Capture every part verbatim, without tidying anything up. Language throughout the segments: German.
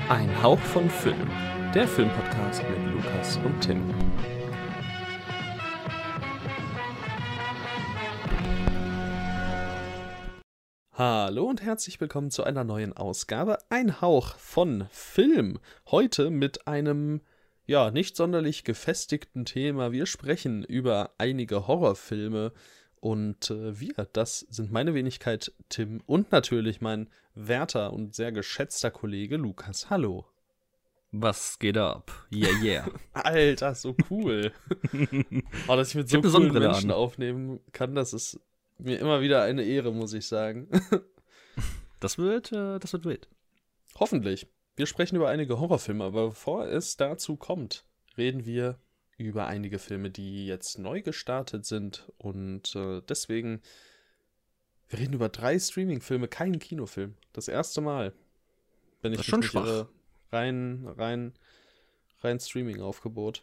Ein Hauch von Film, der Filmpodcast mit Lukas und Tim. Hallo und herzlich willkommen zu einer neuen Ausgabe Ein Hauch von Film. Heute mit einem, ja, nicht sonderlich gefestigten Thema. Wir sprechen über einige Horrorfilme und äh, wir, das sind meine Wenigkeit Tim und natürlich mein werter und sehr geschätzter Kollege Lukas. Hallo. Was geht ab? Yeah, yeah. Alter, so cool. Oh, dass ich mit Ich so hab eine coolen Sonnenbrille Menschen an. aufnehmen kann, das ist mir immer wieder eine Ehre, muss ich sagen. Das wird, äh, das wird wild. Hoffentlich. Wir sprechen über einige Horrorfilme, aber bevor es dazu kommt, reden wir über einige Filme, die jetzt neu gestartet sind und äh, deswegen, wir reden über drei Streaming-Filme, keinen Kinofilm. Das erste Mal, wenn ich Das ist mich schon nicht schwach. irre, rein, rein, rein Streaming-Aufgebot.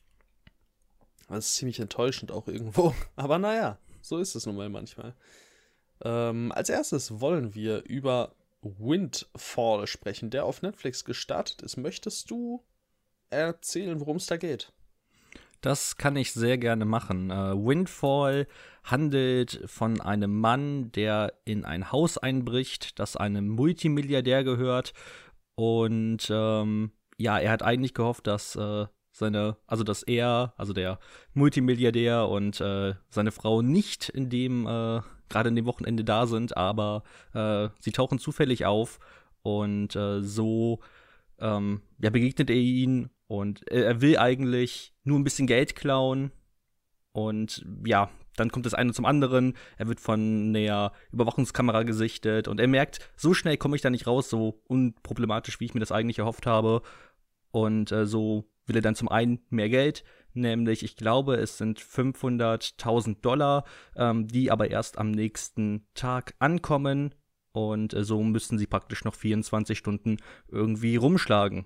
Das ist ziemlich enttäuschend auch irgendwo, aber naja, so ist es nun mal manchmal. Ähm, als erstes wollen wir über Windfall sprechen, der auf Netflix gestartet ist. Möchtest du erzählen, worum es da geht? Das kann ich sehr gerne machen. Äh, Windfall handelt von einem Mann, der in ein Haus einbricht, das einem Multimilliardär gehört. Und ähm, ja, er hat eigentlich gehofft, dass äh, seine, also dass er, also der Multimilliardär und äh, seine Frau nicht in dem, äh, gerade in dem Wochenende da sind, aber äh, sie tauchen zufällig auf und äh, so ähm, ja, begegnet er ihn und er, er will eigentlich nur ein bisschen Geld klauen und ja, dann kommt das eine zum anderen, er wird von der Überwachungskamera gesichtet und er merkt, so schnell komme ich da nicht raus, so unproblematisch, wie ich mir das eigentlich erhofft habe. Und äh, so will er dann zum einen mehr Geld, nämlich, ich glaube, es sind fünfhunderttausend Dollar, ähm, die aber erst am nächsten Tag ankommen. Und äh, so müssen sie praktisch noch vierundzwanzig Stunden irgendwie rumschlagen.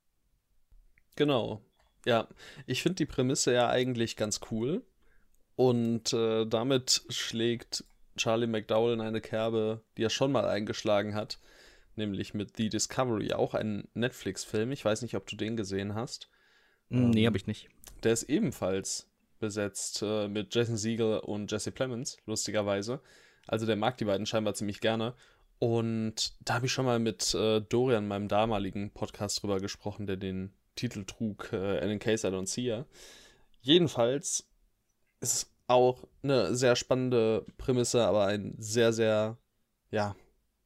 Genau. Ja, ich finde die Prämisse ja eigentlich ganz cool. Und äh, damit schlägt Charlie McDowell in eine Kerbe, die er schon mal eingeschlagen hat. Nämlich mit The Discovery, auch ein Netflix-Film. Ich weiß nicht, ob du den gesehen hast. Ähm, nee, Ähm, hab ich nicht. Der ist ebenfalls besetzt äh, mit Jason Segel und Jesse Plemons, lustigerweise. Also der mag die beiden scheinbar ziemlich gerne. Und da habe ich schon mal mit äh, Dorian, meinem damaligen Podcast, drüber gesprochen, der den Titel trug, äh, And in Case I Don't See Her. Jedenfalls ist es auch eine sehr spannende Prämisse, aber ein sehr, sehr, ja,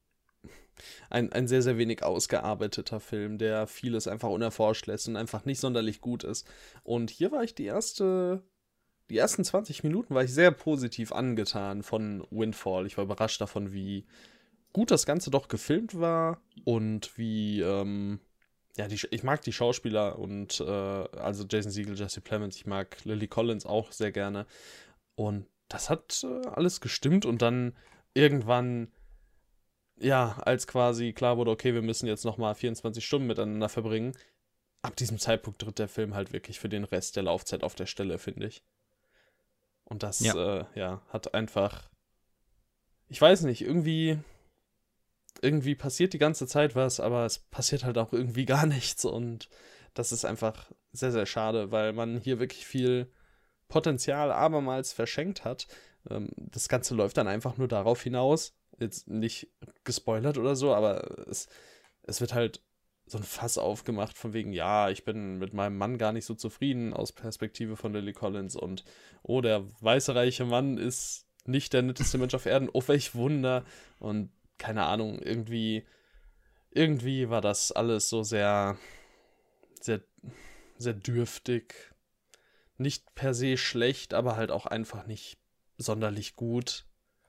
ein, ein sehr, sehr wenig ausgearbeiteter Film, der vieles einfach unerforscht lässt und einfach nicht sonderlich gut ist. Und hier war ich die erste, die ersten zwanzig Minuten war ich sehr positiv angetan von Windfall. Ich war überrascht davon, wie gut das Ganze doch gefilmt war und wie, ähm, ja, die, ich mag die Schauspieler und, äh, also Jason Segel, Jesse Plemons, ich mag Lily Collins auch sehr gerne. Und das hat äh, alles gestimmt und dann irgendwann, ja, als quasi klar wurde, okay, wir müssen jetzt nochmal vierundzwanzig Stunden miteinander verbringen, ab diesem Zeitpunkt tritt der Film halt wirklich für den Rest der Laufzeit auf der Stelle, finde ich. Und das, Ja. äh, ja, hat einfach, ich weiß nicht, irgendwie, irgendwie passiert die ganze Zeit was, aber es passiert halt auch irgendwie gar nichts und das ist einfach sehr, sehr schade, weil man hier wirklich viel Potenzial abermals verschenkt hat. Ähm, das Ganze läuft dann einfach nur darauf hinaus, jetzt nicht gespoilert oder so, aber es, es wird halt so ein Fass aufgemacht von wegen, ja, ich bin mit meinem Mann gar nicht so zufrieden aus Perspektive von Lily Collins und oh, der weiße reiche Mann ist nicht der netteste Mensch auf Erden, oh, welch Wunder und keine Ahnung, irgendwie irgendwie war das alles so sehr sehr, sehr dürftig, nicht per se schlecht, aber halt auch einfach nicht sonderlich gut.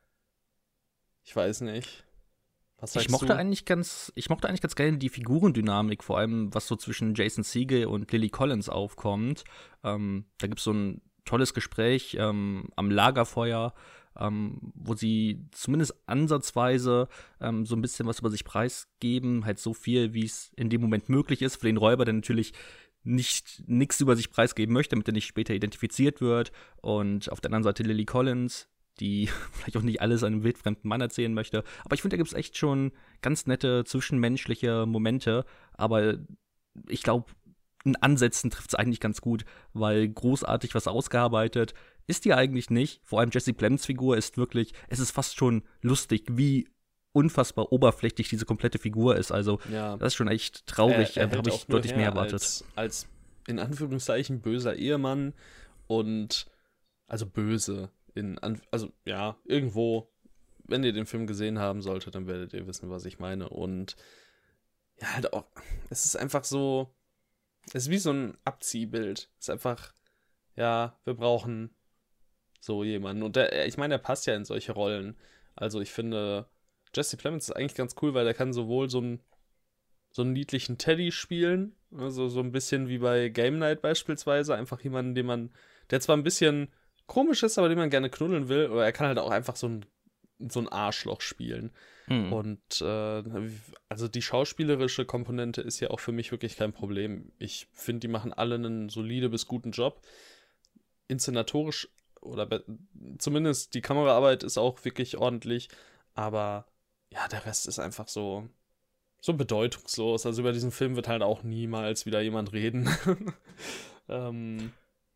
Ich weiß nicht. Was sagst Ich mochte du? eigentlich ganz, ich mochte eigentlich ganz gerne die Figurendynamik, vor allem was so zwischen Jason Segel und Lily Collins aufkommt. Ähm, da gibt es so ein tolles Gespräch ähm, am Lagerfeuer, ähm, wo sie zumindest ansatzweise ähm, so ein bisschen was über sich preisgeben, halt so viel, wie es in dem Moment möglich ist, für den Räuber, der natürlich nicht nichts über sich preisgeben möchte, damit er nicht später identifiziert wird. Und auf der anderen Seite Lily Collins, die vielleicht auch nicht alles einem wildfremden Mann erzählen möchte. Aber ich finde, da gibt es echt schon ganz nette zwischenmenschliche Momente. Aber ich glaube, in Ansätzen trifft es eigentlich ganz gut, weil großartig was ausgearbeitet ist die eigentlich nicht. Vor allem Jesse Plemons Figur ist wirklich, es ist fast schon lustig, wie unfassbar oberflächlich diese komplette Figur ist. Also, ja. das ist schon echt traurig. Er, er da habe ich deutlich mehr erwartet. Als, als in Anführungszeichen böser Ehemann und also böse. In, also ja, irgendwo, wenn ihr den Film gesehen haben solltet, dann werdet ihr wissen, was ich meine. Und ja, halt auch, es ist einfach so, es ist wie so ein Abziehbild. Es ist einfach, ja, wir brauchen so jemanden. Und der, ich meine, er passt ja in solche Rollen. Also ich finde, Jesse Plemons ist eigentlich ganz cool, weil der kann sowohl so einen, so einen niedlichen Teddy spielen, also so ein bisschen wie bei Game Night beispielsweise, einfach jemanden, den man, der zwar ein bisschen komisch ist, aber den man gerne knuddeln will, oder er kann halt auch einfach so ein, so ein Arschloch spielen. Mhm. Und äh, also die schauspielerische Komponente ist ja auch für mich wirklich kein Problem. Ich finde, die machen alle einen solide bis guten Job. Inszenatorisch oder be- zumindest die Kameraarbeit ist auch wirklich ordentlich, aber ja, der Rest ist einfach so so bedeutungslos. Also über diesen Film wird halt auch niemals wieder jemand reden. ähm,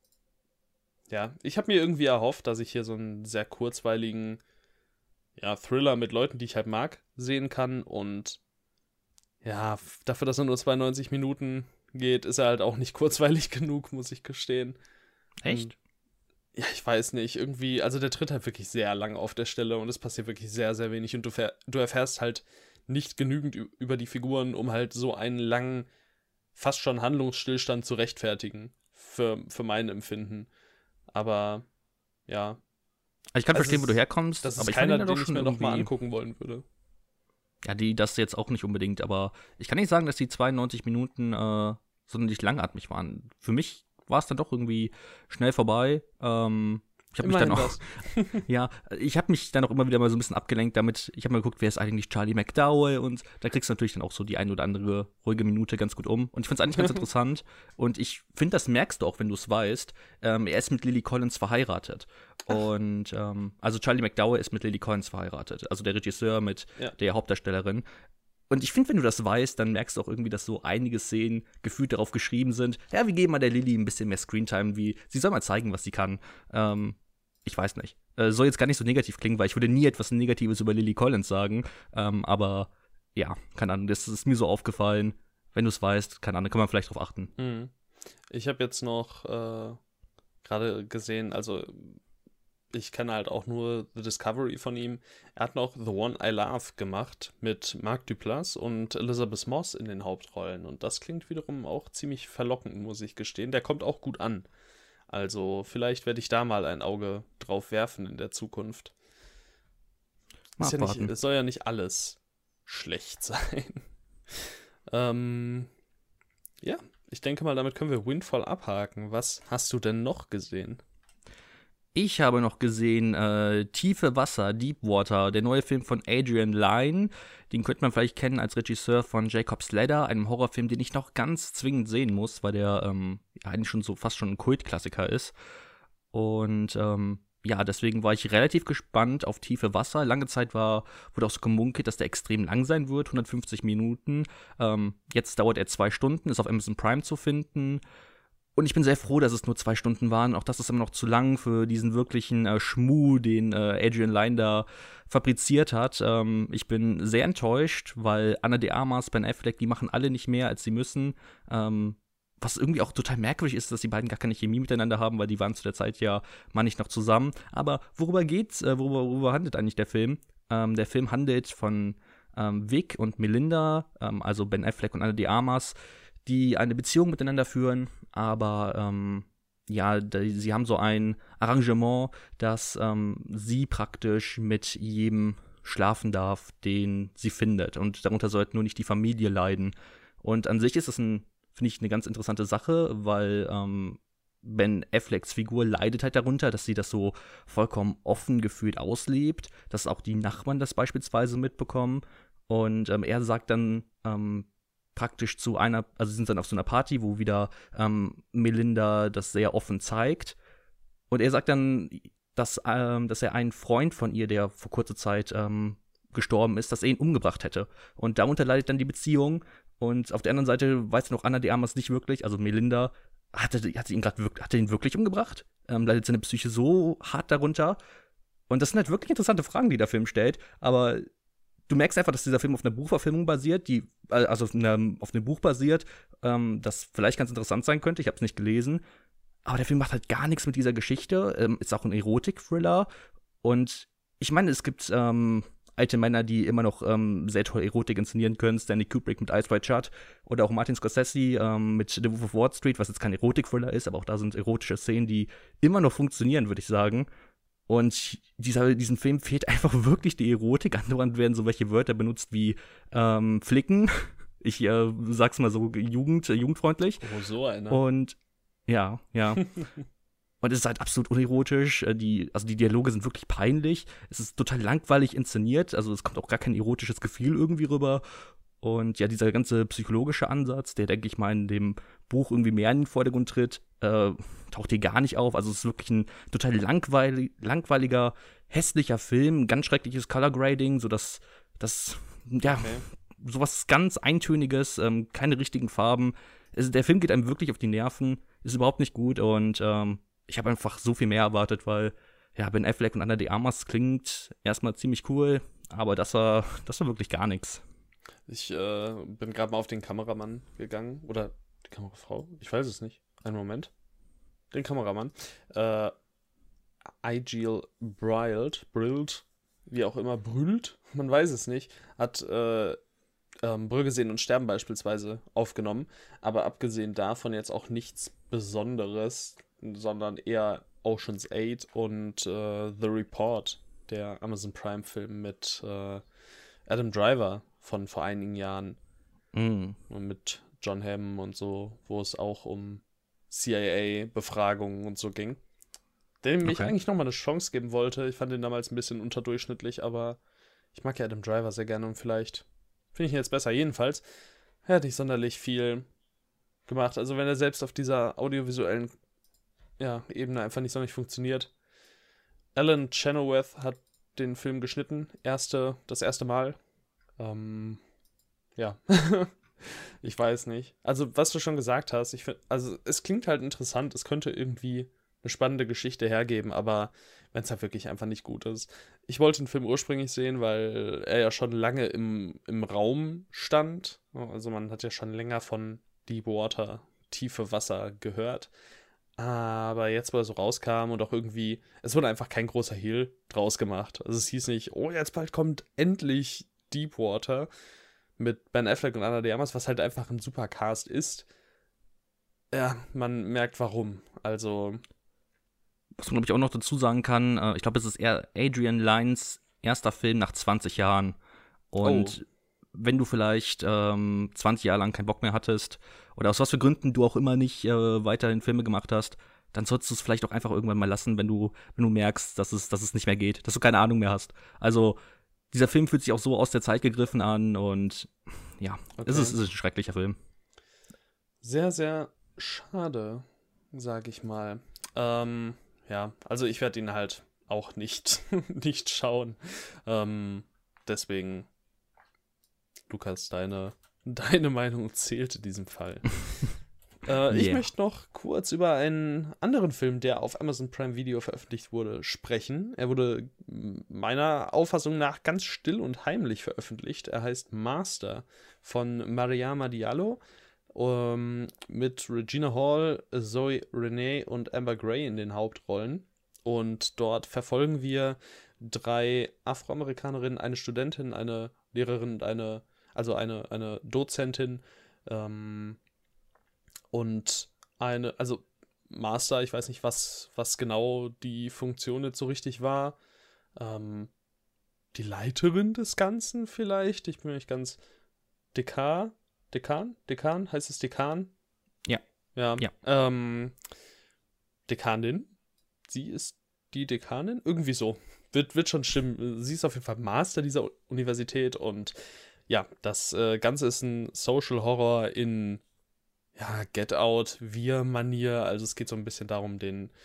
ja, ich habe mir irgendwie erhofft, dass ich hier so einen sehr kurzweiligen ja, Thriller mit Leuten, die ich halt mag, sehen kann und ja, dafür, dass er nur zweiundneunzig Minuten geht, ist er halt auch nicht kurzweilig genug, muss ich gestehen. Echt? Und ja, ich weiß nicht, irgendwie, also der tritt halt wirklich sehr lang auf der Stelle und es passiert wirklich sehr, sehr wenig und du, fähr, du erfährst halt nicht genügend ü- über die Figuren, um halt so einen langen, fast schon Handlungsstillstand zu rechtfertigen, für, für mein Empfinden. Aber, ja. Ich kann also verstehen, es, wo du herkommst, das ist aber ich keiner, kann den doch ich schon mir nochmal irgendwie angucken wollen würde. Ja, die, das jetzt auch nicht unbedingt, aber ich kann nicht sagen, dass die zweiundneunzig Minuten äh, sonderlich langatmig waren. Für mich war es dann doch irgendwie schnell vorbei. Ähm, ich habe mich dann auch, ja, ich habe mich dann auch immer wieder mal so ein bisschen abgelenkt damit. Ich habe mal geguckt, wer ist eigentlich Charlie McDowell und da kriegst du natürlich dann auch so die ein oder andere ruhige Minute ganz gut um. Und ich finde es eigentlich ganz interessant und ich finde, das merkst du auch, wenn du es weißt. Ähm, er ist mit Lily Collins verheiratet. Und ähm, also Charlie McDowell ist mit Lily Collins verheiratet, also der Regisseur mit ja. der Hauptdarstellerin. Und ich finde, wenn du das weißt, dann merkst du auch irgendwie, dass so einige Szenen gefühlt darauf geschrieben sind, ja, wir geben mal der Lily ein bisschen mehr Screentime, wie sie soll mal zeigen, was sie kann. Ähm, ich weiß nicht. Äh, soll jetzt gar nicht so negativ klingen, weil ich würde nie etwas Negatives über Lily Collins sagen. Ähm, aber ja, keine Ahnung, das ist mir so aufgefallen. Wenn du es weißt, keine Ahnung, kann man vielleicht drauf achten. Mhm. Ich habe jetzt noch äh, gerade gesehen, also ich kenne halt auch nur The Discovery von ihm. Er hat noch The One I Love gemacht mit Mark Duplass und Elizabeth Moss in den Hauptrollen. Und das klingt wiederum auch ziemlich verlockend, muss ich gestehen. Der kommt auch gut an. Also vielleicht werde ich da mal ein Auge drauf werfen in der Zukunft. Ist ja nicht, es soll ja nicht alles schlecht sein. ähm, ja, ich denke mal, damit können wir Windfall abhaken. Was hast du denn noch gesehen? Ich habe noch gesehen äh, Tiefe Wasser, Deep Water, der neue Film von Adrian Lyne. Den könnte man vielleicht kennen als Regisseur von Jacob's Ladder, einem Horrorfilm, den ich noch ganz zwingend sehen muss, weil der ähm, ja, eigentlich schon so fast schon ein Kultklassiker ist. Und ähm, ja, deswegen war ich relativ gespannt auf Tiefe Wasser. Lange Zeit war, wurde auch so gemunkelt, dass der extrem lang sein wird, hundertfünfzig Minuten. Ähm, jetzt dauert er zwei Stunden, ist auf Amazon Prime zu finden. Und ich bin sehr froh, dass es nur zwei Stunden waren. Auch das ist immer noch zu lang für diesen wirklichen äh, Schmuh, den äh, Adrian Lyne da fabriziert hat. Ähm, ich bin sehr enttäuscht, weil Ana de Armas, Ben Affleck, die machen alle nicht mehr, als sie müssen. Ähm, was irgendwie auch total merkwürdig ist, dass die beiden gar keine Chemie miteinander haben, weil die waren zu der Zeit ja mal nicht noch zusammen. Aber worüber geht's? Äh, worüber, worüber handelt eigentlich der Film? Ähm, der Film handelt von ähm, Vic und Melinda, ähm, also Ben Affleck und Ana de Armas, die eine Beziehung miteinander führen, aber ähm, ja, die, sie haben so ein Arrangement, dass ähm, sie praktisch mit jedem schlafen darf, den sie findet. Und darunter sollte nur nicht die Familie leiden. Und an sich ist das, ein, finde ich, eine ganz interessante Sache, weil ähm, Ben Afflecks Figur leidet halt darunter, dass sie das so vollkommen offen gefühlt auslebt, dass auch die Nachbarn das beispielsweise mitbekommen. Und ähm, er sagt dann, ähm, praktisch zu einer, also sie sind dann auf so einer Party, wo wieder ähm, Melinda das sehr offen zeigt. Und er sagt dann, dass, ähm, dass er einen Freund von ihr, der vor kurzer Zeit ähm, gestorben ist, dass er ihn umgebracht hätte. Und darunter leidet dann die Beziehung. Und auf der anderen Seite weiß noch Ana de Armas nicht wirklich, also Melinda, hatte, hat sie ihn gerade wirklich, hat er ihn wirklich umgebracht? Ähm, leidet seine Psyche so hart darunter? Und das sind halt wirklich interessante Fragen, die der Film stellt. Aber du merkst einfach, dass dieser Film auf einer Buchverfilmung basiert, die, also auf einem, auf einem Buch basiert, ähm, das vielleicht ganz interessant sein könnte. Ich habe es nicht gelesen. Aber der Film macht halt gar nichts mit dieser Geschichte. Ähm, ist auch ein Erotik-Thriller. Und ich meine, es gibt ähm, alte Männer, die immer noch ähm, sehr toll Erotik inszenieren können. Stanley Kubrick mit Eyes Wide Shut oder auch Martin Scorsese ähm, mit The Wolf of Wall Street, was jetzt kein Erotik-Thriller ist, aber auch da sind erotische Szenen, die immer noch funktionieren, würde ich sagen. Und dieser, diesem Film fehlt einfach wirklich die Erotik. Andauernd werden so welche Wörter benutzt wie ähm, Flicken. Ich äh, sag's mal so jugend, äh, jugendfreundlich. Oh, so einer. Und ja, ja. Und es ist halt absolut unerotisch. Die, also die Dialoge sind wirklich peinlich. Es ist total langweilig inszeniert. Also es kommt auch gar kein erotisches Gefühl irgendwie rüber. Und ja, dieser ganze psychologische Ansatz, der, denke ich mal, in dem Buch irgendwie mehr in den Vordergrund tritt, äh, taucht hier gar nicht auf. Also es ist wirklich ein total langweilig, langweiliger, hässlicher Film, ganz schreckliches Color Grading, sodass das, ja, okay. sowas ganz Eintöniges, ähm, keine richtigen Farben. Es, der Film geht einem wirklich auf die Nerven, ist überhaupt nicht gut und ähm, ich habe einfach so viel mehr erwartet, weil ja, Ben Affleck und Ana de Armas klingt erstmal ziemlich cool, aber das war, das war wirklich gar nichts. Ich äh, bin gerade mal auf den Kameramann gegangen. Oder die Kamerafrau? Ich weiß es nicht. Einen Moment. Den Kameramann. Äh, Igil Brild, Brild, wie auch immer, Brült, man weiß es nicht, hat äh, ähm, Brügge sehen und sterben beispielsweise aufgenommen. Aber abgesehen davon jetzt auch nichts Besonderes, sondern eher Ocean's Eight und äh, The Report, der Amazon Prime-Film mit äh, Adam Driver von vor einigen Jahren. Mm. Und mit John Hamm und so, wo es auch um C I A-Befragungen und so ging. Dem ich Okay. eigentlich nochmal eine Chance geben wollte. Ich fand den damals ein bisschen unterdurchschnittlich, aber ich mag ja Adam Driver sehr gerne und vielleicht finde ich ihn jetzt besser. Jedenfalls, er hat nicht sonderlich viel gemacht. Also wenn er selbst auf dieser audiovisuellen ja, Ebene einfach nicht sonderlich funktioniert. Alan Chenoweth hat den Film geschnitten. Erste, das erste Mal. Ähm, ja. Ich weiß nicht. Also, was du schon gesagt hast, ich finde, also es klingt halt interessant, es könnte irgendwie eine spannende Geschichte hergeben, aber wenn es halt wirklich einfach nicht gut ist. Ich wollte den Film ursprünglich sehen, weil er ja schon lange im, im Raum stand. Also man hat ja schon länger von Deepwater, tiefe Wasser gehört. Aber jetzt, wo er so rauskam und auch irgendwie, es wurde einfach kein großer Hehl draus gemacht. Also es hieß nicht, oh, jetzt bald kommt endlich Deepwater mit Ben Affleck und Ana de Armas, was halt einfach ein super Cast ist. Ja, man merkt warum. Also Was man, glaube ich, auch noch dazu sagen kann, äh, ich glaube, es ist eher Adrian Lynes erster Film nach zwanzig Jahren. Und oh. wenn du vielleicht ähm, zwanzig Jahre lang keinen Bock mehr hattest oder aus was für Gründen du auch immer nicht äh, weiterhin Filme gemacht hast, dann solltest du es vielleicht auch einfach irgendwann mal lassen, wenn du, wenn du merkst, dass es, dass es nicht mehr geht, dass du keine Ahnung mehr hast. Also dieser Film fühlt sich auch so aus der Zeit gegriffen an und ja, okay. es, ist, es ist ein schrecklicher Film. Sehr, sehr schade, sag ich mal. Ähm, ja, also ich werde ihn halt auch nicht, nicht schauen. Ähm, deswegen, Lukas, deine, deine Meinung zählt in diesem Fall. äh, ich yeah. möchte noch kurz über einen anderen Film, der auf Amazon Prime Video veröffentlicht wurde, sprechen. Er wurde meiner Auffassung nach ganz still und heimlich veröffentlicht. Er heißt Master von Mariama Diallo. Um, mit Regina Hall, Zoe Renee und Amber Gray in den Hauptrollen. Und dort verfolgen wir drei Afroamerikanerinnen, eine Studentin, eine Lehrerin und eine, also eine, eine Dozentin ähm, und eine, also Master, ich weiß nicht, was, was genau die Funktion jetzt so richtig war. Ähm, die Leiterin des Ganzen vielleicht? Ich bin mir nicht ganz Dekar. Dekan? Dekan? Heißt es Dekan? Ja. Ja. ja. Ähm, Dekanin. Sie ist die Dekanin? Irgendwie so. Wird, wird schon stimmen. Sie ist auf jeden Fall Master dieser Universität und ja, das äh, Ganze ist ein Social Horror in ja, Get Out, Wir-Manier. Also es geht so ein bisschen darum, den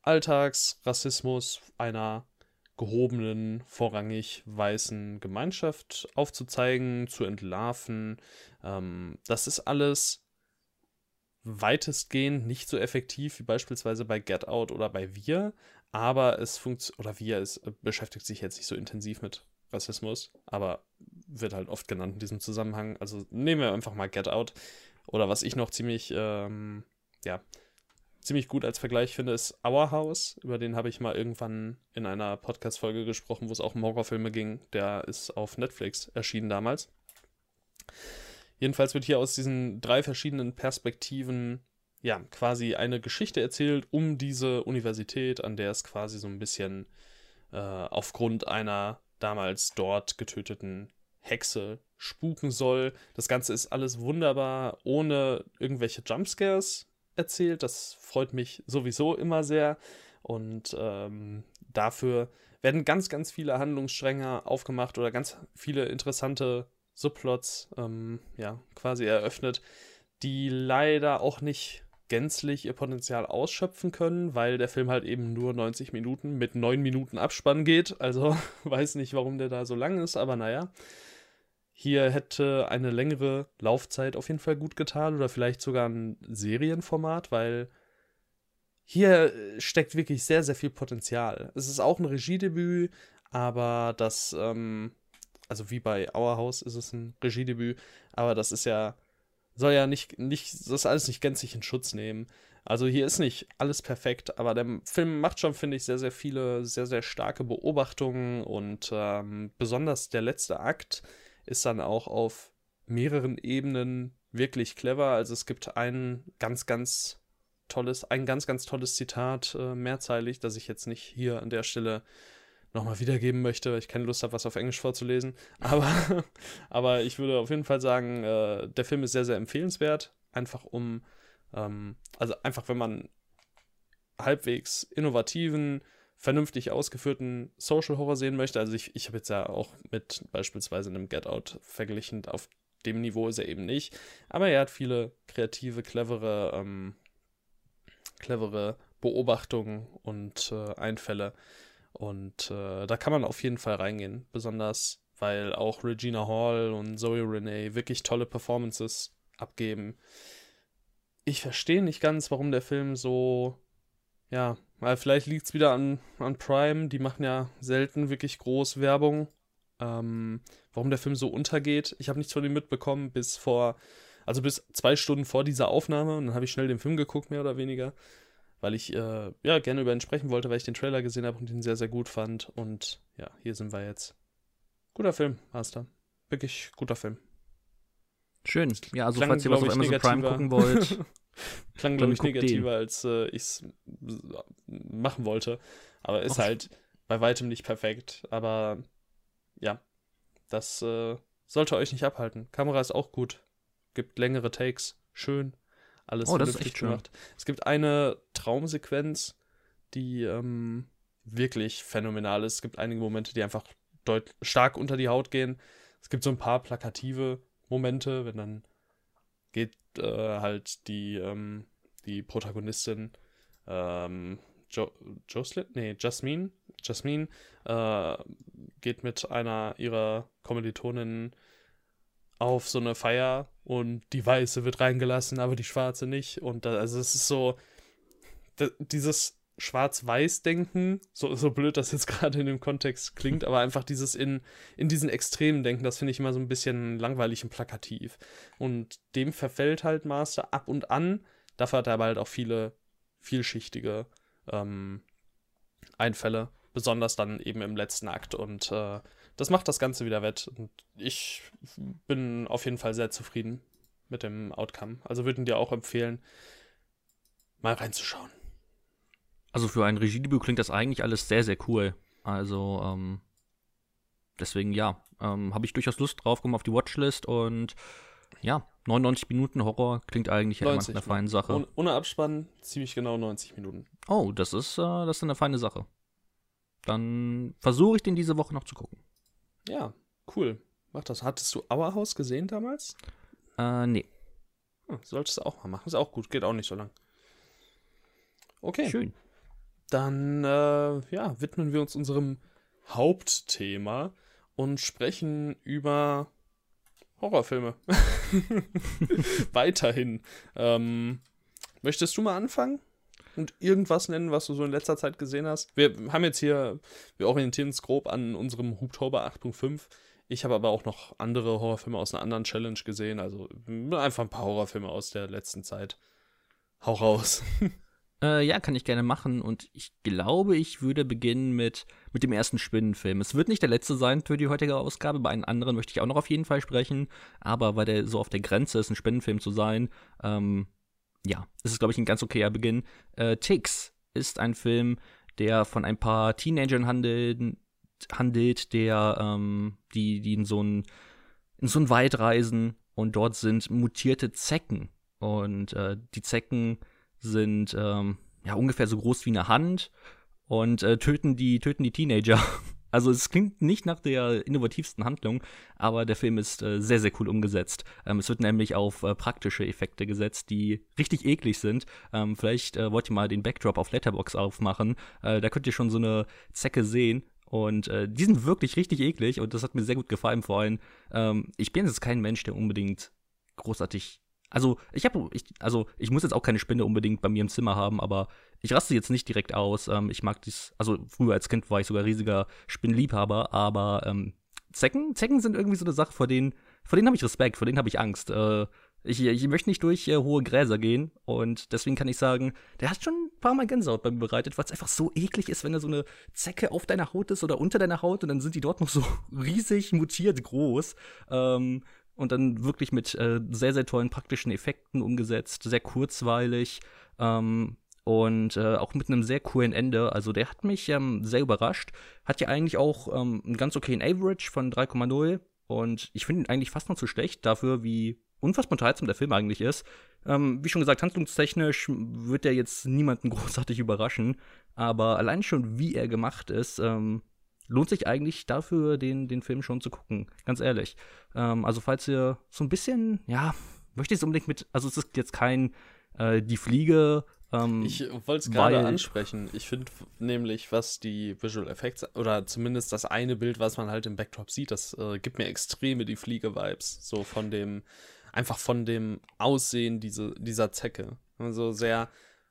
Alltagsrassismus einer gehobenen, vorrangig weißen Gemeinschaft aufzuzeigen, zu entlarven. Ähm, das ist alles weitestgehend nicht so effektiv wie beispielsweise bei Get Out oder bei Wir, aber es funktioniert, oder Wir es beschäftigt sich jetzt nicht so intensiv mit Rassismus, aber wird halt oft genannt in diesem Zusammenhang. Also nehmen wir einfach mal Get Out. Oder was ich noch ziemlich, ähm, ja, ziemlich gut als Vergleich finde, ist Our House. Über den habe ich mal irgendwann in einer Podcast-Folge gesprochen, wo es auch um Horrorfilme ging. Der ist auf Netflix erschienen damals. Jedenfalls wird hier aus diesen drei verschiedenen Perspektiven ja quasi eine Geschichte erzählt um diese Universität, an der es quasi so ein bisschen äh, aufgrund einer damals dort getöteten Hexe spuken soll. Das Ganze ist alles wunderbar, ohne irgendwelche Jumpscares erzählt. Das freut mich sowieso immer sehr. Und ähm, dafür werden ganz, ganz viele Handlungsstränge aufgemacht oder ganz viele interessante Subplots ähm, ja, quasi eröffnet, die leider auch nicht gänzlich ihr Potenzial ausschöpfen können, weil der Film halt eben nur neunzig Minuten mit neun Minuten Abspann geht. Also weiß nicht, warum der da so lang ist, aber naja. Hier hätte eine längere Laufzeit auf jeden Fall gut getan oder vielleicht sogar ein Serienformat, weil hier steckt wirklich sehr, sehr viel Potenzial. Es ist auch ein Regiedebüt, aber das, ähm, also wie bei Our House ist es ein Regiedebüt, aber das ist ja, soll ja nicht, nicht, das alles nicht gänzlich in Schutz nehmen. Also hier ist nicht alles perfekt, aber der Film macht schon, finde ich, sehr, sehr viele, sehr, sehr starke Beobachtungen und ähm, besonders der letzte Akt ist dann auch auf mehreren Ebenen wirklich clever. Also es gibt ein ganz, ganz tolles, ein ganz, ganz tolles Zitat, äh, mehrzeilig, das ich jetzt nicht hier an der Stelle nochmal wiedergeben möchte, weil ich keine Lust habe, was auf Englisch vorzulesen. Aber, aber ich würde auf jeden Fall sagen, äh, der Film ist sehr, sehr empfehlenswert. Einfach um, ähm, also einfach, wenn man halbwegs innovativen, vernünftig ausgeführten Social Horror sehen möchte. Also ich, ich habe jetzt ja auch mit beispielsweise einem Get Out verglichen. Auf dem Niveau ist er eben nicht. Aber er hat viele kreative, clevere, ähm, clevere Beobachtungen und äh, Einfälle. Und äh, da kann man auf jeden Fall reingehen. Besonders, weil auch Regina Hall und Zoe Renee wirklich tolle Performances abgeben. Ich verstehe nicht ganz, warum der Film so, ja, weil vielleicht liegt es wieder an, an Prime. Die machen ja selten wirklich groß Werbung. Ähm, warum der Film so untergeht. Ich habe nichts von ihm mitbekommen bis vor, also bis zwei Stunden vor dieser Aufnahme. Und dann habe ich schnell den Film geguckt, mehr oder weniger. Weil ich äh, ja gerne über ihn sprechen wollte, weil ich den Trailer gesehen habe und ihn sehr, sehr gut fand. Und ja, hier sind wir jetzt. Guter Film, Master. Wirklich guter Film. Schön. Ja, also Klang, falls ihr was auf Amazon Prime gucken wollt. Klang, glaube ich, negativer, den. als äh, ich es machen wollte. Aber ist Ach. halt bei weitem nicht perfekt. Aber ja, das äh, sollte euch nicht abhalten. Kamera ist auch gut. Gibt längere Takes. Schön. Alles oh, das ist echt gemacht. Schön. Es gibt eine Traumsequenz, die ähm, wirklich phänomenal ist. Es gibt einige Momente, die einfach deut- stark unter die Haut gehen. Es gibt so ein paar plakative Momente, wenn dann geht äh, halt die, ähm, die Protagonistin ähm, jo- Jocelyn? Nee, Jasmine. Jasmine äh, geht mit einer ihrer Kommilitoninnen auf so eine Feier und die Weiße wird reingelassen, aber die Schwarze nicht. Und da, also es ist so, da, dieses Schwarz-Weiß-Denken, so, so blöd das jetzt gerade in dem Kontext klingt, aber einfach dieses in, in diesen Extremen Denken, das finde ich immer so ein bisschen langweilig und plakativ. Und dem verfällt halt Master ab und an. Dafür hat er aber halt auch viele vielschichtige ähm, Einfälle, besonders dann eben im letzten Akt. Und äh, das macht das Ganze wieder wett. Und ich bin auf jeden Fall sehr zufrieden mit dem Outcome. Also würden dir auch empfehlen, mal reinzuschauen. Also für ein Regiedebüt klingt das eigentlich alles sehr, sehr cool. Also ähm, deswegen ja, ähm, habe ich durchaus Lust drauf, komme auf die Watchlist und ja, neunundneunzig Minuten Horror klingt eigentlich ja immer nach einer feinen Sache. Ohne, ohne Abspann ziemlich genau neunzig Minuten. Oh, das ist, äh, das ist eine feine Sache. Dann versuche ich den diese Woche noch zu gucken. Ja, cool. Mach das. Hattest du Our House gesehen damals? Äh, nee. Hm, solltest du auch mal machen. Ist auch gut, geht auch nicht so lang. Okay. Schön. dann äh, ja, widmen wir uns unserem Hauptthema und sprechen über Horrorfilme. Weiterhin. Ähm, möchtest du mal anfangen? Und irgendwas nennen, was du so in letzter Zeit gesehen hast? Wir haben jetzt hier, wir orientieren uns grob an unserem Hubtober acht Punkt fünf. Ich habe aber auch noch andere Horrorfilme aus einer anderen Challenge gesehen. Also einfach ein paar Horrorfilme aus der letzten Zeit. Hau raus. Äh, ja, kann ich gerne machen. Und ich glaube, ich würde beginnen mit, mit dem ersten Spinnenfilm. Es wird nicht der letzte sein für die heutige Ausgabe. Bei einem anderen möchte ich auch noch auf jeden Fall sprechen. Aber weil der so auf der Grenze ist, ein Spinnenfilm zu sein, ähm, ja, es ist, glaube ich, ein ganz okayer Beginn. Äh, Ticks ist ein Film, der von ein paar Teenagern handelt, handelt der, ähm, die, die in so einen in so einen Wald reisen und dort sind mutierte Zecken. Und äh, die Zecken sind ähm, ja ungefähr so groß wie eine Hand und äh, töten die, töten die Teenager. Also es klingt nicht nach der innovativsten Handlung, aber der Film ist äh, sehr, sehr cool umgesetzt. Ähm, es wird nämlich auf äh, praktische Effekte gesetzt, die richtig eklig sind. Ähm, vielleicht äh, wollt ihr mal den Backdrop auf Letterboxd aufmachen. Äh, da könnt ihr schon so eine Zecke sehen. Und äh, die sind wirklich richtig eklig und das hat mir sehr gut gefallen. Vor allem, ähm, ich bin jetzt kein Mensch, der unbedingt großartig. Also ich habe, ich, also ich muss jetzt auch keine Spinne unbedingt bei mir im Zimmer haben, aber ich raste jetzt nicht direkt aus. Ähm, ich mag dies, also früher als Kind war ich sogar riesiger Spinnenliebhaber, aber ähm, Zecken, Zecken sind irgendwie so eine Sache, vor denen, vor denen habe ich Respekt, vor denen habe ich Angst. Äh, ich, ich möchte nicht durch äh, hohe Gräser gehen und deswegen kann ich sagen, der hat schon ein paar Mal Gänsehaut bei mir bereitet, weil es einfach so eklig ist, wenn da so eine Zecke auf deiner Haut ist oder unter deiner Haut und dann sind die dort noch so riesig mutiert groß. Ähm, Und dann wirklich mit äh, sehr, sehr tollen praktischen Effekten umgesetzt, sehr kurzweilig ähm, und äh, auch mit einem sehr coolen Ende. Also der hat mich ähm, sehr überrascht. Hat ja eigentlich auch ähm, einen ganz okayen Average von drei Komma null und ich finde ihn eigentlich fast noch zu schlecht dafür, wie unfassbar unterhaltsam der Film eigentlich ist. Ähm, wie schon gesagt, handlungstechnisch wird er jetzt niemanden großartig überraschen, aber allein schon, wie er gemacht ist, ähm, lohnt sich eigentlich dafür, den, den Film schon zu gucken, ganz ehrlich. Ähm, also falls ihr so ein bisschen, ja, möchte ich es unbedingt mit, also es ist jetzt kein äh, Die Fliege. Ähm, ich wollte es gerade ansprechen. Ich finde nämlich, was die Visual Effects, oder zumindest das eine Bild, was man halt im Backdrop sieht, das äh, gibt mir extreme Die Fliege-Vibes. So von dem, einfach von dem Aussehen diese, dieser Zecke. Also sehr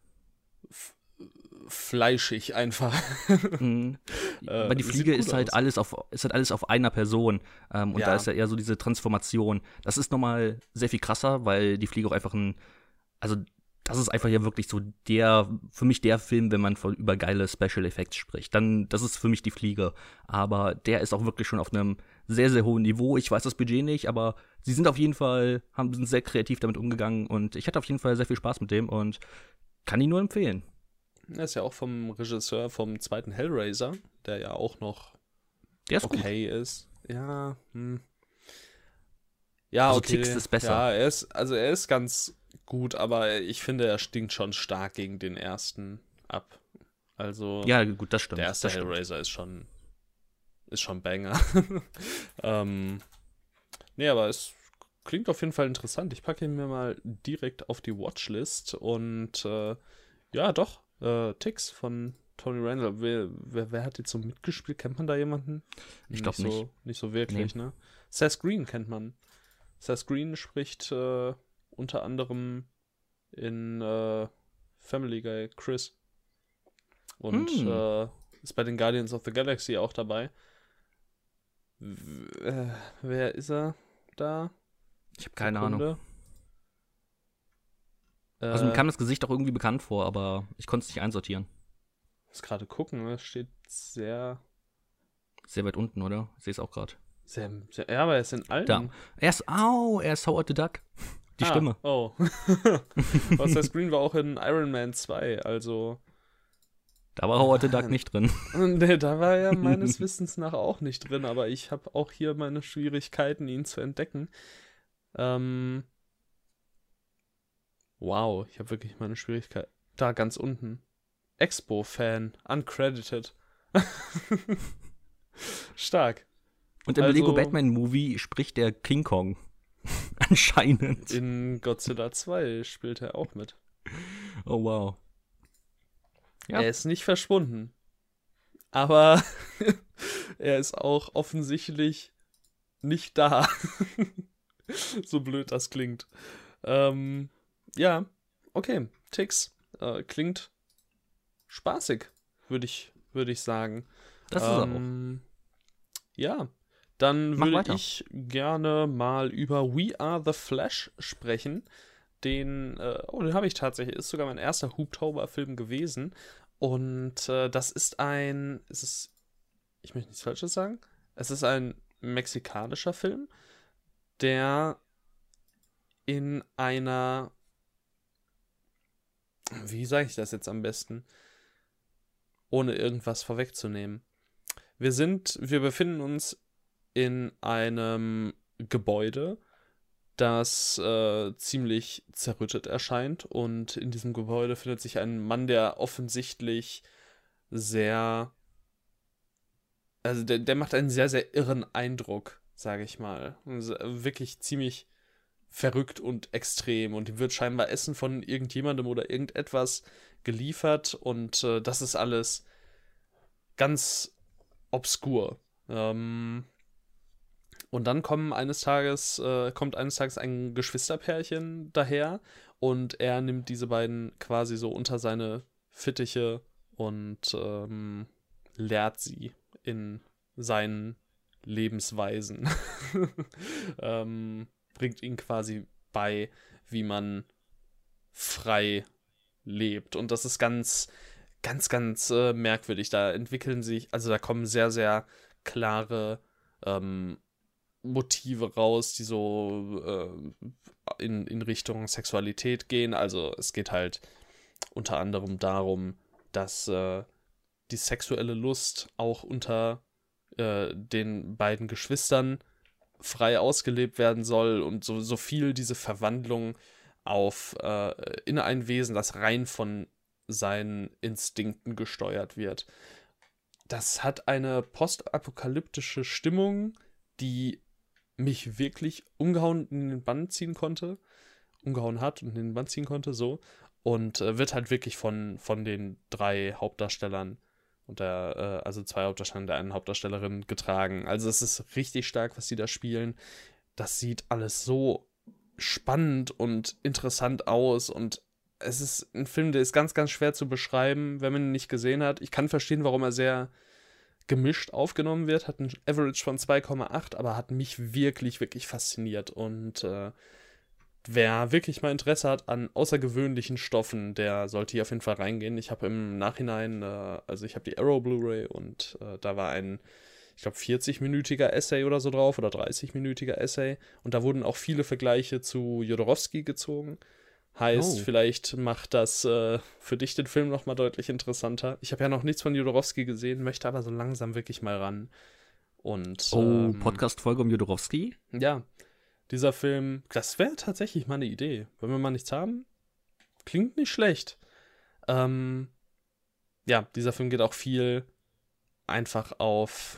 fleischig einfach. Mhm. Aber die Fliege ist halt, alles auf, ist halt alles auf einer Person. Ähm, und ja. Da ist ja eher so diese Transformation. Das ist nochmal sehr viel krasser, weil die Fliege auch einfach ein, also das ist einfach ja wirklich so der, für mich der Film, wenn man von, über geile Special Effects spricht. Dann, das ist für mich die Fliege. Aber der ist auch wirklich schon auf einem sehr, sehr hohen Niveau. Ich weiß das Budget nicht, aber sie sind auf jeden Fall, haben, sind sehr kreativ damit umgegangen und ich hatte auf jeden Fall sehr viel Spaß mit dem und kann ihn nur empfehlen. Er ist ja auch vom Regisseur vom zweiten Hellraiser, der ja auch noch der ist okay gut. ist. Ja, hm. Ja, also okay. Ticks ist besser. Ja, er ist, also er ist ganz gut, aber ich finde, er stinkt schon stark gegen den ersten ab. Also, ja, gut, das stimmt. Der erste das Hellraiser stimmt. ist schon, ist schon Banger. ähm, nee, aber es klingt auf jeden Fall interessant. Ich packe ihn mir mal direkt auf die Watchlist und äh, ja, doch. Äh, Ticks von Tony Randall. Wer, wer, wer hat jetzt so mitgespielt? Kennt man da jemanden? Ich glaube nicht. nicht. So, nicht so wirklich, nee. Ne? Seth Green kennt man. Seth Green spricht äh, unter anderem in äh, Family Guy Chris. Und hm. äh, ist bei den Guardians of the Galaxy auch dabei. W- äh, wer ist er da? Ich habe keine Sekunde. Ahnung. Also mir kam das Gesicht auch irgendwie bekannt vor, aber ich konnte es nicht einsortieren. Ich muss gerade gucken, es steht sehr... Sehr weit unten, oder? Ich sehe es auch gerade. Sehr, sehr, ja, aber er ist in allen. Da. Er ist, au, er ist Howard the Duck. Die ah, Stimme. Oh. Buster Screen war auch in Iron Man zwei, also... Da war Howard the Duck nicht drin. Nee, da war er meines Wissens nach auch nicht drin, aber ich habe auch hier meine Schwierigkeiten, ihn zu entdecken. Ähm... Wow, ich habe wirklich meine Schwierigkeit. Da ganz unten. Expo-Fan, uncredited. Stark. Und im also, Lego Batman Movie spricht der King Kong. Anscheinend. In Godzilla zwei spielt er auch mit. Oh wow. Ja. Er ist nicht verschwunden. Aber er ist auch offensichtlich nicht da. So blöd das klingt. Ähm, ja, okay. Tix. Äh, klingt spaßig, würde ich, würde ich sagen. Das ist er auch. Ähm, ja, dann Mach würde weiter. ich gerne mal über We Are the Flash sprechen. Den, äh, oh, den habe ich tatsächlich. Ist sogar mein erster Hooptober-Film gewesen. Und äh, das ist ein, ist es, ich möchte nichts Falsches sagen. Es ist ein mexikanischer Film, der in einer, wie sage ich das jetzt am besten, ohne irgendwas vorwegzunehmen. Wir sind, wir befinden uns in einem Gebäude, das äh, ziemlich zerrüttet erscheint. Und in diesem Gebäude findet sich ein Mann, der offensichtlich sehr, also der, der macht einen sehr, sehr irren Eindruck, sage ich mal. Also wirklich ziemlich verrückt und extrem. Und ihm wird scheinbar Essen von irgendjemandem oder irgendetwas geliefert. Und äh, das ist alles ganz obskur. Ähm, und dann kommen eines Tages, äh, kommt eines Tages ein Geschwisterpärchen daher und er nimmt diese beiden quasi so unter seine Fittiche und ähm, lehrt sie in seinen Lebensweisen. ähm, bringt ihnen quasi bei, wie man frei lebt. Und das ist ganz, ganz, ganz äh, merkwürdig. Da entwickeln sich, also da kommen sehr, sehr klare ähm, Motive raus, die so äh, in, in Richtung Sexualität gehen. Also es geht halt unter anderem darum, dass äh, die sexuelle Lust auch unter äh, den beiden Geschwistern frei ausgelebt werden soll und so, so viel diese Verwandlung auf äh, in ein Wesen, das rein von seinen Instinkten gesteuert wird. Das hat eine postapokalyptische Stimmung, die mich wirklich umgehauen in den Bann ziehen konnte, umgehauen hat und in den Bann ziehen konnte, so. Und äh, wird halt wirklich von, von den drei Hauptdarstellern und der, äh, also zwei Hauptdarstellern, der einen Hauptdarstellerin getragen. Also es ist richtig stark, was die da spielen. Das sieht alles so spannend und interessant aus und es ist ein Film, der ist ganz, ganz schwer zu beschreiben, wenn man ihn nicht gesehen hat. Ich kann verstehen, warum er sehr gemischt aufgenommen wird, hat ein Average von zwei Komma acht, aber hat mich wirklich, wirklich fasziniert. Und äh, wer wirklich mal Interesse hat an außergewöhnlichen Stoffen, der sollte hier auf jeden Fall reingehen. Ich habe im Nachhinein, äh, also ich habe die Arrow Blu-ray und äh, da war ein, ich glaube, vierzig-minütiger Essay oder so drauf oder dreißig-minütiger Essay. Und da wurden auch viele Vergleiche zu Jodorowsky gezogen. Heißt, Oh. vielleicht macht das äh, für dich den Film nochmal deutlich interessanter. Ich habe ja noch nichts von Jodorowsky gesehen, möchte aber so langsam wirklich mal ran. Und Oh, ähm, Podcast-Folge um Jodorowsky? ja, dieser Film, das wäre tatsächlich mal eine Idee. Wenn wir mal nichts haben, klingt nicht schlecht. Ähm, ja, dieser Film geht auch viel einfach auf.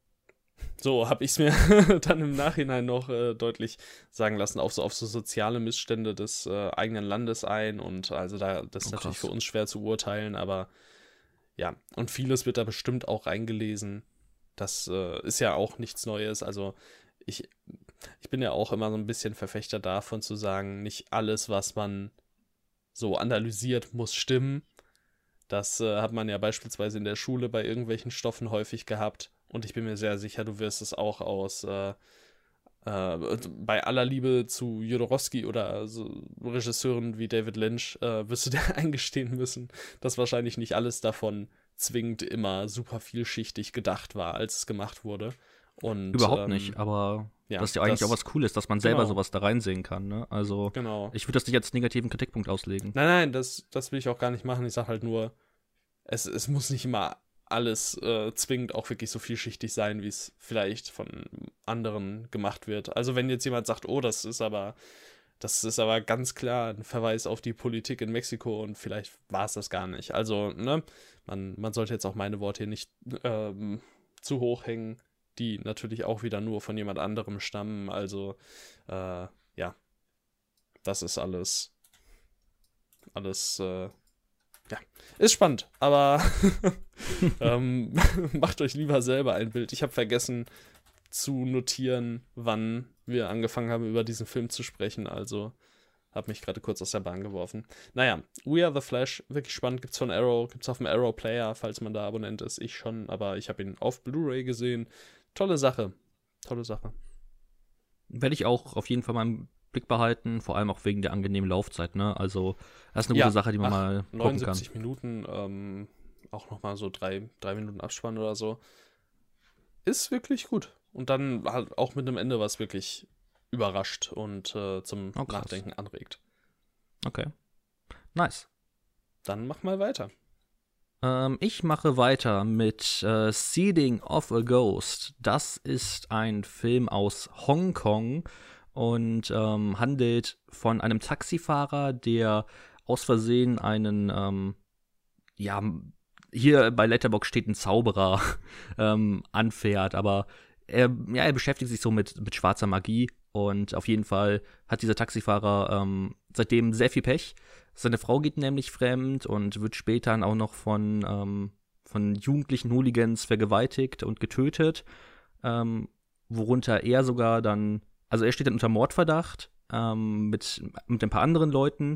So habe ich es mir dann im Nachhinein noch äh, deutlich sagen lassen, auf so, auf so soziale Missstände des äh, eigenen Landes ein. Und also da, das ist Oh, natürlich krass. für uns schwer zu urteilen, aber ja, und vieles wird da bestimmt auch reingelesen. Das äh, ist ja auch nichts Neues. Also ich, ich bin ja auch immer so ein bisschen Verfechter davon zu sagen, nicht alles, was man so analysiert, muss stimmen. Das äh, hat man ja beispielsweise in der Schule bei irgendwelchen Stoffen häufig gehabt. Und ich bin mir sehr sicher, du wirst es auch aus äh, äh, bei aller Liebe zu Jodorowsky oder so Regisseuren wie David Lynch, äh, wirst du dir eingestehen müssen, dass wahrscheinlich nicht alles davon zwingend immer super vielschichtig gedacht war, als es gemacht wurde. Und Überhaupt ähm, nicht, aber ja, das ist ja eigentlich auch das, was Cooles, dass man selber genau, sowas da reinsehen kann, ne? Also, genau. ich würde das nicht als negativen Kritikpunkt auslegen. Nein, nein, das, das will ich auch gar nicht machen. Ich sag halt nur, es, es muss nicht immer alles äh, zwingend auch wirklich so vielschichtig sein, wie es vielleicht von anderen gemacht wird. Also wenn jetzt jemand sagt, oh, das ist aber, das ist aber ganz klar ein Verweis auf die Politik in Mexiko und vielleicht war es das gar nicht. Also, ne, man, man sollte jetzt auch meine Worte hier nicht ähm, zu hoch hängen, die natürlich auch wieder nur von jemand anderem stammen. Also, äh, ja, das ist alles, alles äh, ja, ist spannend, aber ähm, macht euch lieber selber ein Bild. Ich habe vergessen zu notieren, wann wir angefangen haben, über diesen Film zu sprechen, also habe mich gerade kurz aus der Bahn geworfen. Naja, We Are the Flash, wirklich spannend, gibt's von Arrow, gibt's auf dem Arrow Player, falls man da Abonnent ist, ich schon, aber ich habe ihn auf Blu-ray gesehen. Tolle Sache, tolle Sache. Werde ich auch auf jeden Fall mal im Blick behalten, vor allem auch wegen der angenehmen Laufzeit, ne? Also, das ist eine Ja, gute Sache, die man ach, mal gucken kann. neunundsiebzig Minuten, ähm, auch nochmal so drei, drei Minuten Abspann oder so. Ist wirklich gut. Und dann halt auch mit einem Ende, was wirklich überrascht und äh, zum Oh, krass. Nachdenken anregt. Okay. Nice. Dann mach mal weiter. Ähm, ich mache weiter mit äh, Seeding of a Ghost. Das ist ein Film aus Hongkong und ähm, handelt von einem Taxifahrer, der aus Versehen einen, ähm, ja, hier bei Letterboxd steht ein Zauberer ähm, anfährt, aber er, ja, er beschäftigt sich so mit, mit schwarzer Magie und auf jeden Fall hat dieser Taxifahrer ähm, seitdem sehr viel Pech. Seine Frau geht nämlich fremd und wird später dann auch noch von, ähm, von jugendlichen Hooligans vergewaltigt und getötet, ähm, worunter er sogar dann, also er steht dann unter Mordverdacht ähm, mit, mit ein paar anderen Leuten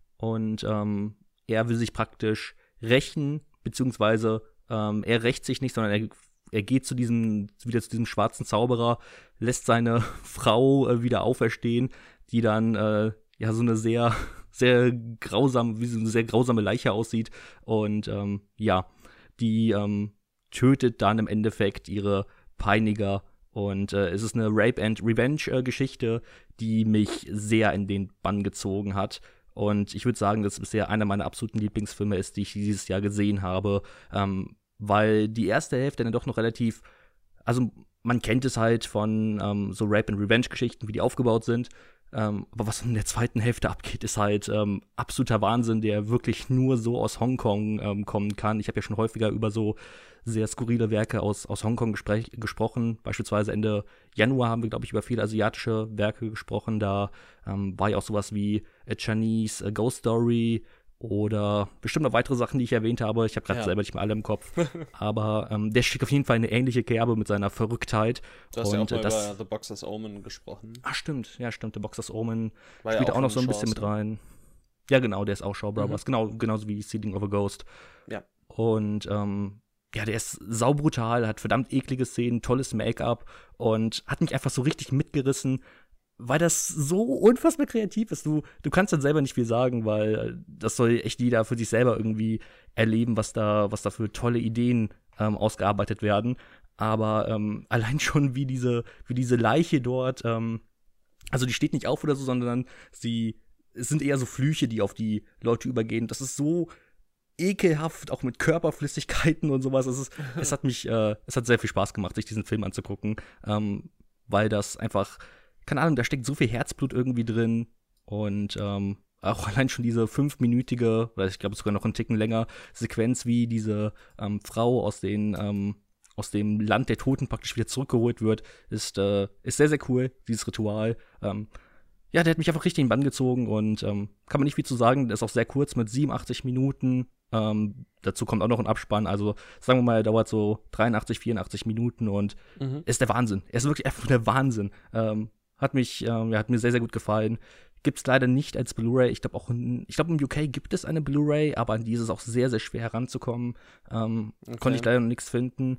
und ähm, er will sich praktisch rächen, beziehungsweise ähm, er rächt sich nicht, sondern er, er geht zu diesem, wieder zu diesem schwarzen Zauberer, lässt seine Frau äh, wieder auferstehen, die dann äh, ja so eine sehr, sehr grausam, wie so eine sehr grausame Leiche aussieht und ähm, ja, die ähm, tötet dann im Endeffekt ihre Peiniger und äh, es ist eine Rape and Revenge äh, Geschichte, die mich sehr in den Bann gezogen hat. Und ich würde sagen, dass es bisher einer meiner absoluten Lieblingsfilme ist, die ich dieses Jahr gesehen habe, ähm, weil die erste Hälfte dann doch noch relativ, also man kennt es halt von ähm, so Rape-and-Revenge-Geschichten, wie die aufgebaut sind, ähm, aber was in der zweiten Hälfte abgeht, ist halt ähm, absoluter Wahnsinn, der wirklich nur so aus Hongkong ähm, kommen kann. Ich habe ja schon häufiger über so sehr skurrile Werke aus, aus Hongkong gespräch, gesprochen. Beispielsweise Ende Januar haben wir, glaube ich, über viele asiatische Werke gesprochen. Da ähm, war ja auch sowas wie A Chinese A Ghost Story oder bestimmt noch weitere Sachen, die ich erwähnt habe. Ich habe gerade Ja. selber nicht mehr alle im Kopf. Aber ähm, der schickt auf jeden Fall eine ähnliche Kerbe mit seiner Verrücktheit. Du hast Und, ja auch mal äh, das, über The Boxer's Omen gesprochen. Ach, stimmt. Ja, stimmt. The Boxer's Omen War ja spielt auch auch noch von so ein bisschen Shaws, mit ne? rein. Ja, genau, der ist auch Shaw Brothers. Mhm. Genau, genauso wie Seeding of a Ghost. Ja. Und ähm, ja, der ist saubrutal, hat verdammt eklige Szenen, tolles Make-up und hat mich einfach so richtig mitgerissen, weil das so unfassbar kreativ ist. Du, du kannst dann selber nicht viel sagen, weil das soll echt jeder für sich selber irgendwie erleben, was da, was da für tolle Ideen ähm, ausgearbeitet werden. Aber ähm, allein schon wie diese, wie diese Leiche dort, ähm, also die steht nicht auf oder so, sondern sie, es sind eher so Flüche, die auf die Leute übergehen. Das ist so ekelhaft, auch mit Körperflüssigkeiten und sowas. Es, ist, es hat mich, äh, es hat sehr viel Spaß gemacht, sich diesen Film anzugucken, ähm, weil das einfach, keine Ahnung, da steckt so viel Herzblut irgendwie drin und ähm, auch allein schon diese fünfminütige, oder ich glaube sogar noch einen Ticken länger, Sequenz, wie diese ähm, Frau aus den ähm, aus dem Land der Toten praktisch wieder zurückgeholt wird, ist, äh, ist sehr, sehr cool, dieses Ritual. Ähm, ja, der hat mich einfach richtig in den Bann gezogen und ähm, kann man nicht viel zu sagen. Der ist auch sehr kurz mit siebenundachtzig Minuten. Ähm, dazu kommt auch noch ein Abspann. Also sagen wir mal, er dauert so dreiundachtzig, vierundachtzig Minuten und Mhm. ist der Wahnsinn. Er ist wirklich einfach nur der Wahnsinn. Ähm, hat mich, ähm, ja, hat mir sehr, sehr gut gefallen. Gibt's leider nicht als Blu-ray. Ich glaube auch, in, ich glaube im U K gibt es eine Blu-ray, aber an die ist es auch sehr, sehr schwer heranzukommen. Ähm, Okay. Konnte ich leider noch nichts finden.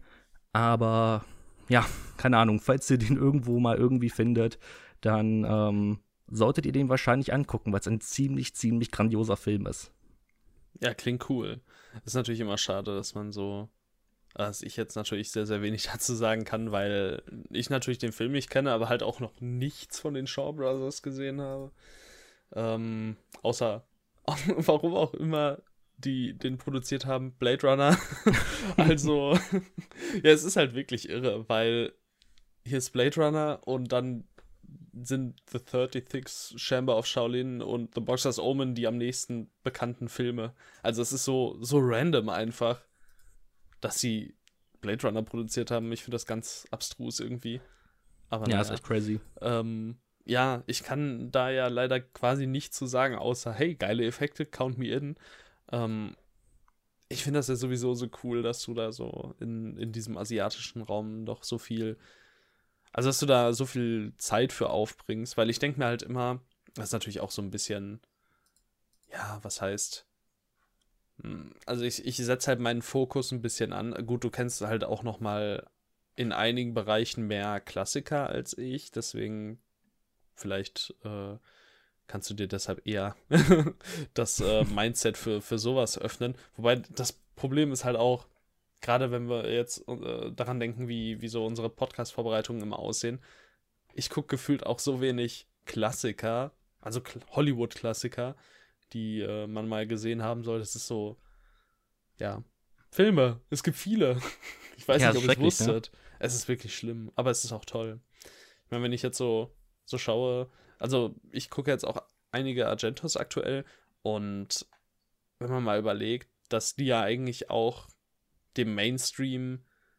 Aber ja, keine Ahnung, falls ihr den irgendwo mal irgendwie findet, dann ähm, solltet ihr den wahrscheinlich angucken, weil es ein ziemlich, ziemlich grandioser Film ist. Ja, klingt cool. Ist natürlich immer schade, dass man so, dass ich jetzt natürlich sehr, sehr wenig dazu sagen kann, weil ich natürlich den Film nicht kenne, aber halt auch noch nichts von den Shaw Brothers gesehen habe. Ähm, außer, warum auch immer die den produziert haben, Blade Runner. Also, ja, es ist halt wirklich irre, weil hier ist Blade Runner und dann sind The thirty-six Chamber of Shaolin und The Boxer's Omen die am nächsten bekannten Filme. Also es ist so, so random einfach, dass sie Blade Runner produziert haben. Ich finde das ganz abstrus irgendwie. Aber Ja, naja. ist echt crazy. Ähm, ja, ich kann da ja leider quasi nichts zu sagen, außer, hey, geile Effekte, count me in. Ähm, ich finde das ja sowieso so cool, dass du da so in, in diesem asiatischen Raum doch so viel, also dass du da so viel Zeit für aufbringst, weil ich denke mir halt immer, das ist natürlich auch so ein bisschen, ja, was heißt, hm, also ich, ich setze halt meinen Fokus ein bisschen an. Gut, du kennst halt auch noch mal in einigen Bereichen mehr Klassiker als ich, deswegen vielleicht äh, kannst du dir deshalb eher das äh, Mindset für, für sowas öffnen. Wobei das Problem ist halt auch, gerade wenn wir jetzt äh, daran denken, wie, wie so unsere Podcast-Vorbereitungen immer aussehen, ich gucke gefühlt auch so wenig Klassiker, also K- Hollywood-Klassiker, die äh, man mal gesehen haben soll. Das ist so, ja, Filme. Es gibt viele. Ich weiß Ja, nicht, ist ob ihr es schrecklich, ne? wusstet. Es ist wirklich schlimm, aber es ist auch toll. Ich meine, wenn ich jetzt so, so schaue, also ich gucke jetzt auch einige Argentos aktuell und wenn man mal überlegt, dass die ja eigentlich auch dem Mainstream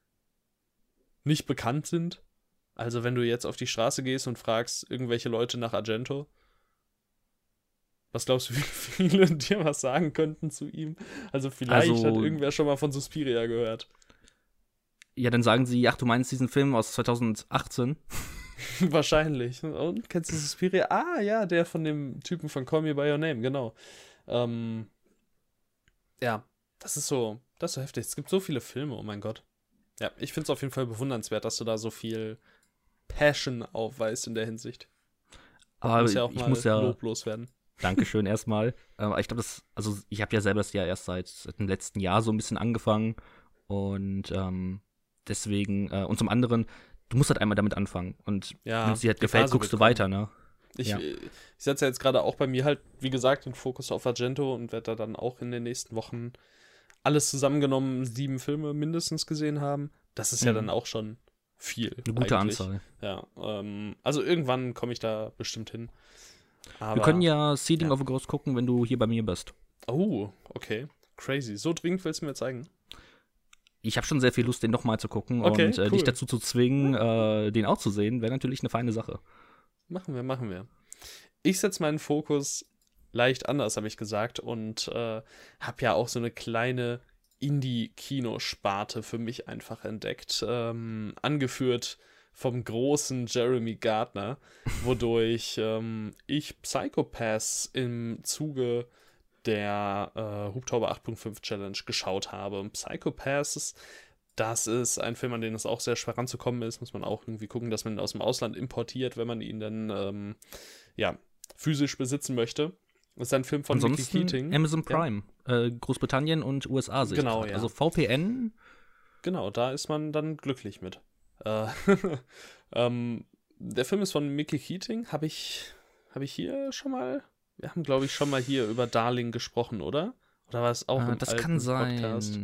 nicht bekannt sind. Also wenn du jetzt auf die Straße gehst und fragst irgendwelche Leute nach Argento, was glaubst du, wie viele dir was sagen könnten zu ihm? Also vielleicht hat Also, irgendwer schon mal von Suspiria gehört. ja, dann sagen sie, ach, du meinst diesen Film aus zwanzig achtzehn? Wahrscheinlich. Und kennst du Suspiria? Ah, ja, der von dem Typen von Call Me By Your Name, genau. Ähm, ja, das ist so, das ist so heftig. Es gibt so viele Filme, oh mein Gott. Ja, ich finde es auf jeden Fall bewundernswert, dass du da so viel Passion aufweist in der Hinsicht. Aber Muss ja auch ich mal muss ja, loblos werden. Dankeschön erstmal. Ähm, ich glaube, das, also ich habe ja selber das Jahr erst seit, seit dem letzten Jahr so ein bisschen angefangen. Und ähm, deswegen, äh, und zum anderen, du musst halt einmal damit anfangen. Und Ja, wenn es dir halt die gefällt, Phase guckst wird du weiter, ne? Ich, Ja. ich setze jetzt gerade auch bei mir halt, wie gesagt, den Fokus auf Argento und werde da dann auch in den nächsten Wochen alles zusammengenommen sieben Filme mindestens gesehen haben. Das ist ja dann Mhm. auch schon viel. Eine gute eigentlich. Anzahl. Ja, ähm, also irgendwann komme ich da bestimmt hin. Wir können Aber, ja Seeding ja. of a Ghost gucken, wenn du hier bei mir bist. Oh, okay. Crazy. So dringend willst du mir zeigen? Ich habe schon sehr viel Lust, den nochmal zu gucken. Okay, Und äh, cool. dich dazu zu zwingen, äh, den auch zu sehen, wäre natürlich eine feine Sache. Machen wir, machen wir. Ich setze meinen Fokus leicht anders, habe ich gesagt, und äh, habe ja auch so eine kleine Indie-Kinosparte für mich einfach entdeckt, ähm, angeführt vom großen Jeremy Gardner, wodurch ähm, ich Psycho-Pass im Zuge der äh, Hubtauber acht Punkt fünf Challenge geschaut habe. Und Psycho-Pass, das ist ein Film, an den es auch sehr schwer ranzukommen ist. Muss man auch irgendwie gucken, dass man ihn aus dem Ausland importiert, wenn man ihn dann ähm, ja, physisch besitzen möchte. Das ist ein Film von Mickey Ansonsten Keating. Amazon Ja. Prime, äh, Großbritannien und U S A sehe ich Genau, grad. ja. Also V P N, Genau, da ist man dann glücklich mit. Äh, ähm, der Film ist von Mickey Keating. Habe ich, hab ich hier schon mal? Wir haben, glaube ich, schon mal hier über Darling gesprochen, oder? Oder war es auch äh, im das alten kann sein. Podcast?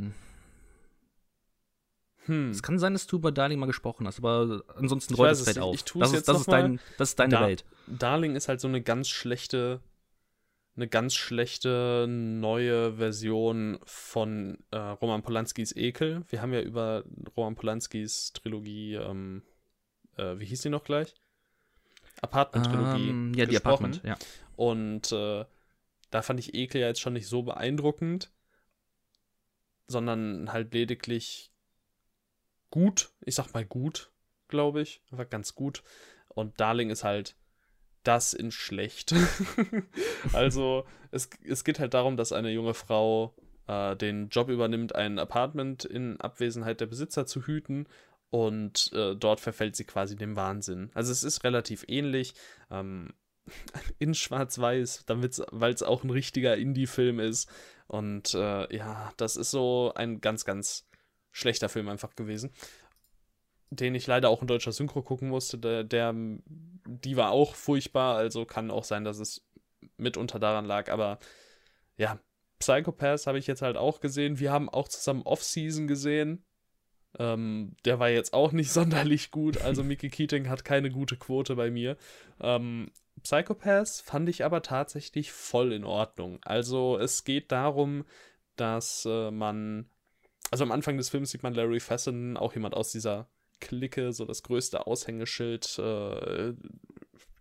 Hm. Es kann sein, dass du über Darling mal gesprochen hast, aber ansonsten Ich rollt weiß es es fällt nicht. auf. Ich tu's das jetzt ist, das noch ist, dein, mal. das ist deine Da- Welt. Darling ist halt so eine ganz schlechte, eine ganz schlechte neue Version von äh, Roman Polanskis Ekel. Wir haben ja über Roman Polanskis Trilogie, ähm, äh, wie hieß die noch gleich? Apartment-Trilogie Ähm, ja, die gesprochen. Apartment, ja. Und äh, da fand ich Ekel ja jetzt schon nicht so beeindruckend, sondern halt lediglich gut. Ich sag mal gut, glaube ich. War ganz gut. Und Darling ist halt das in schlecht. Also, es, es geht halt darum, dass eine junge Frau äh, den Job übernimmt, ein Apartment in Abwesenheit der Besitzer zu hüten. Und äh, dort verfällt sie quasi dem Wahnsinn. Also es ist relativ ähnlich. Ähm, in Schwarz-Weiß, weil es auch ein richtiger Indie-Film ist. Und äh, ja, das ist so ein ganz, ganz schlechter Film einfach gewesen, den ich leider auch in deutscher Synchro gucken musste. Der, der, die war auch furchtbar, also kann auch sein, dass es mitunter daran lag. Aber ja, Psycho Pass habe ich jetzt halt auch gesehen. Wir haben auch zusammen Off-Season gesehen. Ähm, der war jetzt auch nicht sonderlich gut. Also Mickey Keating hat keine gute Quote bei mir. Ähm, Psycho Pass fand ich aber tatsächlich voll in Ordnung. Also es geht darum, dass äh, man, also am Anfang des Films sieht man Larry Fessenden, auch jemand aus dieser Clique, so das größte Aushängeschild, äh,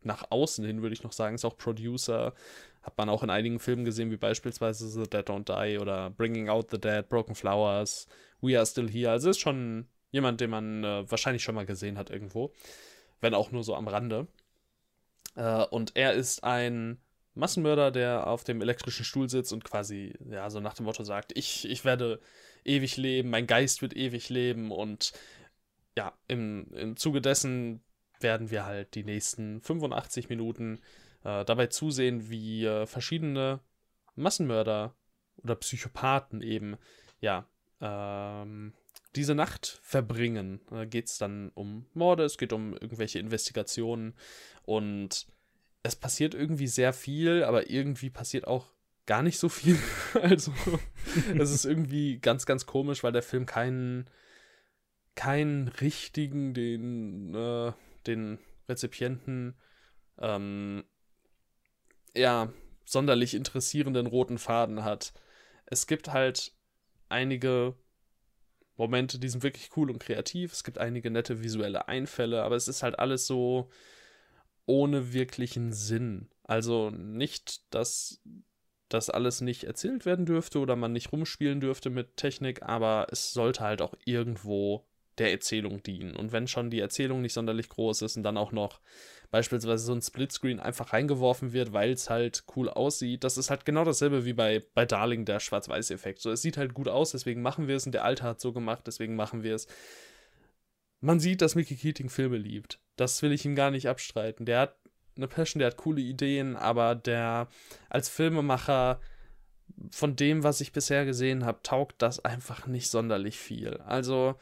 nach außen hin, würde ich noch sagen, ist auch Producer. Hat man auch in einigen Filmen gesehen, wie beispielsweise The Dead Don't Die oder Bringing Out the Dead, Broken Flowers, We Are Still Here. Also ist schon jemand, den man äh, wahrscheinlich schon mal gesehen hat irgendwo. Wenn auch nur so am Rande. Äh, und er ist ein Massenmörder, der auf dem elektrischen Stuhl sitzt und quasi, ja, so nach dem Motto sagt, ich, ich werde ewig leben, mein Geist wird ewig leben und ja, im, im Zuge dessen werden wir halt die nächsten fünfundachtzig Minuten äh, dabei zusehen, wie äh, verschiedene Massenmörder oder Psychopathen eben, ja, ähm, diese Nacht verbringen. Da geht es dann um Morde, es geht um irgendwelche Investigationen und es passiert irgendwie sehr viel, aber irgendwie passiert auch gar nicht so viel. Also, es ist irgendwie ganz, ganz komisch, weil der Film keinen, keinen richtigen, den, äh, den Rezipienten, ähm, ja, sonderlich interessierenden roten Faden hat. Es gibt halt einige Momente, die sind wirklich cool und kreativ. Es gibt einige nette visuelle Einfälle, aber es ist halt alles so ohne wirklichen Sinn. Also nicht, dass das alles nicht erzählt werden dürfte oder man nicht rumspielen dürfte mit Technik, aber es sollte halt auch irgendwo der Erzählung dienen. Und wenn schon die Erzählung nicht sonderlich groß ist und dann auch noch beispielsweise so ein Splitscreen einfach reingeworfen wird, weil es halt cool aussieht, das ist halt genau dasselbe wie bei, bei Darling, der Schwarz-Weiß-Effekt. So, es sieht halt gut aus, deswegen machen wir es und der Alte hat so gemacht, deswegen machen wir es. Man sieht, dass Mickey Keating Filme liebt. Das will ich ihm gar nicht abstreiten. Der hat eine Passion, der hat coole Ideen, aber der als Filmemacher von dem, was ich bisher gesehen habe, taugt das einfach nicht sonderlich viel. Also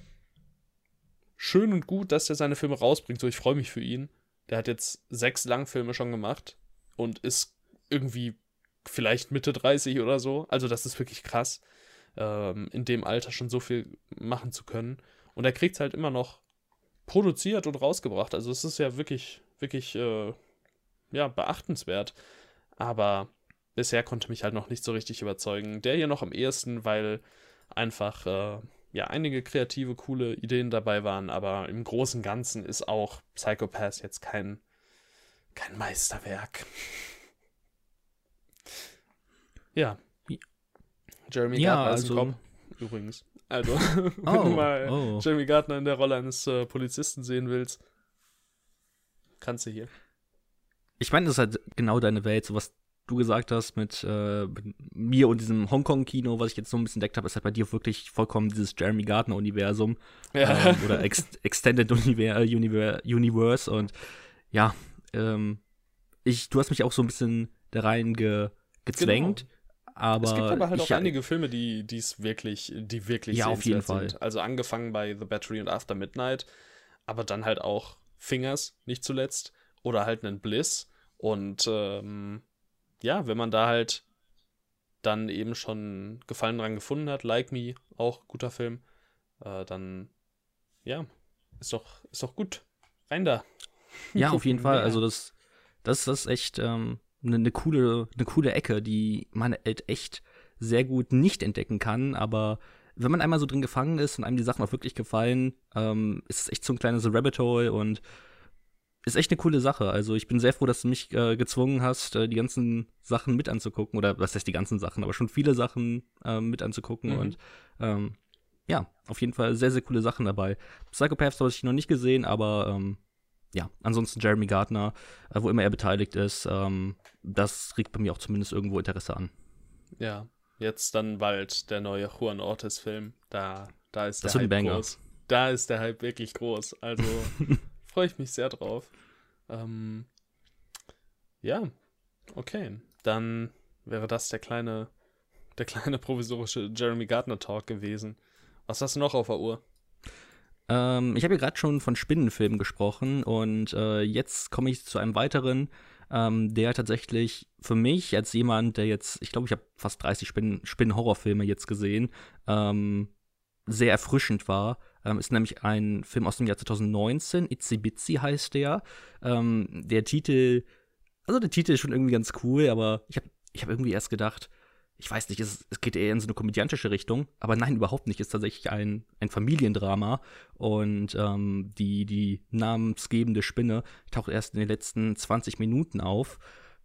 schön und gut, dass der seine Filme rausbringt. So, ich freue mich für ihn. Der hat jetzt sechs Langfilme schon gemacht und ist irgendwie vielleicht Mitte dreißig oder so. Also das ist wirklich krass, ähm, in dem Alter schon so viel machen zu können. Und er kriegt es halt immer noch produziert und rausgebracht. Also es ist ja wirklich, wirklich, äh, ja, beachtenswert. Aber bisher konnte mich halt noch nicht so richtig überzeugen. Der hier noch am ehesten, weil einfach, äh, ja, einige kreative, coole Ideen dabei waren. Aber im Großen und Ganzen ist auch Psycho Pass jetzt kein, kein Meisterwerk. Ja. Jeremy Ja, Gardner ist also ein Cop, übrigens. Also, wenn Oh, du mal oh. Jeremy Gardner in der Rolle eines äh, Polizisten sehen willst, kannst du hier. Ich meine, das ist halt genau deine Welt, so was du gesagt hast mit, äh, mit mir und diesem Hongkong-Kino, was ich jetzt so ein bisschen entdeckt habe, ist halt bei dir wirklich vollkommen dieses Jeremy Gardner-Universum Ja. ähm, oder Ex Extended Univer Univer Universe und ja, ähm, ich, du hast mich auch so ein bisschen da rein ge gezwängt. Genau. Aber es gibt aber halt ich, auch einige Filme, die es wirklich, die wirklich Ja, auf jeden sehenswert sind. Fall. Also angefangen bei The Battery und After Midnight, aber dann halt auch Fingers, nicht zuletzt, oder halt einen Bliss. Und ähm, ja, wenn man da halt dann eben schon Gefallen dran gefunden hat, Like Me, auch guter Film, äh, dann ja, ist doch, ist doch gut. Rein da. Ja, auf jeden Fall. Mehr. Also das, das, das ist echt ähm, eine, eine coole, eine coole Ecke, die man halt echt sehr gut nicht entdecken kann. Aber wenn man einmal so drin gefangen ist und einem die Sachen auch wirklich gefallen, ähm, ist es echt so ein kleines Rabbit Hole und ist echt eine coole Sache. Also ich bin sehr froh, dass du mich äh, gezwungen hast, äh, die ganzen Sachen mit anzugucken. Oder was heißt die ganzen Sachen, aber schon viele Sachen äh, mit anzugucken. Mhm. Und ähm, ja, auf jeden Fall sehr, sehr coole Sachen dabei. Psychopaths habe ich noch nicht gesehen, aber ähm, ja, ansonsten Jeremy Gardner, äh, wo immer er beteiligt ist, ähm, das regt bei mir auch zumindest irgendwo Interesse an. Ja, jetzt dann bald der neue Juan Ortiz-Film. Da, da ist Das der wird ein Hype Banger. groß. Da ist der Hype wirklich groß. Also freue ich mich sehr drauf. Ähm, ja, okay. Dann wäre das der kleine, der kleine provisorische Jeremy Gardner-Talk gewesen. Was hast du noch auf der Uhr? Ähm, ich habe ja gerade schon von Spinnenfilmen gesprochen und äh, jetzt komme ich zu einem weiteren, ähm, der tatsächlich für mich als jemand, der jetzt, ich glaube, ich habe fast dreißig Spinnen- Spinnen-Horrorfilme jetzt gesehen, ähm, sehr erfrischend war. Ähm, ist nämlich ein Film aus dem Jahr zwanzig neunzehn, Itsy Bitsy heißt der. Ähm, der Titel, also der Titel ist schon irgendwie ganz cool, aber ich habe ich hab irgendwie erst gedacht, ich weiß nicht, es, es geht eher in so eine komödiantische Richtung, aber nein, überhaupt nicht. Es ist tatsächlich ein, ein Familiendrama und ähm, die, die namensgebende Spinne taucht erst in den letzten zwanzig Minuten auf.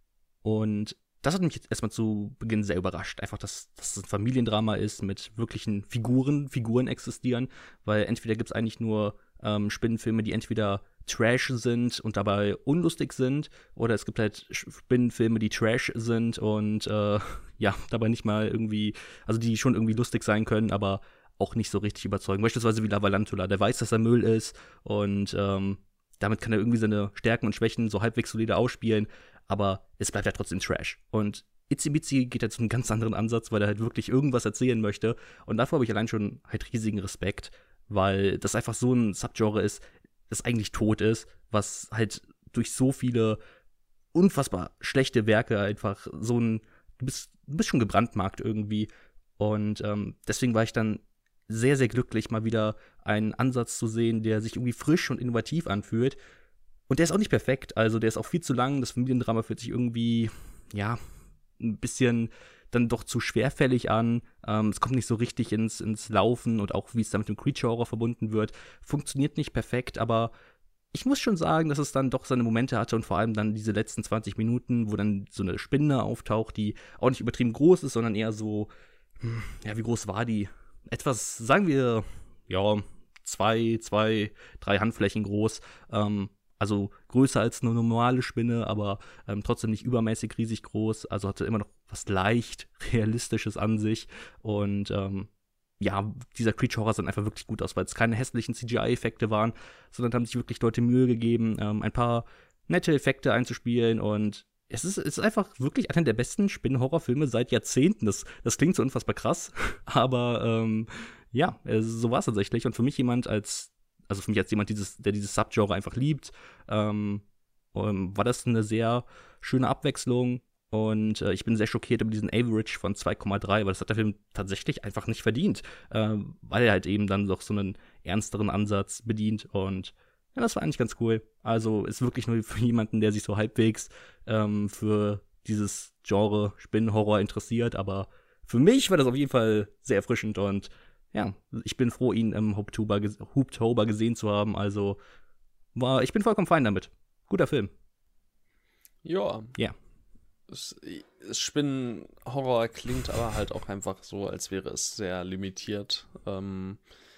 Und das hat mich jetzt erstmal zu Beginn sehr überrascht. Einfach, dass, dass es ein Familiendrama ist mit wirklichen Figuren, Figuren existieren, weil entweder gibt es eigentlich nur ähm, Spinnenfilme, die entweder Trash sind und dabei unlustig sind, oder es gibt halt Spinnenfilme, die Trash sind und äh, ja, dabei nicht mal irgendwie, also die schon irgendwie lustig sein können, aber auch nicht so richtig überzeugen. Beispielsweise wie Lavalantula, der weiß, dass er Müll ist und ähm, damit kann er irgendwie seine Stärken und Schwächen so halbwegs solide ausspielen, aber es bleibt ja trotzdem Trash. Und Itsy Bitsy geht halt zu einem ganz anderen Ansatz, weil er halt wirklich irgendwas erzählen möchte. Und davor habe ich allein schon halt riesigen Respekt, weil das einfach so ein Subgenre ist, das eigentlich tot ist, was halt durch so viele unfassbar schlechte Werke einfach so ein, du bist, du bist schon gebrandmarkt irgendwie. Und ähm, deswegen war ich dann sehr, sehr glücklich, mal wieder einen Ansatz zu sehen, der sich irgendwie frisch und innovativ anfühlt. Und der ist auch nicht perfekt, also der ist auch viel zu lang. Das Familiendrama fühlt sich irgendwie, ja, ein bisschen dann doch zu schwerfällig an. Ähm, es kommt nicht so richtig ins, ins Laufen und auch wie es dann mit dem Creature-Horror verbunden wird, funktioniert nicht perfekt, aber ich muss schon sagen, dass es dann doch seine Momente hatte und vor allem dann diese letzten zwanzig Minuten, wo dann so eine Spinne auftaucht, die auch nicht übertrieben groß ist, sondern eher so, hm, ja, wie groß war die? Etwas, sagen wir, ja, zwei, zwei, drei Handflächen groß. Ähm, also größer als eine normale Spinne, aber ähm, trotzdem nicht übermäßig riesig groß. Also hatte immer noch was leicht Realistisches an sich. Und ähm, ja, dieser Creature Horror sah einfach wirklich gut aus, weil es keine hässlichen C G I-Effekte waren, sondern haben sich wirklich Leute Mühe gegeben, ähm, ein paar nette Effekte einzuspielen. Und es ist, es ist einfach wirklich einer der besten Spinnen-Horrorfilme seit Jahrzehnten. Das, das klingt so unfassbar krass, aber ähm, ja, so war es tatsächlich. Und für mich jemand als Also für mich als jemand, dieses, der dieses Subgenre einfach liebt, ähm, ähm, war das eine sehr schöne Abwechslung. Und äh, ich bin sehr schockiert über diesen Average von zwei Komma drei, weil das hat der Film tatsächlich einfach nicht verdient, äh, weil er halt eben dann doch so einen ernsteren Ansatz bedient. Und ja, das war eigentlich ganz cool. Also ist wirklich nur für jemanden, der sich so halbwegs ähm, für dieses Genre Spinnenhorror interessiert. Aber für mich war das auf jeden Fall sehr erfrischend und ja, ich bin froh, ihn im Hooptober, Hooptober gesehen zu haben. Also war, ich bin vollkommen fein damit. Guter Film. Ja. Ja. Spinnenhorror klingt aber halt auch einfach so, als wäre es sehr limitiert ähm,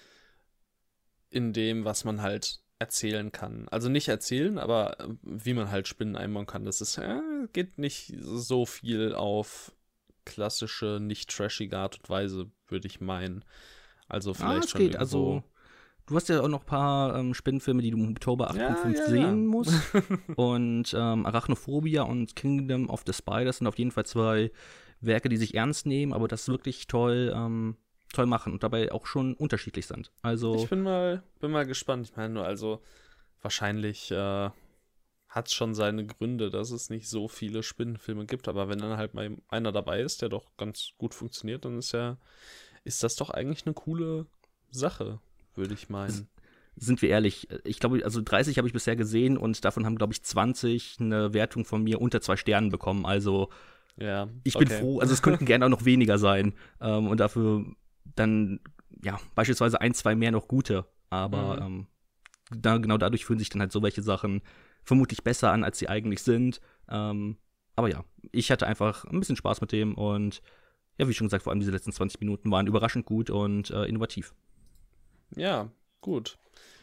in dem, was man halt erzählen kann. Also nicht erzählen, aber wie man halt Spinnen einbauen kann. Das ist, äh, geht nicht so viel auf klassische, nicht trashige Art und Weise, würde ich meinen. Also vielleicht ah, es schon geht. irgendwo. Also, du hast ja auch noch ein paar ähm, Spinnenfilme, die du im Oktober acht Ja, und fünf ja, sehen ja. musst. Und ähm, Arachnophobia und Kingdom of the Spiders sind auf jeden Fall zwei Werke, die sich ernst nehmen, aber das wirklich toll, ähm, toll machen und dabei auch schon unterschiedlich sind. Also, Ich bin mal, bin mal gespannt. Ich meine nur, also wahrscheinlich äh, hat es schon seine Gründe, dass es nicht so viele Spinnenfilme gibt, aber wenn dann halt mal einer dabei ist, der doch ganz gut funktioniert, dann ist ja, ist das doch eigentlich eine coole Sache, würde ich meinen. sind wir ehrlich, ich glaube, also dreißig habe ich bisher gesehen und davon haben, glaube ich, zwanzig eine Wertung von mir unter zwei Sternen bekommen. Also Ja, ich bin okay. froh, also es könnten gerne auch noch weniger sein. Ähm, und dafür dann, ja, beispielsweise ein, zwei mehr noch gute. Aber Mhm. ähm, da, genau dadurch fühlen sich dann halt so welche Sachen vermutlich besser an, als sie eigentlich sind. Ähm, aber ja, ich hatte einfach ein bisschen Spaß mit dem und ja, wie schon gesagt, vor allem diese letzten zwanzig Minuten waren überraschend gut und äh, innovativ. Ja, gut.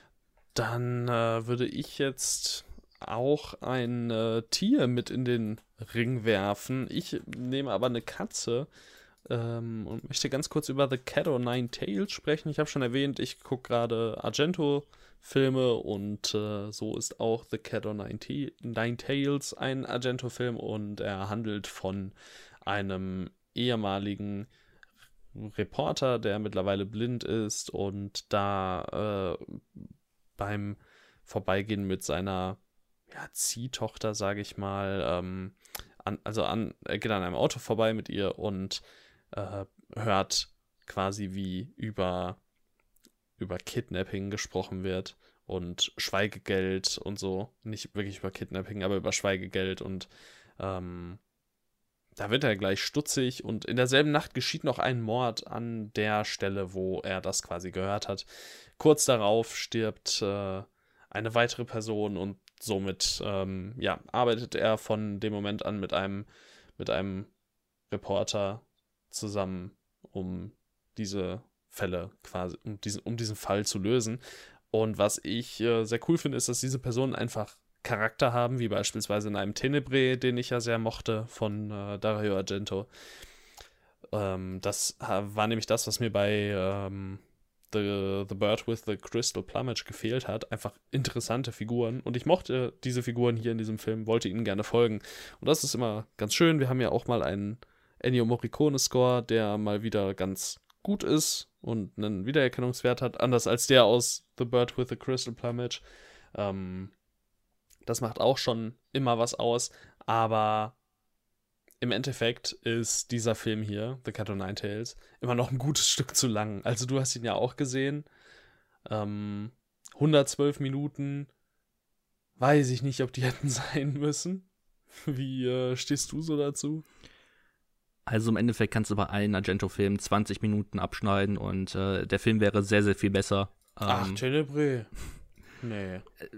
Dann äh, würde ich jetzt auch ein äh, Tier mit in den Ring werfen. Ich nehme aber eine Katze ähm, und möchte ganz kurz über The Cat o' Nine Tails sprechen. Ich habe schon erwähnt, ich gucke gerade Argento-Filme und äh, so ist auch The Cat o' Nine, T- Nine Tails ein Argento-Film und er handelt von einem ehemaligen Reporter, der mittlerweile blind ist und da äh, beim Vorbeigehen mit seiner ja, Ziehtochter, sage ich mal, ähm, an, also an, er geht an einem Auto vorbei mit ihr und äh, hört quasi, wie über, über Kidnapping gesprochen wird und Schweigegeld und so. Nicht wirklich über Kidnapping, aber über Schweigegeld und ähm, da wird er gleich stutzig und in derselben Nacht geschieht noch ein Mord an der Stelle, wo er das quasi gehört hat. Kurz darauf stirbt äh, eine weitere Person und somit ähm, ja, arbeitet er von dem Moment an mit einem, mit einem Reporter zusammen, um diese Fälle quasi, um diesen, um diesen Fall zu lösen. Und was ich äh, sehr cool finde, ist, dass diese Personen einfach Charakter haben, wie beispielsweise in einem Tenebrae, den ich ja sehr mochte, von äh, Dario Argento. Ähm, das war nämlich das, was mir bei ähm, The, The Bird with the Crystal Plumage gefehlt hat. Einfach interessante Figuren. Und ich mochte diese Figuren hier in diesem Film, wollte ihnen gerne folgen. Und das ist immer ganz schön. Wir haben ja auch mal einen Ennio Morricone-Score, der mal wieder ganz gut ist und einen Wiedererkennungswert hat, anders als der aus The Bird with the Crystal Plumage. Ähm, das macht auch schon immer was aus, aber im Endeffekt ist dieser Film hier, The Cat o' Nine Tails, immer noch ein gutes Stück zu lang. Also du hast ihn ja auch gesehen. Ähm, hundertzwölf Minuten, weiß ich nicht, ob die hätten sein müssen. Wie äh, stehst du so dazu? Also im Endeffekt kannst du bei allen Argento-Filmen zwanzig Minuten abschneiden und äh, der Film wäre sehr, sehr viel besser. Ähm, Ach, Tenebrae. Nee. Äh,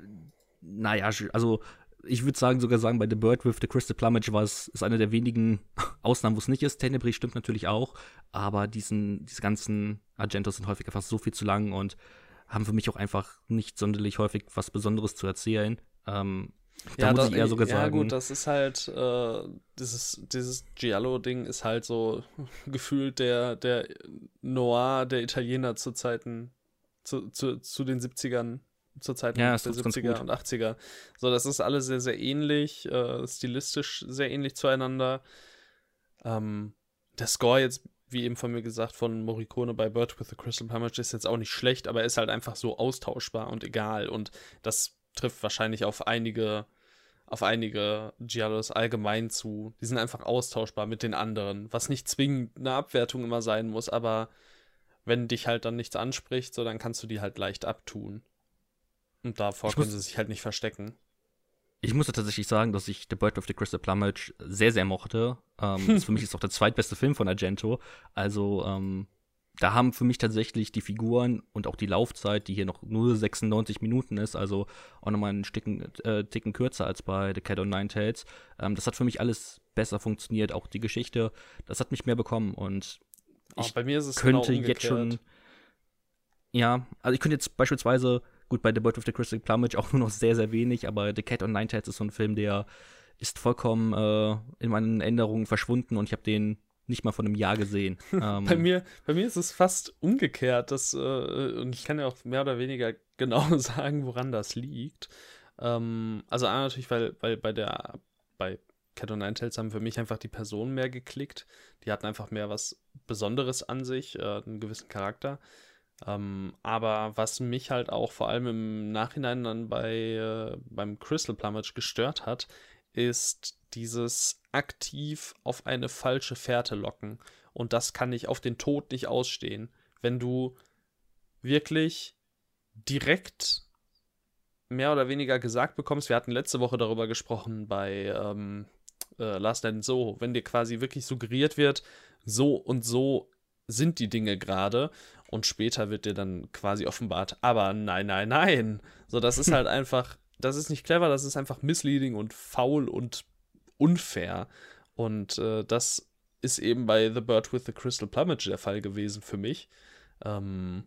naja, also ich würde sagen, sogar sagen, bei The Bird with the Crystal Plumage war es ist eine der wenigen Ausnahmen, wo es nicht ist. Tenebrae stimmt natürlich auch, aber diesen, diese ganzen Argentos sind häufig einfach so viel zu lang und haben für mich auch einfach nicht sonderlich häufig was Besonderes zu erzählen. Ähm, Da ja, muss das, ich eher sogar ja sagen. gut, das ist halt, äh, dieses, dieses Giallo-Ding ist halt so gefühlt der, der Noir der Italiener zu Zeiten, zu, zu, zu den siebzigern, zu Zeiten Ja, der das trifft's ganz siebziger gut. und achtziger. So, das ist alles sehr, sehr ähnlich, äh, stilistisch sehr ähnlich zueinander. Ähm, der Score jetzt, wie eben von mir gesagt, von Morricone bei Bird with the Crystal Plumage ist jetzt auch nicht schlecht, aber er ist halt einfach so austauschbar und egal und das trifft wahrscheinlich auf einige auf einige Giallos allgemein zu. Die sind einfach austauschbar mit den anderen, was nicht zwingend eine Abwertung immer sein muss, aber wenn dich halt dann nichts anspricht, so dann kannst du die halt leicht abtun. Und davor Ich können muss- sie sich halt nicht verstecken. Ich musste tatsächlich sagen, dass ich The Bird with the Crystal Plumage sehr, sehr mochte. Ähm, das für mich ist auch der zweitbeste Film von Argento. Also, ähm, da haben für mich tatsächlich die Figuren und auch die Laufzeit, die hier noch nur sechsundneunzig Minuten ist, also auch nochmal einen Sticken, äh, Ticken kürzer als bei The Cat o' Nine Tails. Ähm, das hat für mich alles besser funktioniert. Auch die Geschichte, das hat mich mehr bekommen. Und Auch ich bei mir ist es könnte genau jetzt schon, umgekehrt. ja, also ich könnte jetzt beispielsweise, gut, bei The Bird with the Crystal Plumage auch nur noch sehr, sehr wenig, aber The Cat o' Nine Tails ist so ein Film, der ist vollkommen äh, in meinen Erinnerungen verschwunden und ich habe den nicht mal vor einem Jahr gesehen. ähm, Bei mir, bei mir ist es fast umgekehrt, das, äh, und ich kann ja auch mehr oder weniger genau sagen, woran das liegt. Ähm, also einmal natürlich, weil, weil bei der, bei Cat o' Nine Tails haben für mich einfach die Personen mehr geklickt. Die hatten einfach mehr was Besonderes an sich, äh, einen gewissen Charakter. Ähm, aber was mich halt auch vor allem im Nachhinein dann bei, äh, beim Crystal Plumage gestört hat, ist dieses aktiv auf eine falsche Fährte locken. Und das kann ich auf den Tod nicht ausstehen. Wenn du wirklich direkt mehr oder weniger gesagt bekommst, wir hatten letzte Woche darüber gesprochen bei ähm, äh, Last Night in Soho, wenn dir quasi wirklich suggeriert wird, so und so sind die Dinge gerade und später wird dir dann quasi offenbart, aber nein, nein, nein. So, das ist halt einfach, das ist nicht clever, das ist einfach misleading und faul und unfair. Und äh, das ist eben bei The Bird with the Crystal Plumage der Fall gewesen für mich. Ähm,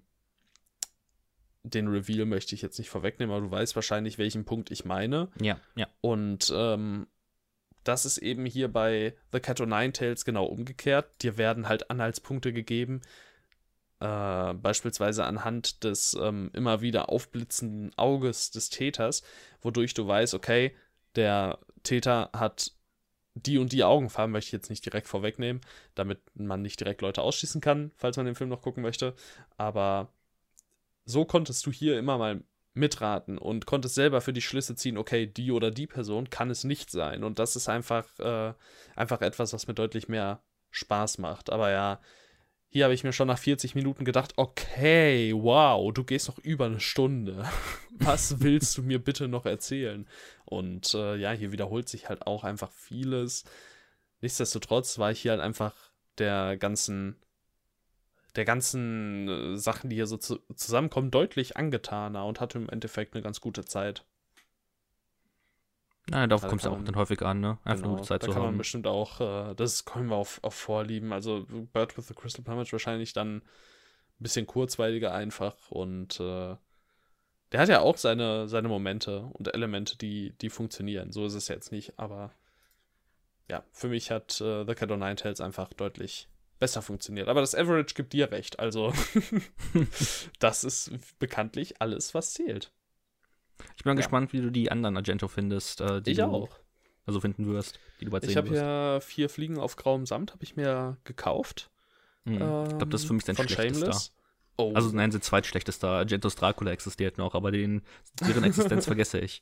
den Reveal möchte ich jetzt nicht vorwegnehmen, aber du weißt wahrscheinlich, welchen Punkt ich meine. ja, ja. Und ähm, das ist eben hier bei The Cat o' Nine Tails genau umgekehrt. Dir werden halt Anhaltspunkte gegeben, äh, beispielsweise anhand des ähm, immer wieder aufblitzenden Auges des Täters, wodurch du weißt, okay, der Täter hat die und die Augenfarben, möchte ich jetzt nicht direkt vorwegnehmen, damit man nicht direkt Leute ausschließen kann, falls man den Film noch gucken möchte. Aber so konntest du hier immer mal mitraten und konntest selber für dich Schlüsse ziehen, okay, die oder die Person kann es nicht sein. Und das ist einfach, äh, einfach etwas, was mir deutlich mehr Spaß macht. Aber ja, hier habe ich mir schon nach vierzig Minuten gedacht, okay, wow, du gehst noch über eine Stunde. Was willst du mir bitte noch erzählen? Und äh, ja, hier wiederholt sich halt auch einfach vieles. nichtsdestotrotz war ich hier halt einfach der ganzen, der ganzen äh, Sachen, die hier so zu, zusammenkommen, deutlich angetaner und hatte im Endeffekt eine ganz gute Zeit. Naja, darauf Also kommt es ja kann auch man- dann häufig an, ne? Einfach Genau, nur Zeit da zu kann man haben. bestimmt auch, äh, das kommen wir auf, auf Vorlieben. Also Bird with the Crystal Plumage wahrscheinlich dann ein bisschen kurzweiliger einfach und äh, der hat ja auch seine, seine Momente und Elemente, die, die funktionieren. So ist es jetzt nicht, aber ja, für mich hat äh, The Cat o' Nine Tails einfach deutlich besser funktioniert. Aber das Average gibt dir recht. Also, das ist bekanntlich alles, was zählt. Ich bin mal Ja. gespannt, wie du die anderen Argento findest, äh, die Ich du auch. also finden wirst, die du bald Ich sehen habe wirst. ja vier Fliegen auf grauem Samt, habe ich mir gekauft. Mhm. Ich glaube, das ist für mich sein von schlechtester. Shameless. Oh, Also nein, sein zweitschlechtester. Argentos Dracula existiert noch, aber den, deren Existenz vergesse ich.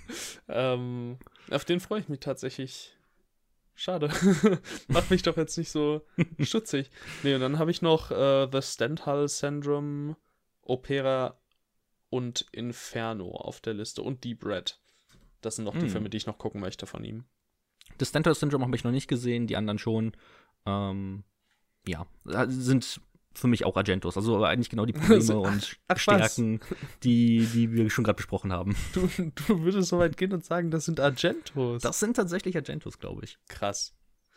ähm, auf den freue ich mich tatsächlich. Schade. Mach mich doch jetzt nicht so stutzig. Nee, und dann habe ich noch äh, The Stendhal Syndrome, Opera und Inferno auf der Liste und Deep Red. Das sind noch die Hm. Filme, die ich noch gucken möchte von ihm. Das Stendhal Syndrome habe ich noch nicht gesehen, die anderen schon. Ähm, ja, sind für mich auch Argentos. Also aber eigentlich genau die Probleme und ach, was? Stärken, die, die wir schon gerade besprochen haben. Du, du würdest so weit gehen und sagen, das sind Argentos. Das sind tatsächlich Argentos, glaube ich. Krass.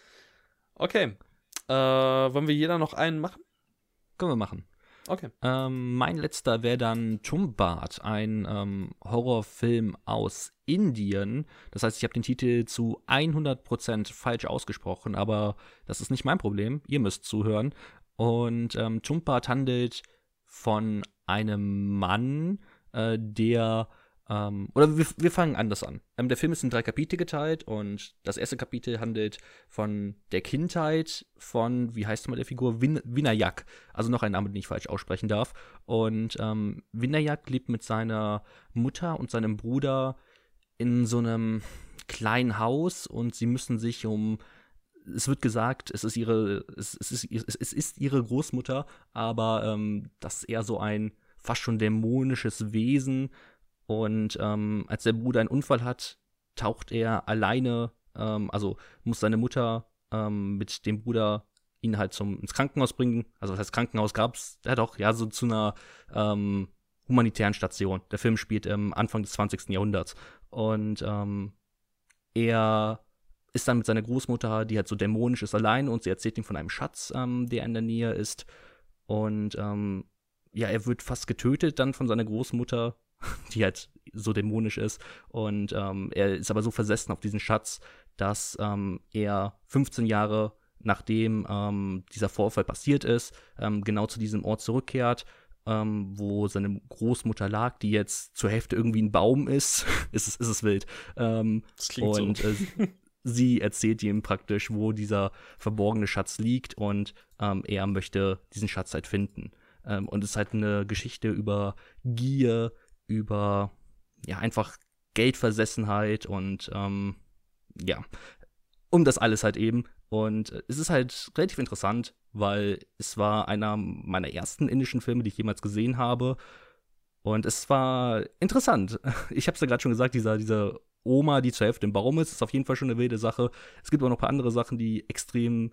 Okay. Äh, wollen wir jeder noch einen machen? Können wir machen. Okay. Ähm, mein letzter wäre dann Tumbad, ein ähm, Horrorfilm aus Indien. Das heißt, ich habe den Titel zu hundert Prozent falsch ausgesprochen, aber das ist nicht mein Problem. Ihr müsst zuhören. Und ähm, Tumbad handelt von einem Mann, äh, der ähm, oder wir, wir fangen anders an. Ähm, der Film ist in drei Kapitel geteilt und das erste Kapitel handelt von der Kindheit von, wie heißt mal der Figur, Vin Vinayak. Also noch ein Name, den ich falsch aussprechen darf. Und ähm, Vinayak lebt mit seiner Mutter und seinem Bruder in so einem kleinen Haus und sie müssen sich um es wird gesagt, es ist ihre, es, es, ist, es ist ihre Großmutter, aber ähm, das ist eher so ein fast schon dämonisches Wesen. Und ähm, als der Bruder einen Unfall hat, taucht er alleine, ähm, also muss seine Mutter ähm, mit dem Bruder ihn halt zum, ins Krankenhaus bringen. Also das heißt, Krankenhaus gab es, ja doch, ja, so zu einer ähm, humanitären Station. Der Film spielt ähm, Anfang des zwanzigsten Jahrhunderts. Und ähm, er ist dann mit seiner Großmutter, die halt so dämonisch ist, allein und sie erzählt ihm von einem Schatz, ähm, der in der Nähe ist. Und ähm, ja, er wird fast getötet dann von seiner Großmutter, die halt so dämonisch ist. Und ähm, er ist aber so versessen auf diesen Schatz, dass ähm, er fünfzehn Jahre nachdem ähm, dieser Vorfall passiert ist, ähm, genau zu diesem Ort zurückkehrt, ähm, wo seine Großmutter lag, die jetzt zur Hälfte irgendwie ein Baum ist. ist, es, ist es wild. Ähm, Das klingt und so. äh, sie erzählt ihm praktisch, wo dieser verborgene Schatz liegt und ähm, er möchte diesen Schatz halt finden. Ähm, und es ist halt eine Geschichte über Gier, über ja einfach Geldversessenheit und ähm, ja, um das alles halt eben. Und es ist halt relativ interessant, weil es war einer meiner ersten indischen Filme, die ich jemals gesehen habe. Und es war interessant. Ich habe es ja gerade schon gesagt, dieser, dieser Oma, die zur Hälfte im Baum ist, ist auf jeden Fall schon eine wilde Sache. Es gibt auch noch ein paar andere Sachen, die extrem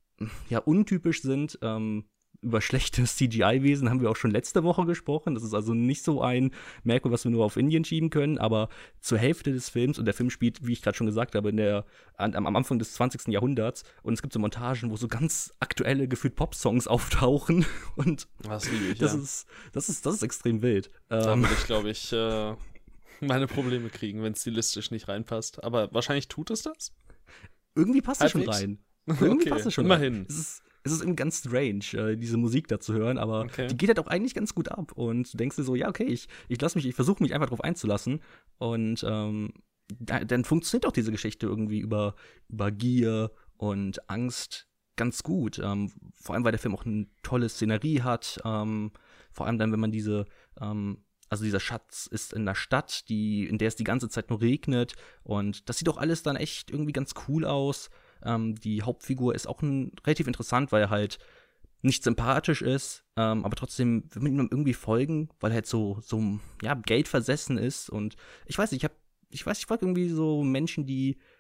ja, untypisch sind. Ähm, über schlechtes C G I-Wesen haben wir auch schon letzte Woche gesprochen. Das ist also nicht so ein Merkmal, was wir nur auf Indien schieben können, aber zur Hälfte des Films, und der Film spielt, wie ich gerade schon gesagt habe, in der, an, am Anfang des zwanzigsten Jahrhunderts, und es gibt so Montagen, wo so ganz aktuelle, gefühlt Pop-Songs auftauchen, und Das liebe ich, das, ja. ist, das, ist, das ist extrem wild. Da Ähm, würde ich, glaube ich, äh, meine Probleme kriegen, wenn es stilistisch nicht reinpasst. Aber wahrscheinlich tut es das? irgendwie passt es schon Halbwegs? rein. Irgendwie Okay, passt es schon immerhin. rein. Es ist, es ist irgendwie ganz strange, äh, diese Musik da zu hören, aber Okay. die geht halt auch eigentlich ganz gut ab. Und du denkst dir so, ja, okay, ich, ich lass mich, ich versuche mich einfach drauf einzulassen. Und ähm, da, dann funktioniert auch diese Geschichte irgendwie über, über Gier und Angst ganz gut. Ähm, vor allem, weil der Film auch eine tolle Szenerie hat. Ähm, vor allem dann, wenn man diese, ähm, also dieser Schatz ist in der Stadt, die, in der es die ganze Zeit nur regnet. Und das sieht auch alles dann echt irgendwie ganz cool aus. Ähm, die Hauptfigur ist auch ein, relativ interessant, weil er halt nicht sympathisch ist, ähm, aber trotzdem will man ihm irgendwie folgen, weil er halt so, so ja, geldversessen ist. Und ich weiß nicht, ich hab, ich weiß, ich folge irgendwie so Menschen, die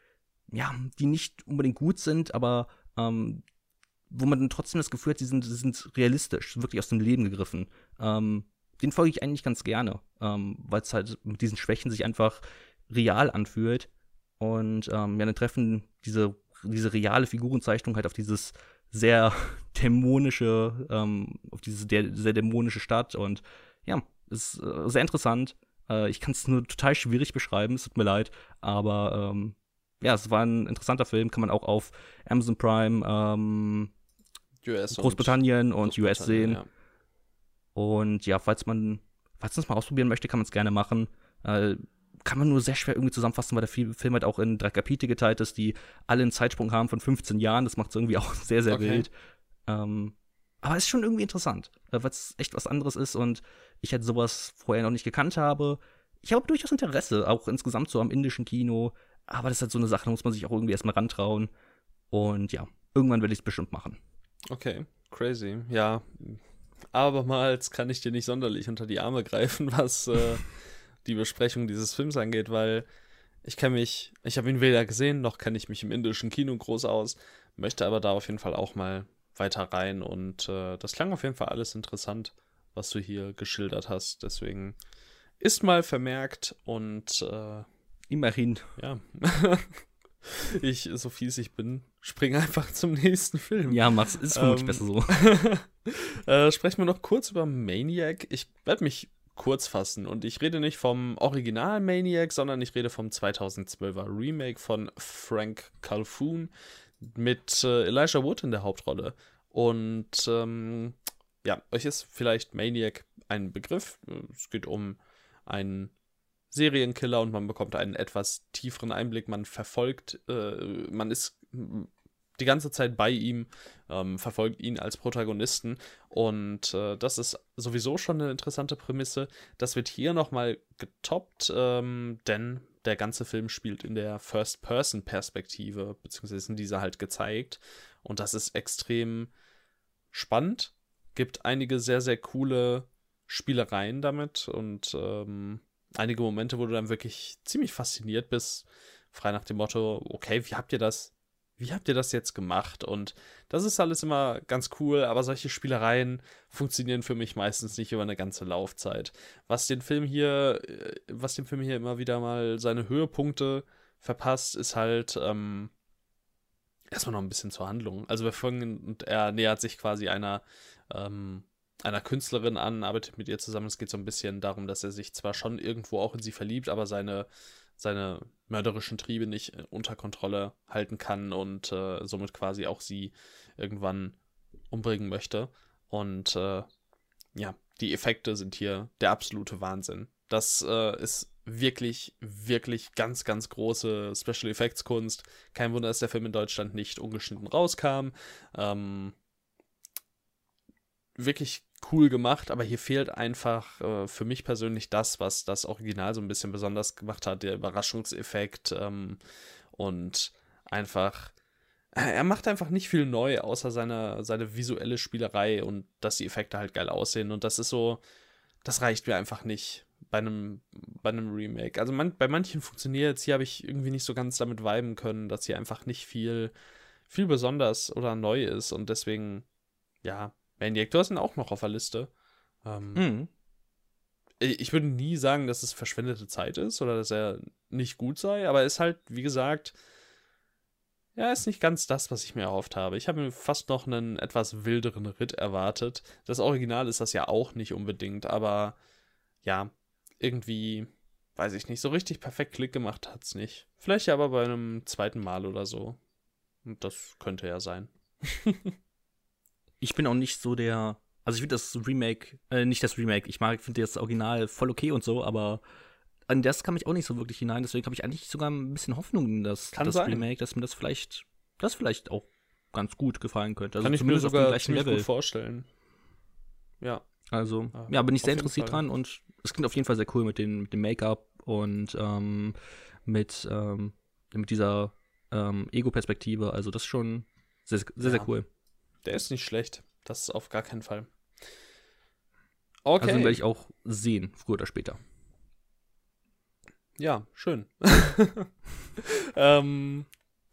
ja, die nicht unbedingt gut sind, aber ähm, wo man dann trotzdem das Gefühl hat, die sind, die sind realistisch, wirklich aus dem Leben gegriffen. Ähm, den folge ich eigentlich ganz gerne, ähm, weil es halt mit diesen Schwächen sich einfach real anfühlt. Und ähm, ja, dann treffen diese, diese reale Figurenzeichnung halt auf dieses sehr dämonische, ähm, auf diese der, sehr dämonische Stadt. Und ja, ist äh, sehr interessant. Äh, ich kann es nur total schwierig beschreiben, es tut mir leid. Aber ähm, ja, es war ein interessanter Film, kann man auch auf Amazon Prime, ähm, U S Großbritannien und, und U S sehen. Ja. Und ja, falls man falls man es mal ausprobieren möchte, kann man es gerne machen. Äh, kann man nur sehr schwer irgendwie zusammenfassen, weil der Film halt auch in drei Kapitel geteilt ist, die alle einen Zeitsprung haben von fünfzehn Jahren. Das macht es irgendwie auch sehr, sehr okay. wild. Ähm, aber es ist schon irgendwie interessant, äh, weil es echt was anderes ist und ich halt sowas vorher noch nicht gekannt habe. Ich habe durchaus Interesse, auch insgesamt so am indischen Kino. Aber das ist halt so eine Sache, da muss man sich auch irgendwie erstmal rantrauen. Und ja, irgendwann werde ich es bestimmt machen. Okay, crazy. Ja, abermals kann ich dir nicht sonderlich unter die Arme greifen, was äh, die Besprechung dieses Films angeht, weil ich kenne mich, ich habe ihn weder gesehen, noch kenne ich mich im indischen Kino groß aus, möchte aber da auf jeden Fall auch mal weiter rein und äh, das klang auf jeden Fall alles interessant, was du hier geschildert hast. Deswegen ist mal vermerkt und äh, immerhin. Ja. Ich, so fies ich bin, springe einfach zum nächsten Film. Ja, mach's, ist vermutlich ähm, besser so. äh, sprechen wir noch kurz über Maniac. Ich werde mich kurz fassen und ich rede nicht vom Original Maniac, sondern ich rede vom zweitausendzwölfer Remake von Frank Calhoun mit äh, Elijah Wood in der Hauptrolle. Und ähm, ja, euch ist vielleicht Maniac ein Begriff. Es geht um einen Serienkiller und man bekommt einen etwas tieferen Einblick. Man verfolgt, äh, man ist die ganze Zeit bei ihm, ähm, verfolgt ihn als Protagonisten und äh, das ist sowieso schon eine interessante Prämisse. Das wird hier nochmal getoppt, ähm, denn der ganze Film spielt in der First-Person-Perspektive, beziehungsweise in dieser halt gezeigt und das ist extrem spannend, gibt einige sehr, sehr coole Spielereien damit und ähm, einige Momente, wo du dann wirklich ziemlich fasziniert bist, frei nach dem Motto, okay, wie habt ihr das, wie habt ihr das jetzt gemacht? Und das ist alles immer ganz cool, aber solche Spielereien funktionieren für mich meistens nicht über eine ganze Laufzeit. Was den Film hier, was dem Film hier immer wieder mal seine Höhepunkte verpasst, ist halt ähm, erstmal noch ein bisschen zur Handlung. Also wir fangen, und er nähert sich quasi einer ähm, einer Künstlerin an, arbeitet mit ihr zusammen. Es geht so ein bisschen darum, dass er sich zwar schon irgendwo auch in sie verliebt, aber seine, seine mörderischen Triebe nicht unter Kontrolle halten kann und äh, somit quasi auch sie irgendwann umbringen möchte. Und äh, ja, die Effekte sind hier der absolute Wahnsinn. Das äh, ist wirklich, wirklich ganz, ganz große Special Effects Kunst. Kein Wunder, dass der Film in Deutschland nicht ungeschnitten rauskam. Ähm, wirklich cool gemacht, aber hier fehlt einfach äh, für mich persönlich das, was das Original so ein bisschen besonders gemacht hat, der Überraschungseffekt ähm, und einfach, äh, er macht einfach nicht viel neu, außer seine, seine visuelle Spielerei und dass die Effekte halt geil aussehen und das ist so, das reicht mir einfach nicht bei einem, bei einem Remake. Also man, bei manchen funktioniert es, hier habe ich irgendwie nicht so ganz damit viben können, dass hier einfach nicht viel, viel besonders oder neu ist und deswegen, ja, Maniac, du hast ihn auch noch auf der Liste. Ähm, mhm. Ich würde nie sagen, dass es verschwendete Zeit ist oder dass er nicht gut sei, aber er ist halt, wie gesagt, ja, ist nicht ganz das, was ich mir erhofft habe. Ich habe mir fast noch einen etwas wilderen Ritt erwartet. Das Original ist das ja auch nicht unbedingt, aber ja, irgendwie, weiß ich nicht, so richtig perfekt Klick gemacht hat es nicht. Vielleicht ja aber bei einem zweiten Mal oder so. Und das könnte ja sein. Ich bin auch nicht so der, also ich finde das Remake, äh, nicht das Remake, ich mag, finde das Original voll okay und so, aber an das kam ich auch nicht so wirklich hinein, deswegen habe ich eigentlich sogar ein bisschen Hoffnung in das, das Remake, dass mir das vielleicht, das vielleicht auch ganz gut gefallen könnte. Also kann ich mir sogar ziemlich gut vorstellen. Ja. Also, ja, ja bin ich sehr interessiert dran und es klingt auf jeden Fall sehr cool mit, den, mit dem Make-up und ähm, mit, ähm, mit dieser ähm, Ego-Perspektive, also das ist schon sehr, sehr, sehr, ja. sehr cool. Der ist nicht schlecht. Das ist auf gar keinen Fall. Okay. Also den werde ich auch sehen, früher oder später. Ja, schön. ähm,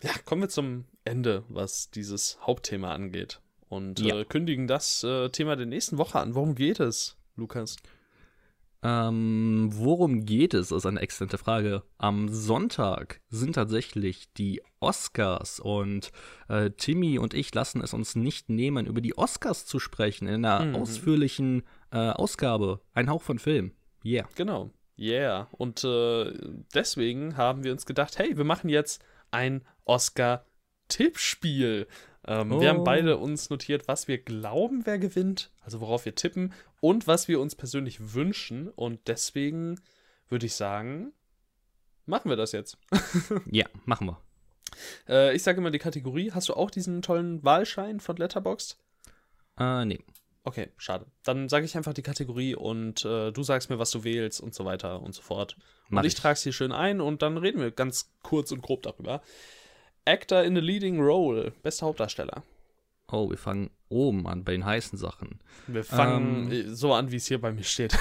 ja, kommen wir zum Ende, was dieses Hauptthema angeht. Und Ja. äh, kündigen das äh, Thema der nächsten Woche an. Worum geht es, Lukas? Ähm, worum geht es, ist eine exzellente Frage. Am Sonntag sind tatsächlich die Oscars und äh, Timmy und ich lassen es uns nicht nehmen, über die Oscars zu sprechen in einer Mhm. ausführlichen äh, Ausgabe. Ein Hauch von Film. Yeah. Genau. Yeah. Und äh, deswegen haben wir uns gedacht, hey, wir machen jetzt ein Oscar-Tippspiel. Ähm, Oh. Wir haben beide uns notiert, was wir glauben, wer gewinnt, also worauf wir tippen und was wir uns persönlich wünschen. Und deswegen würde ich sagen, machen wir das jetzt. Ja, machen wir. Äh, ich sage immer die Kategorie. Hast du auch diesen tollen Wahlschein von Letterboxd? Äh, nee. Okay, schade. Dann sage ich einfach die Kategorie und äh, du sagst mir, was du wählst und so weiter und so fort. Mach und ich ich. trage es hier schön ein und dann reden wir ganz kurz und grob darüber. Actor in a Leading Role, bester Hauptdarsteller. Oh, wir fangen oben an bei den heißen Sachen. Wir fangen Ähm. äh, so an, wie es hier bei mir steht.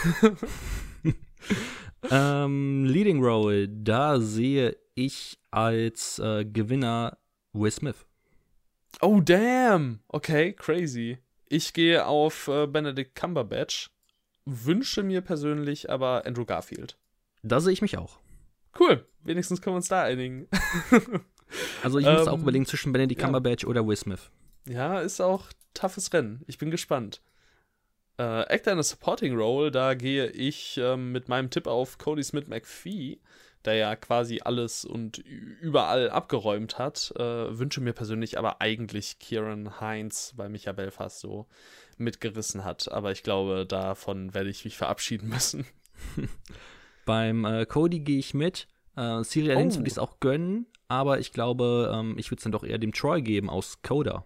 ähm, Leading Role, da sehe ich als äh, Gewinner Will Smith. Oh, damn! Okay, crazy. Ich gehe auf äh, Benedict Cumberbatch, wünsche mir persönlich aber Andrew Garfield. Da sehe ich mich auch. Cool, wenigstens können wir uns da einigen. Also ich muss Ähm, auch überlegen zwischen Benedict ja. Cumberbatch oder Will Smith. Ja, ist auch toughes Rennen. Ich bin gespannt. Äh, Actor in a Supporting Role, da gehe ich ähm, mit meinem Tipp auf Cody Smith McPhee, der ja quasi alles und ü- überall abgeräumt hat. Äh, wünsche mir persönlich aber eigentlich Kieran Hines, weil Micha Belfast so mitgerissen hat. Aber ich glaube, davon werde ich mich verabschieden müssen. Beim äh, Cody gehe ich mit. Äh, Serial Oh. Hinz würde ich es auch gönnen, aber ich glaube, ähm, ich würde es dann doch eher dem Troy geben aus Coda.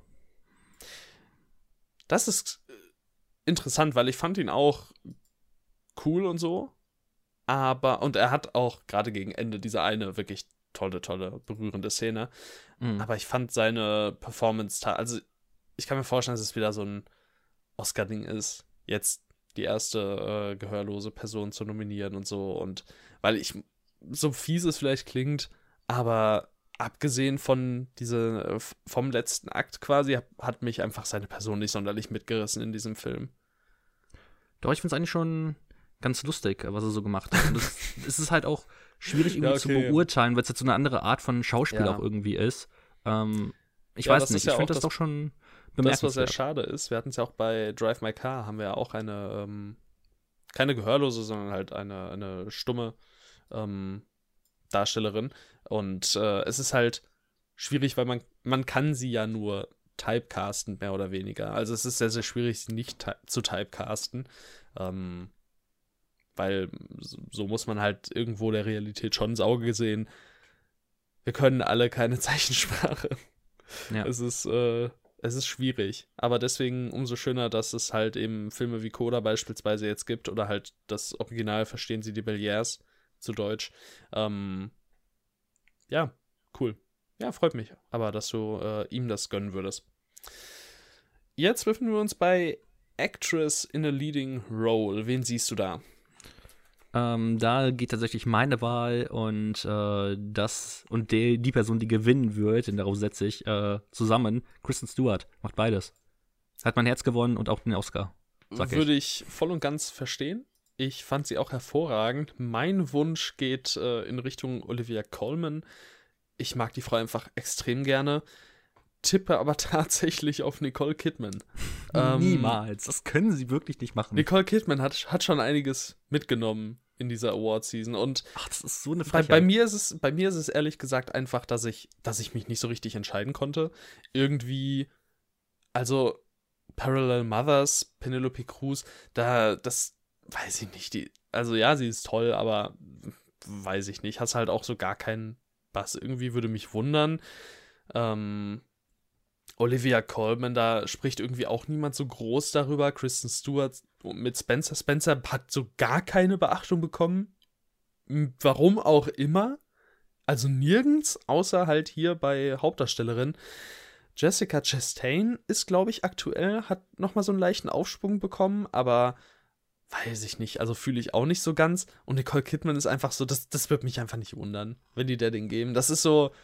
Das ist äh, interessant, weil ich fand ihn auch cool und so. Aber, und er hat auch gerade gegen Ende diese eine wirklich tolle, tolle, berührende Szene. Mhm. Aber ich fand seine Performance, ta- also ich kann mir vorstellen, dass es wieder so ein Oscar-Ding ist, jetzt die erste äh, gehörlose Person zu nominieren und so. Und weil ich, so fies es vielleicht klingt, aber abgesehen von diese, äh, vom letzten Akt quasi, hat mich einfach seine Person nicht sonderlich mitgerissen in diesem Film. Doch, ich finde es eigentlich schon ganz lustig, was er so gemacht hat. Und das, es ist halt auch schwierig irgendwie Ja, zu okay. beurteilen, weil es jetzt so eine andere Art von Schauspiel Ja. auch irgendwie ist. Ähm, ich Ja, weiß das ist nicht, ja ich auch finde das, das- doch schon Das, was sehr bemerkenswert. schade ist, wir hatten es ja auch bei Drive My Car, haben wir ja auch eine, ähm, keine Gehörlose, sondern halt eine, eine stumme ähm, Darstellerin. Und äh, es ist halt schwierig, weil man, man kann sie ja nur typecasten, mehr oder weniger. Also es ist sehr, sehr schwierig, sie nicht ty- zu typecasten. Ähm, weil so, so muss man halt irgendwo der Realität schon ins Auge sehen. Wir können alle keine Zeichensprache. Ja. Es ist, äh, es ist schwierig. Aber deswegen umso schöner, dass es halt eben Filme wie Coda beispielsweise jetzt gibt oder halt das Original Verstehen Sie die Beliers zu Deutsch. Ähm, ja, cool. Ja, freut mich. Aber dass du äh, ihm das gönnen würdest. Jetzt befinden wir uns bei Actress in a Leading Role. Wen siehst du da? Ähm, da geht tatsächlich meine Wahl und äh, das und die, die Person, die gewinnen wird, und darauf setze ich, äh, zusammen. Kristen Stewart macht beides. Hat mein Herz gewonnen und auch den Oscar. Sag ich. Würde ich voll und ganz verstehen. Ich fand sie auch hervorragend. Mein Wunsch geht äh, in Richtung Olivia Colman. Ich mag die Frau einfach extrem gerne. Tippe aber tatsächlich auf Nicole Kidman. Ähm, Niemals. Das können sie wirklich nicht machen. Nicole Kidman hat, hat schon einiges mitgenommen in dieser Award-Season. Und Ach, das ist so eine bei, Frechheit. bei, mir ist es, bei mir ist es ehrlich gesagt einfach, dass ich, dass ich mich nicht so richtig entscheiden konnte. Irgendwie, also Parallel Mothers, Penelope Cruz, da, das weiß ich nicht. Die, also ja, sie ist toll, aber weiß ich nicht. Hast halt auch so gar keinen Bass. Irgendwie würde mich wundern. Ähm, Olivia Colman, da spricht irgendwie auch niemand so groß darüber. Kristen Stewart mit Spencer. Spencer hat so gar keine Beachtung bekommen. M- Warum auch immer. Also nirgends, außer halt hier bei Hauptdarstellerin. Jessica Chastain ist, glaube ich, aktuell, hat nochmal so einen leichten Aufschwung bekommen, aber weiß ich nicht, also fühle ich auch nicht so ganz. Und Nicole Kidman ist einfach so, das, das wird mich einfach nicht wundern, wenn die der Ding geben. Das ist so,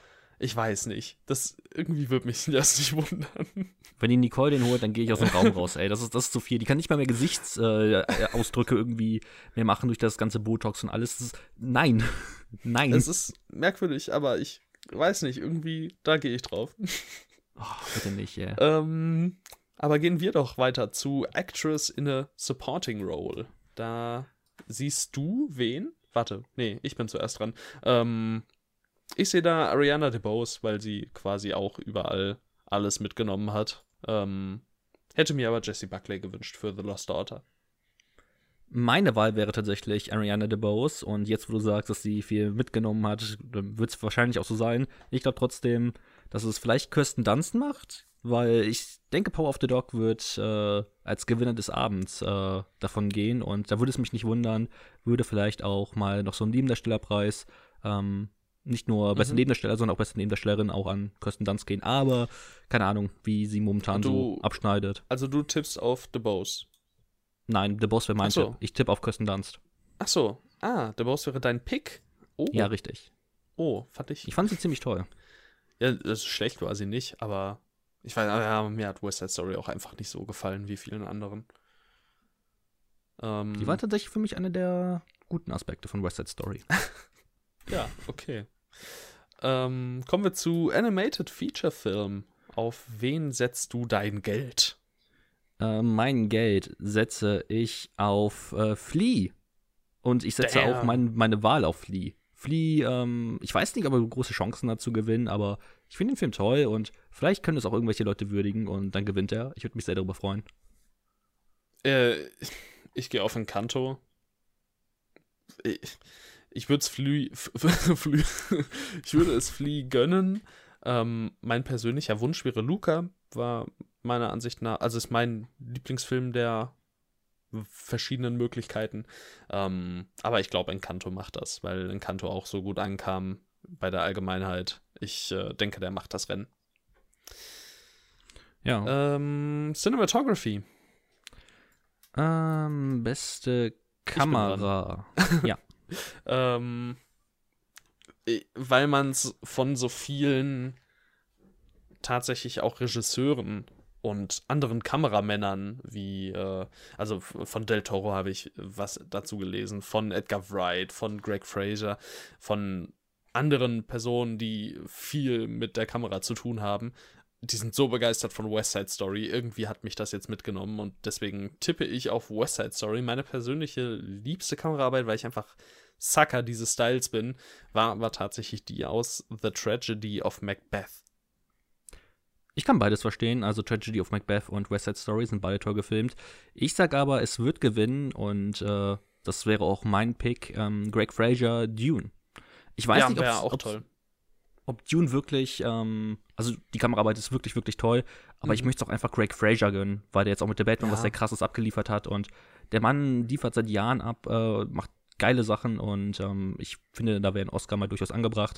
Ich weiß nicht. Das irgendwie wird mich das nicht wundern. Wenn die Nicole den holt, dann gehe ich aus dem Raum raus, ey. Das ist, das ist zu viel. Die kann nicht mal mehr Gesichtsausdrücke äh, irgendwie mehr machen durch das ganze Botox und alles. Das ist, nein. Nein. Es ist merkwürdig, aber ich weiß nicht. Irgendwie, da gehe ich drauf. Oh, bitte nicht, ja. Ähm, aber gehen wir doch weiter zu Actress in a Supporting Role. Da siehst du wen? Warte, nee, ich bin zuerst dran. Ähm, ich sehe da Ariana DeBose, weil sie quasi auch überall alles mitgenommen hat. Ähm, hätte mir aber Jessie Buckley gewünscht für The Lost Daughter. Meine Wahl wäre tatsächlich Ariana DeBose. Und jetzt, wo du sagst, dass sie viel mitgenommen hat, wird es wahrscheinlich auch so sein. Ich glaube trotzdem, dass es vielleicht Kirsten Dunst macht, weil ich denke, Power of the Dog wird äh, als Gewinner des Abends äh, davon gehen. Und da würde es mich nicht wundern, würde vielleicht auch mal noch so ein Nebendarstellerpreis, ähm, nicht nur beste mhm. Nebendarsteller, sondern auch beste Nebendarstellerin auch an Kirsten Dunst gehen. Aber keine Ahnung, wie sie momentan du, so abschneidet. Also du tippst auf DeBose? Nein, DeBose wäre mein so. Tipp. Ich tippe auf Kirsten Dunst. Ach so. Ah, DeBose wäre dein Pick? Oh. Ja, richtig. Oh, fand ich. Ich fand sie ziemlich toll. Ja, das ist schlecht war sie nicht, aber ich weiß, ja, mir hat West Side Story auch einfach nicht so gefallen wie vielen anderen. Ähm, Die war tatsächlich für mich einer der guten Aspekte von West Side Story. Ja, okay. Ähm, kommen wir zu Animated Feature Film. Auf wen setzt du dein Geld? Äh, mein Geld setze ich auf äh, Flea. Und ich setze Damn. auch mein, meine Wahl auf Flea. Flea, ähm, ich weiß nicht, ob er große Chancen hat zu gewinnen, aber ich finde den Film toll und vielleicht können es auch irgendwelche Leute würdigen und dann gewinnt er. Ich würde mich sehr darüber freuen. Äh, ich gehe auf Encanto. Ich, ich würde es Flea, Flea, ich würde es Flea gönnen. Ähm, mein persönlicher Wunsch wäre Luca, war meiner Ansicht nach, also ist mein Lieblingsfilm der verschiedenen Möglichkeiten. Ähm, aber ich glaube, Encanto macht das, weil Encanto auch so gut ankam bei der Allgemeinheit. Ich äh, denke, der macht das Rennen. Ja. Ähm, Cinematography. Ähm, beste Kamera. Ja. ähm, weil man es von so vielen tatsächlich auch Regisseuren und anderen Kameramännern wie, äh, also von Del Toro habe ich was dazu gelesen, von Edgar Wright, von Greg Fraser, von anderen Personen, die viel mit der Kamera zu tun haben. Die sind so begeistert von West Side Story. Irgendwie hat mich das jetzt mitgenommen und deswegen tippe ich auf West Side Story. Meine persönliche liebste Kameraarbeit, weil ich einfach Sucker dieses Styles bin, war, war tatsächlich die aus The Tragedy of Macbeth. Ich kann beides verstehen, also Tragedy of Macbeth und West Side Story sind beide toll gefilmt. Ich sag aber, es wird gewinnen und äh, das wäre auch mein Pick, ähm, Greg Fraser, Dune. Ich weiß ja, nicht, auch ob's, toll. ob Dune wirklich, ähm, also die Kameraarbeit ist wirklich, wirklich toll, aber mhm. ich möchte es auch einfach Greg Fraser gönnen, weil der jetzt auch mit The Batman ja. was sehr krasses abgeliefert hat und der Mann liefert seit Jahren ab, äh, macht geile Sachen und ähm, ich finde, da wäre ein Oscar mal durchaus angebracht.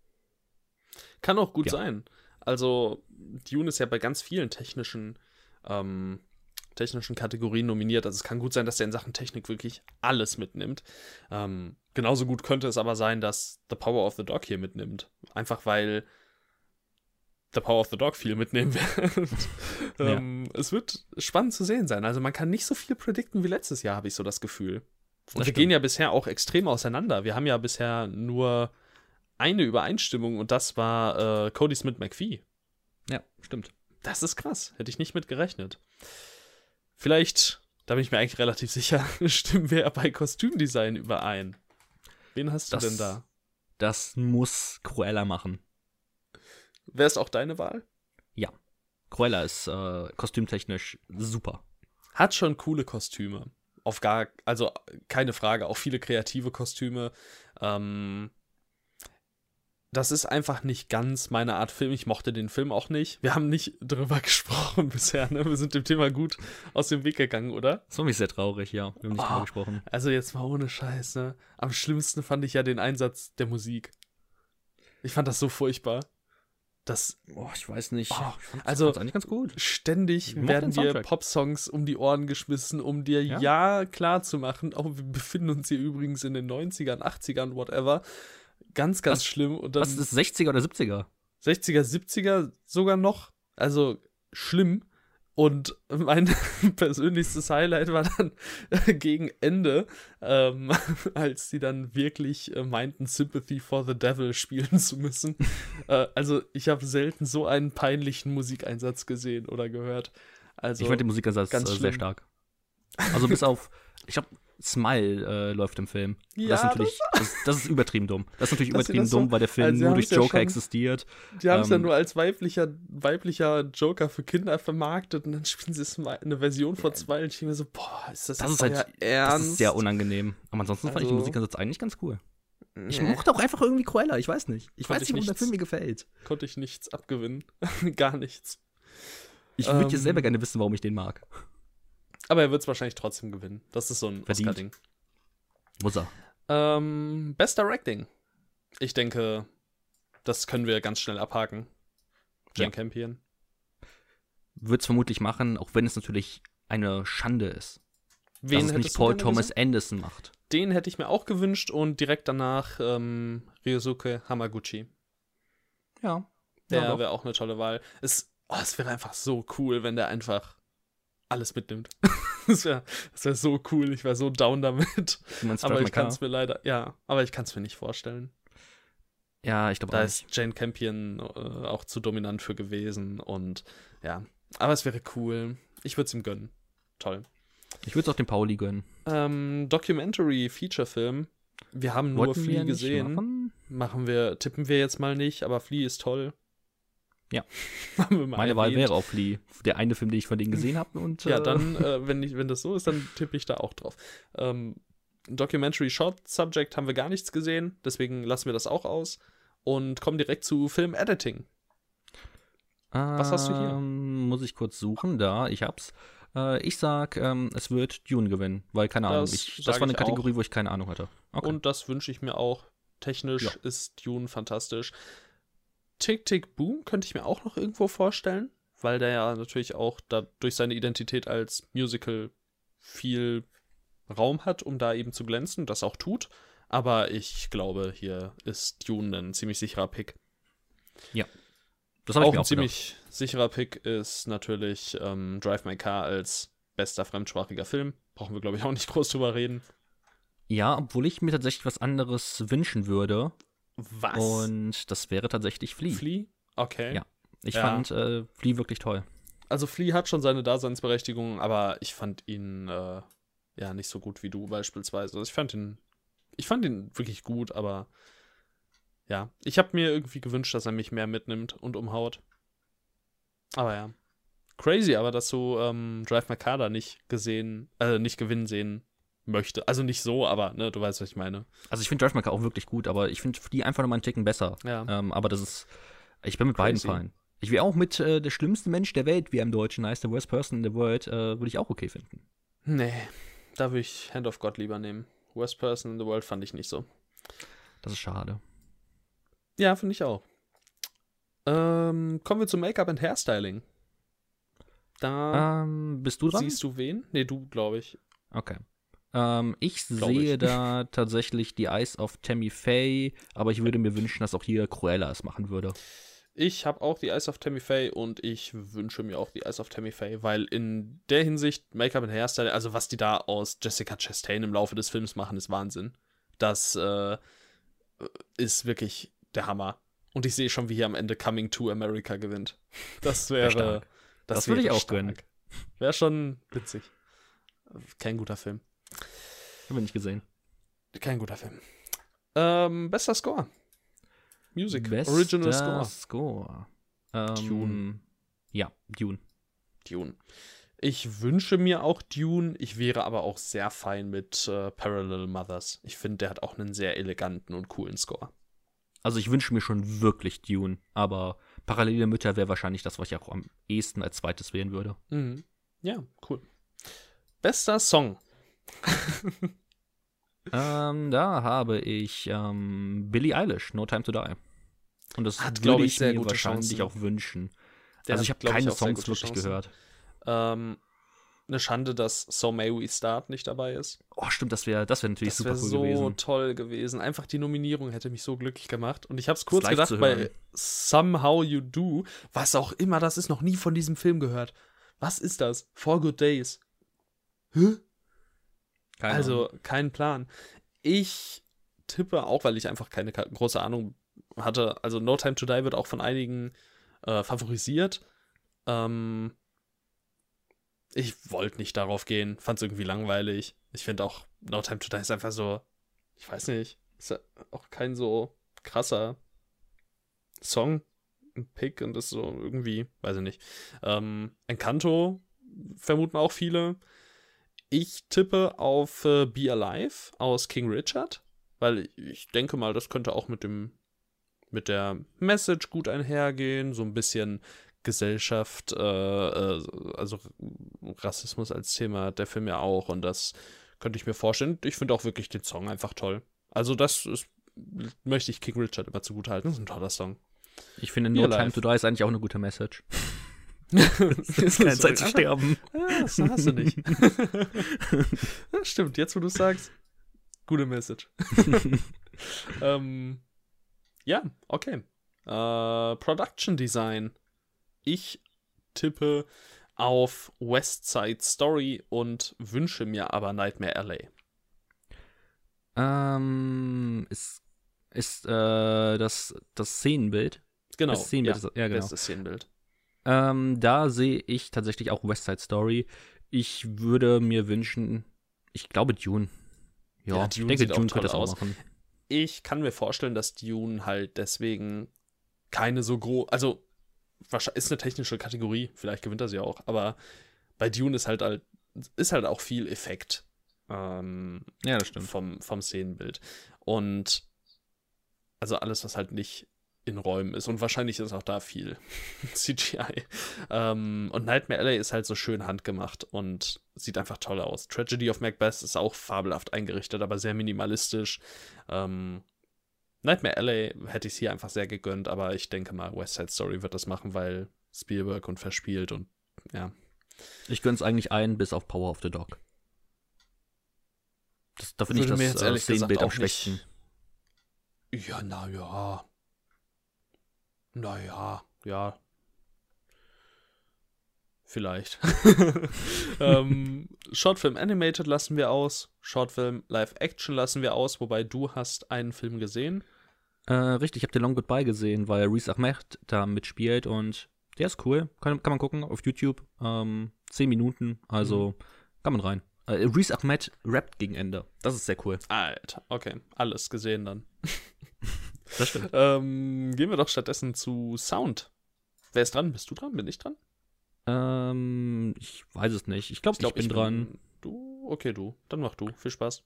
Kann auch gut ja. sein. Also, Dune ist ja bei ganz vielen technischen, ähm, technischen Kategorien nominiert. Also, es kann gut sein, dass er in Sachen Technik wirklich alles mitnimmt. Ähm, genauso gut könnte es aber sein, dass The Power of the Dog hier mitnimmt. Einfach weil The Power of the Dog viel mitnehmen wird. ähm, ja. Es wird spannend zu sehen sein. Also, man kann nicht so viel predikten wie letztes Jahr, habe ich so das Gefühl. Und das wir stimmt. gehen ja bisher auch extrem auseinander. Wir haben ja bisher nur eine Übereinstimmung und das war äh, Cody Smith McPhee. Ja, stimmt. Das ist krass. Hätte ich nicht mit gerechnet. Vielleicht, da bin ich mir eigentlich relativ sicher, stimmen wir bei Kostümdesign überein. Wen hast du das, denn da? Das muss Cruella machen. Wäre es auch deine Wahl? Ja. Cruella ist äh, kostümtechnisch super. Hat schon coole Kostüme. Auf gar, also keine Frage, auch viele kreative Kostüme. Ähm, Das ist einfach nicht ganz meine Art Film. Ich mochte den Film auch nicht. Wir haben nicht drüber gesprochen bisher, ne? Wir sind dem Thema gut aus dem Weg gegangen, oder? Das war mich sehr traurig, ja. Wir haben nicht oh, drüber gesprochen. Also jetzt mal ohne Scheiß, ne? Am schlimmsten fand ich ja den Einsatz der Musik. Ich fand das so furchtbar. Das, oh, ich weiß nicht. Oh, ich fand's, also fand's eigentlich ganz gut. Ständig werden dir Popsongs um die Ohren geschmissen, um dir ja, ja klar zu machen, oh, wir befinden uns hier übrigens in den neunzigern, achtzigern, whatever. Ganz, ganz was, schlimm. Und dann, was ist das, sechziger oder siebziger? sechziger, siebziger sogar noch. Also schlimm. Und mein persönlichstes Highlight war dann gegen Ende, ähm, als sie dann wirklich äh, meinten, Sympathy for the Devil spielen zu müssen. äh, also ich habe selten so einen peinlichen Musikeinsatz gesehen oder gehört. Also ich fand den Musikeinsatz ganz äh, sehr schlimm. stark. Also bis auf, ich glaube, Smile äh, läuft im Film. Ja, das ist natürlich, das, das ist übertrieben dumm. Das ist natürlich Dass sie übertrieben das so- dumm, weil der Film also sie nur haben's durch ja Joker schon- existiert. Die haben es ja Ähm, nur als weiblicher, weiblicher Joker für Kinder vermarktet und dann spielen sie es mal eine Version von zwei und ich denke mir so, boah, ist das, Das jetzt ist halt- euer Das Ernst? ist sehr unangenehm. Aber ansonsten fand ich den Also- Musikeinsatz eigentlich ganz cool. Ich Nee, mochte auch einfach irgendwie Cruella, ich weiß nicht. Ich Konnte weiß ich nicht, warum der nichts. Film mir gefällt. konnte ich nichts abgewinnen. Gar nichts. Ich würde Ähm, jetzt selber gerne wissen, warum ich den mag. Aber er wird es wahrscheinlich trotzdem gewinnen. Das ist so ein Verdient. Oscar-Ding. Muss er. Ähm, Best Directing. Ich denke, das können wir ganz schnell abhaken. Jane Ja. Campion. Wird es vermutlich machen, auch wenn es natürlich eine Schande ist. Wen dass es hättest nicht du Paul gerne Thomas gesehen? Anderson macht. Den hätte ich mir auch gewünscht und direkt danach ähm, Ryosuke Hamaguchi. Ja. Der Ja, doch. wäre auch eine tolle Wahl. Es, oh, es wäre einfach so cool, wenn der einfach alles mitnimmt. das wäre das wär so cool. Ich wäre so down damit. Du meinst Aber Drive My ich kann es Car? mir leider, ja, aber ich kann es mir nicht vorstellen. Ja, ich glaube Da auch ist nicht. Jane Campion äh, auch zu dominant für gewesen und ja, aber es wäre cool. Ich würde es ihm gönnen. Toll. Ich würde es auch dem Pauli gönnen. Ähm, Documentary, Feature-Film. Wir haben nur Wollten wir Flea nicht gesehen. machen? Machen wir, tippen wir jetzt mal nicht, aber Flea ist toll. Ja. Haben wir mal Meine Wahl erwähnt. wäre auch Flea. Der eine Film, den ich von denen gesehen habe. Und, Ja, äh, dann, äh, wenn, ich, wenn das so ist, dann tippe ich da auch drauf. Ähm, Documentary Short Subject haben wir gar nichts gesehen, deswegen lassen wir das auch aus und kommen direkt zu Film Editing. Was hast du hier? Ähm, muss ich kurz suchen, da, ich hab's. Äh, ich sag, ähm, es wird Dune gewinnen, weil, keine Das Ahnung, ich, sag das war eine ich Kategorie, wo ich keine Ahnung hatte. Okay. Und das wünsche ich mir auch. Technisch Ja. ist Dune fantastisch. Tick, Tick, Boom könnte ich mir auch noch irgendwo vorstellen, weil der ja natürlich auch da durch seine Identität als Musical viel Raum hat, um da eben zu glänzen, das auch tut. Aber ich glaube, hier ist Dune ein ziemlich sicherer Pick. das habe ich Auch mir ein auch gedacht. ziemlich sicherer Pick ist natürlich ähm, Drive My Car als bester fremdsprachiger Film. Brauchen wir, glaube ich, auch nicht groß drüber reden. Ja, obwohl ich mir tatsächlich was anderes wünschen würde. Was? Und das wäre tatsächlich Flea. Flea? Okay. Ja. Ich Ja. fand äh, Flea wirklich toll. Also Flea hat schon seine Daseinsberechtigung, aber ich fand ihn äh, ja nicht so gut wie du beispielsweise. Also ich fand ihn, ich fand ihn wirklich gut, aber ja, ich habe mir irgendwie gewünscht, dass er mich mehr mitnimmt und umhaut. Aber ja, crazy, aber dass du ähm, Drive My Car da nicht gesehen, äh, nicht gewinnen sehen möchte. Also nicht so, aber ne, du weißt, was ich meine. Also ich finde Drive My Car auch wirklich gut, aber ich finde Flea einfach nochmal einen Ticken besser. Ja. Ähm, aber das ist, ich bin mit beiden Crazy. fein. Ich wäre auch mit äh, der schlimmste Mensch der Welt, wie er im Deutschen heißt, the worst person in the world, äh, würde ich auch okay finden. Nee, da würde ich Hand of God lieber nehmen. Worst Person in the World fand ich nicht so. Das ist schade. Ja, finde ich auch. Ähm, kommen wir zu Make-up und Hairstyling. Da Ähm, bist du dran? siehst du wen? Nee, du, glaube ich. Okay. Ähm, ich Glaub sehe ich. da tatsächlich die Eyes of Tammy Faye, aber ich würde mir wünschen, dass auch hier Cruella es machen würde. Ich habe auch die Eyes of Tammy Faye und ich wünsche mir auch die Eyes of Tammy Faye, weil in der Hinsicht Make-up und Hairstyling, also was die da aus Jessica Chastain im Laufe des Films machen, ist Wahnsinn. Das äh, ist wirklich der Hammer. Und ich sehe schon, wie hier am Ende Coming to America gewinnt. Das wäre. stark. Das würde ich auch gönnen. Wäre schon witzig. Kein guter Film. Haben wir nicht gesehen. Kein guter Film. Ähm, bester Score. Music. Bester Original Score. Score. Ähm, Dune. Ja, Dune. Dune. Ich wünsche mir auch Dune. Ich wäre aber auch sehr fein mit äh, Parallel Mothers. Ich finde, der hat auch einen sehr eleganten und coolen Score. Also ich wünsche mir schon wirklich Dune, aber Parallele Mütter wäre wahrscheinlich das, was ich auch am ehesten als zweites wählen würde. Mhm. Ja, cool. Bester Song. ähm, da habe ich ähm, Billie Eilish, No Time to Die. Und das Hat, würde glaub ich, ich sehr mir gute wahrscheinlich Chancen. auch wünschen. Der also hat, ich habe glaub keine auch sehr Songs gute wirklich Chancen. gehört. Ähm, eine Schande, dass So May We Start nicht dabei ist. Oh, stimmt, das wäre das wär natürlich Das wäre super cool so gewesen. toll gewesen. Einfach die Nominierung hätte mich so glücklich gemacht. Und ich habe es kurz live gedacht zu bei hören. Somehow You Do, was auch immer das ist, noch nie von diesem Film gehört. Was ist das? Four Good Days. Hä? Keine Also, Ahnung. kein Plan. Ich tippe auch, weil ich einfach keine ka- große Ahnung hatte. Also, No Time to Die wird auch von einigen äh, favorisiert. Ähm, ich wollte nicht darauf gehen. Fand es irgendwie langweilig. Ich finde auch, No Time to Die ist einfach so, ich weiß nicht, ist ja auch kein so krasser Song, ein Pick und ist so irgendwie, weiß ich nicht. Ähm, Encanto vermuten auch viele. Ich tippe auf äh, Be Alive aus King Richard, weil ich denke mal, das könnte auch mit dem mit der Message gut einhergehen, so ein bisschen Gesellschaft, äh, äh, also Rassismus als Thema, der Film ja auch, und das könnte ich mir vorstellen. Ich finde auch wirklich den Song einfach toll. Also das ist, möchte ich King Richard immer zugutehalten. Das ist ein toller Song. Ich finde, Be No Alive. Time to Die ist eigentlich auch eine gute Message. Es ist Keine so Zeit zu einfach- sterben. Ja, das hast du nicht. Ja, stimmt, jetzt wo du es sagst, gute Message. ähm, ja, okay. Äh, Production Design. Ich tippe auf West Side Story und wünsche mir aber Nightmare Alley. ähm, ist ist äh, das, das Szenenbild. Genau. Das Szenenbild ist- ja, genau. Bestes Szenenbild. Ähm, da sehe ich tatsächlich auch West Side Story. Ich würde mir wünschen, ich glaube Dune. Ja, Ja, ich Dune denke, sieht auch Dune toll könnte das auch aus. machen. Ich kann mir vorstellen, dass Dune halt deswegen keine so groß, also wahrscheinlich ist eine technische Kategorie, vielleicht gewinnt er sie auch, aber bei Dune ist halt, halt ist halt auch viel Effekt ähm, Ja, das stimmt. vom, vom Szenenbild. Und also alles, was halt nicht in Räumen ist. Und wahrscheinlich ist auch da viel C G I. Ähm, und Nightmare Alley ist halt so schön handgemacht und sieht einfach toll aus. Tragedy of Macbeth ist auch fabelhaft eingerichtet, aber sehr minimalistisch. Ähm, Nightmare Alley hätte ich es hier einfach sehr gegönnt, aber ich denke mal, West Side Story wird das machen, weil Spielberg und verspielt und ja. Ich gönn's eigentlich ein, bis auf Power of the Dog. Das, da finde ich Würde das mir jetzt äh, ehrlich gesagt Szenenbild am auch nicht- schwächsten. Ja, na ja. Naja, ja. Vielleicht. ähm, Shortfilm Animated lassen wir aus. Shortfilm Live Action lassen wir aus, wobei du hast einen Film gesehen. Äh, richtig, ich habe den Long Goodbye gesehen, weil Riz Ahmed da mitspielt und der ist cool. Kann, kann man gucken auf YouTube. Ähm, zehn Minuten, also Mhm. kann man rein. Äh, Riz Ahmed rappt gegen Ende. Das ist sehr cool. Alter, okay. Alles gesehen dann. Das stimmt. ähm, gehen wir doch stattdessen zu Sound. Wer ist dran? Bist du dran? Bin ich dran? Ähm, ich weiß es nicht. Ich glaube, ich, glaub, bin dran. Du? Okay, du. Dann mach du. Viel Spaß.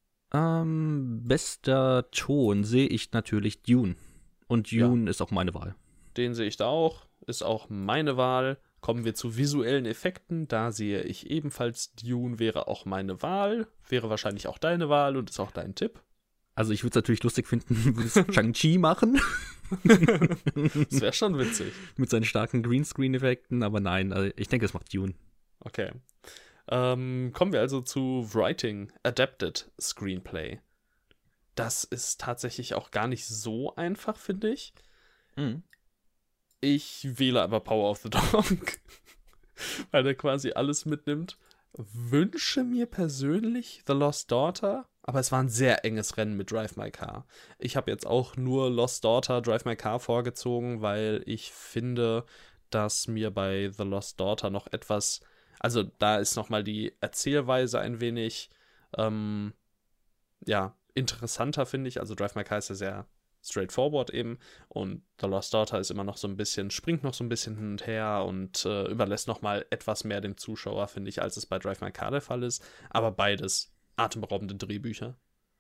Ähm, bester Ton sehe ich natürlich Dune. Und Dune ist auch meine Wahl. Den sehe ich da auch. Ist auch meine Wahl. Kommen wir zu visuellen Effekten. Da sehe ich ebenfalls Dune, wäre auch meine Wahl. Wäre wahrscheinlich auch deine Wahl und ist auch dein Tipp. Also ich würde es natürlich lustig finden, würde es Shang-Chi machen. Das wäre schon witzig. Mit seinen starken Greenscreen-Effekten, aber nein, also ich denke, es macht Dune. Okay. Ähm, kommen wir also zu Writing Adapted Screenplay. Das ist tatsächlich auch gar nicht so einfach, finde ich. Mhm. Ich wähle aber Power of the Dog, weil der quasi alles mitnimmt. Wünsche mir persönlich The Lost Daughter, aber es war ein sehr enges Rennen mit Drive My Car. Ich habe jetzt auch nur Lost Daughter, Drive My Car vorgezogen, weil ich finde, dass mir bei The Lost Daughter noch etwas, also da ist nochmal die Erzählweise ein wenig, ähm, ja, interessanter, finde ich. Also Drive My Car ist ja sehr straightforward eben und The Lost Daughter ist immer noch so ein bisschen, springt noch so ein bisschen hin und her und äh, überlässt noch mal etwas mehr dem Zuschauer, finde ich, als es bei Drive My Car der Fall ist. Aber beides atemberaubende Drehbücher.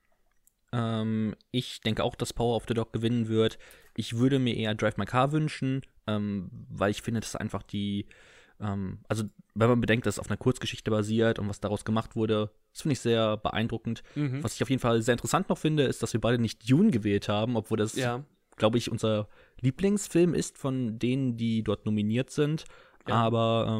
Ähm, ich denke auch, dass Power of the Dog gewinnen wird. Ich würde mir eher Drive My Car wünschen, ähm, weil ich finde, dass einfach die, ähm, also wenn man bedenkt, dass es auf einer Kurzgeschichte basiert und was daraus gemacht wurde, das finde ich sehr beeindruckend. Mhm. Was ich auf jeden Fall sehr interessant noch finde, ist, dass wir beide nicht Dune gewählt haben, obwohl das, Ja, glaube ich, unser Lieblingsfilm ist von denen, die dort nominiert sind. Ja. Aber ähm,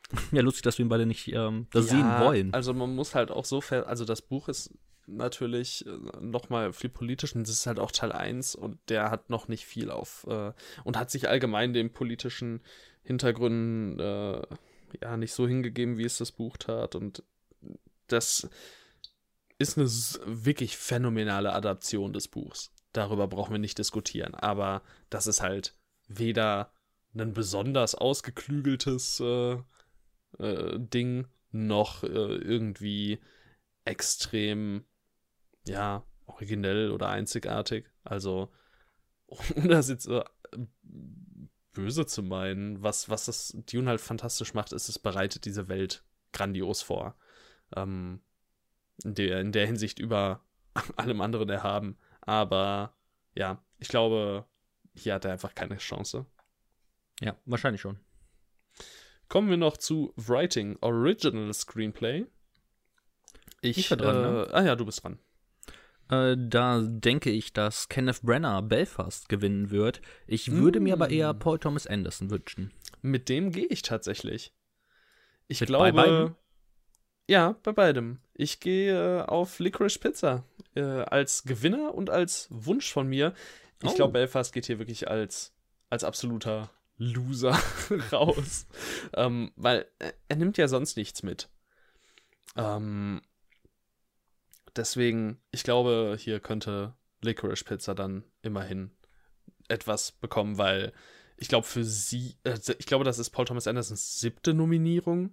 Ja, lustig, dass wir ihn beide nicht ähm, das Ja, sehen wollen. Also man muss halt auch so fair, also das Buch ist natürlich äh, nochmal viel politisch und das ist halt auch Teil eins und der hat noch nicht viel auf äh, und hat sich allgemein den politischen Hintergründen äh, ja nicht so hingegeben, wie es das Buch tat und das ist eine s- wirklich phänomenale Adaption des Buchs. Darüber brauchen wir nicht diskutieren, aber das ist halt weder ein besonders ausgeklügeltes äh, äh, Ding noch äh, irgendwie extrem, ja, originell oder einzigartig. Also, um das jetzt äh, böse zu meinen, was, was das Dune halt fantastisch macht, ist, es bereitet diese Welt grandios vor. Ähm, in der, in der Hinsicht über allem anderen erhaben. Aber ja, ich glaube, hier hat er einfach keine Chance. Ja, wahrscheinlich schon. Kommen wir noch zu Writing Original Screenplay. Ich, Ich war dran, äh, ne? Ah ja, du bist dran. Äh, da denke ich, dass Kenneth Branagh Belfast gewinnen wird. Ich würde mir aber eher Mm. Paul Thomas Anderson wünschen. Mit dem gehe ich tatsächlich. Ich Mit glaube. bei beiden? Ja, bei beidem. Ich gehe äh, auf Licorice Pizza. Äh, als Gewinner und als Wunsch von mir. Ich Oh. glaube, Belfast geht hier wirklich als, als absoluter Loser raus. ähm, weil er, er nimmt ja sonst nichts mit. Ähm, deswegen, ich glaube, hier könnte Licorice Pizza dann immerhin etwas bekommen, weil ich glaube, für sie, äh, ich glaube, das ist Paul Thomas Andersons siebte Nominierung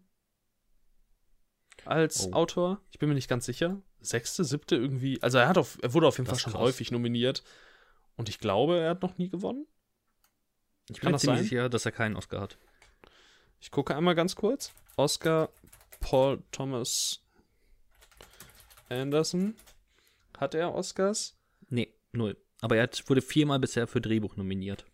als Oh. Autor. Ich bin mir nicht ganz sicher. Sechste, siebte irgendwie. Also er hat auf, er wurde auf jeden Das Fall ist schon krass. häufig nominiert. Und ich glaube, er hat noch nie gewonnen. Ich Kann bin mir das ziemlich sein? sicher, dass er keinen Oscar hat. Ich gucke einmal ganz kurz. Oscar Paul Thomas Anderson. Hat er Oscars? Nee, null. Aber er hat, wurde viermal bisher für Drehbuch nominiert.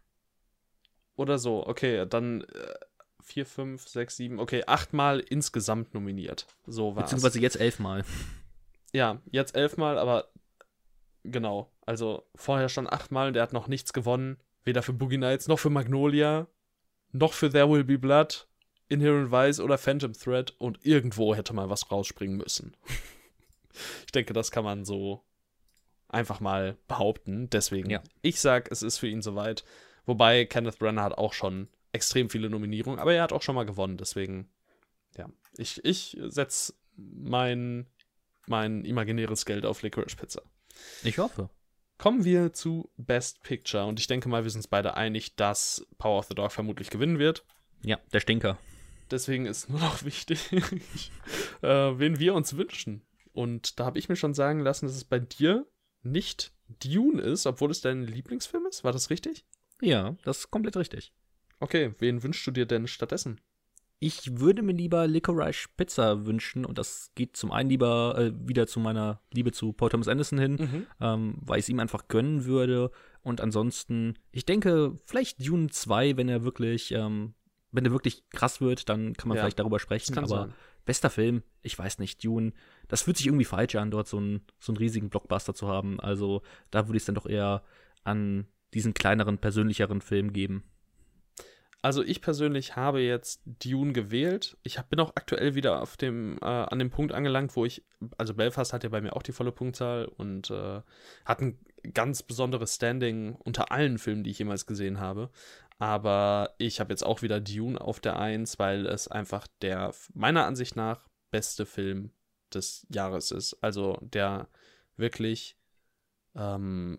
Oder so. Okay, dann äh, vier, fünf, sechs, sieben. Okay, achtmal insgesamt nominiert. So war's. Beziehungsweise jetzt elfmal. Ja, jetzt elfmal, aber genau. Also vorher schon achtmal und der hat noch nichts gewonnen. Weder für Boogie Nights, noch für Magnolia, noch für There Will Be Blood, Inherent Vice oder Phantom Thread. Und irgendwo hätte mal was rausspringen müssen. Ich denke, das kann man so einfach mal behaupten. Deswegen, Ja. ich sag, es ist für ihn soweit. Wobei Kenneth Branagh hat auch schon extrem viele Nominierungen, aber er hat auch schon mal gewonnen. Deswegen, ja, ich, ich setze mein, mein imaginäres Geld auf Licorice Pizza. Ich hoffe. Kommen wir zu Best Picture. Und ich denke mal, wir sind uns beide einig, dass Power of the Dog vermutlich gewinnen wird. Ja, der Stinker. Deswegen ist nur noch wichtig, äh, wen wir uns wünschen. Und da habe ich mir schon sagen lassen, dass es bei dir nicht Dune ist, obwohl es dein Lieblingsfilm ist. War das richtig? Ja, das ist komplett richtig. Okay, wen wünschst du dir denn stattdessen? Ich würde mir lieber Licorice Pizza wünschen und das geht zum einen lieber äh, wieder zu meiner Liebe zu Paul Thomas Anderson hin, Mhm. ähm, weil ich es ihm einfach gönnen würde. Und ansonsten, ich denke, vielleicht Dune zwei, wenn er wirklich, ähm, wenn er wirklich krass wird, dann kann man Ja, vielleicht darüber Das sprechen. kann Aber sein. bester Film, ich weiß nicht, Dune, das fühlt sich irgendwie falsch an, dort so einen, so einen riesigen Blockbuster zu haben. Also da würde ich es dann doch eher an diesen kleineren, persönlicheren Film geben. Also ich persönlich habe jetzt Dune gewählt. Ich hab, bin auch aktuell wieder auf dem, äh, an dem Punkt angelangt, wo ich, also Belfast hat ja bei mir auch die volle Punktzahl und äh, hat ein ganz besonderes Standing unter allen Filmen, die ich jemals gesehen habe. Aber ich habe jetzt auch wieder Dune auf der Eins, weil es einfach der, meiner Ansicht nach, beste Film des Jahres ist. Also der wirklich ähm,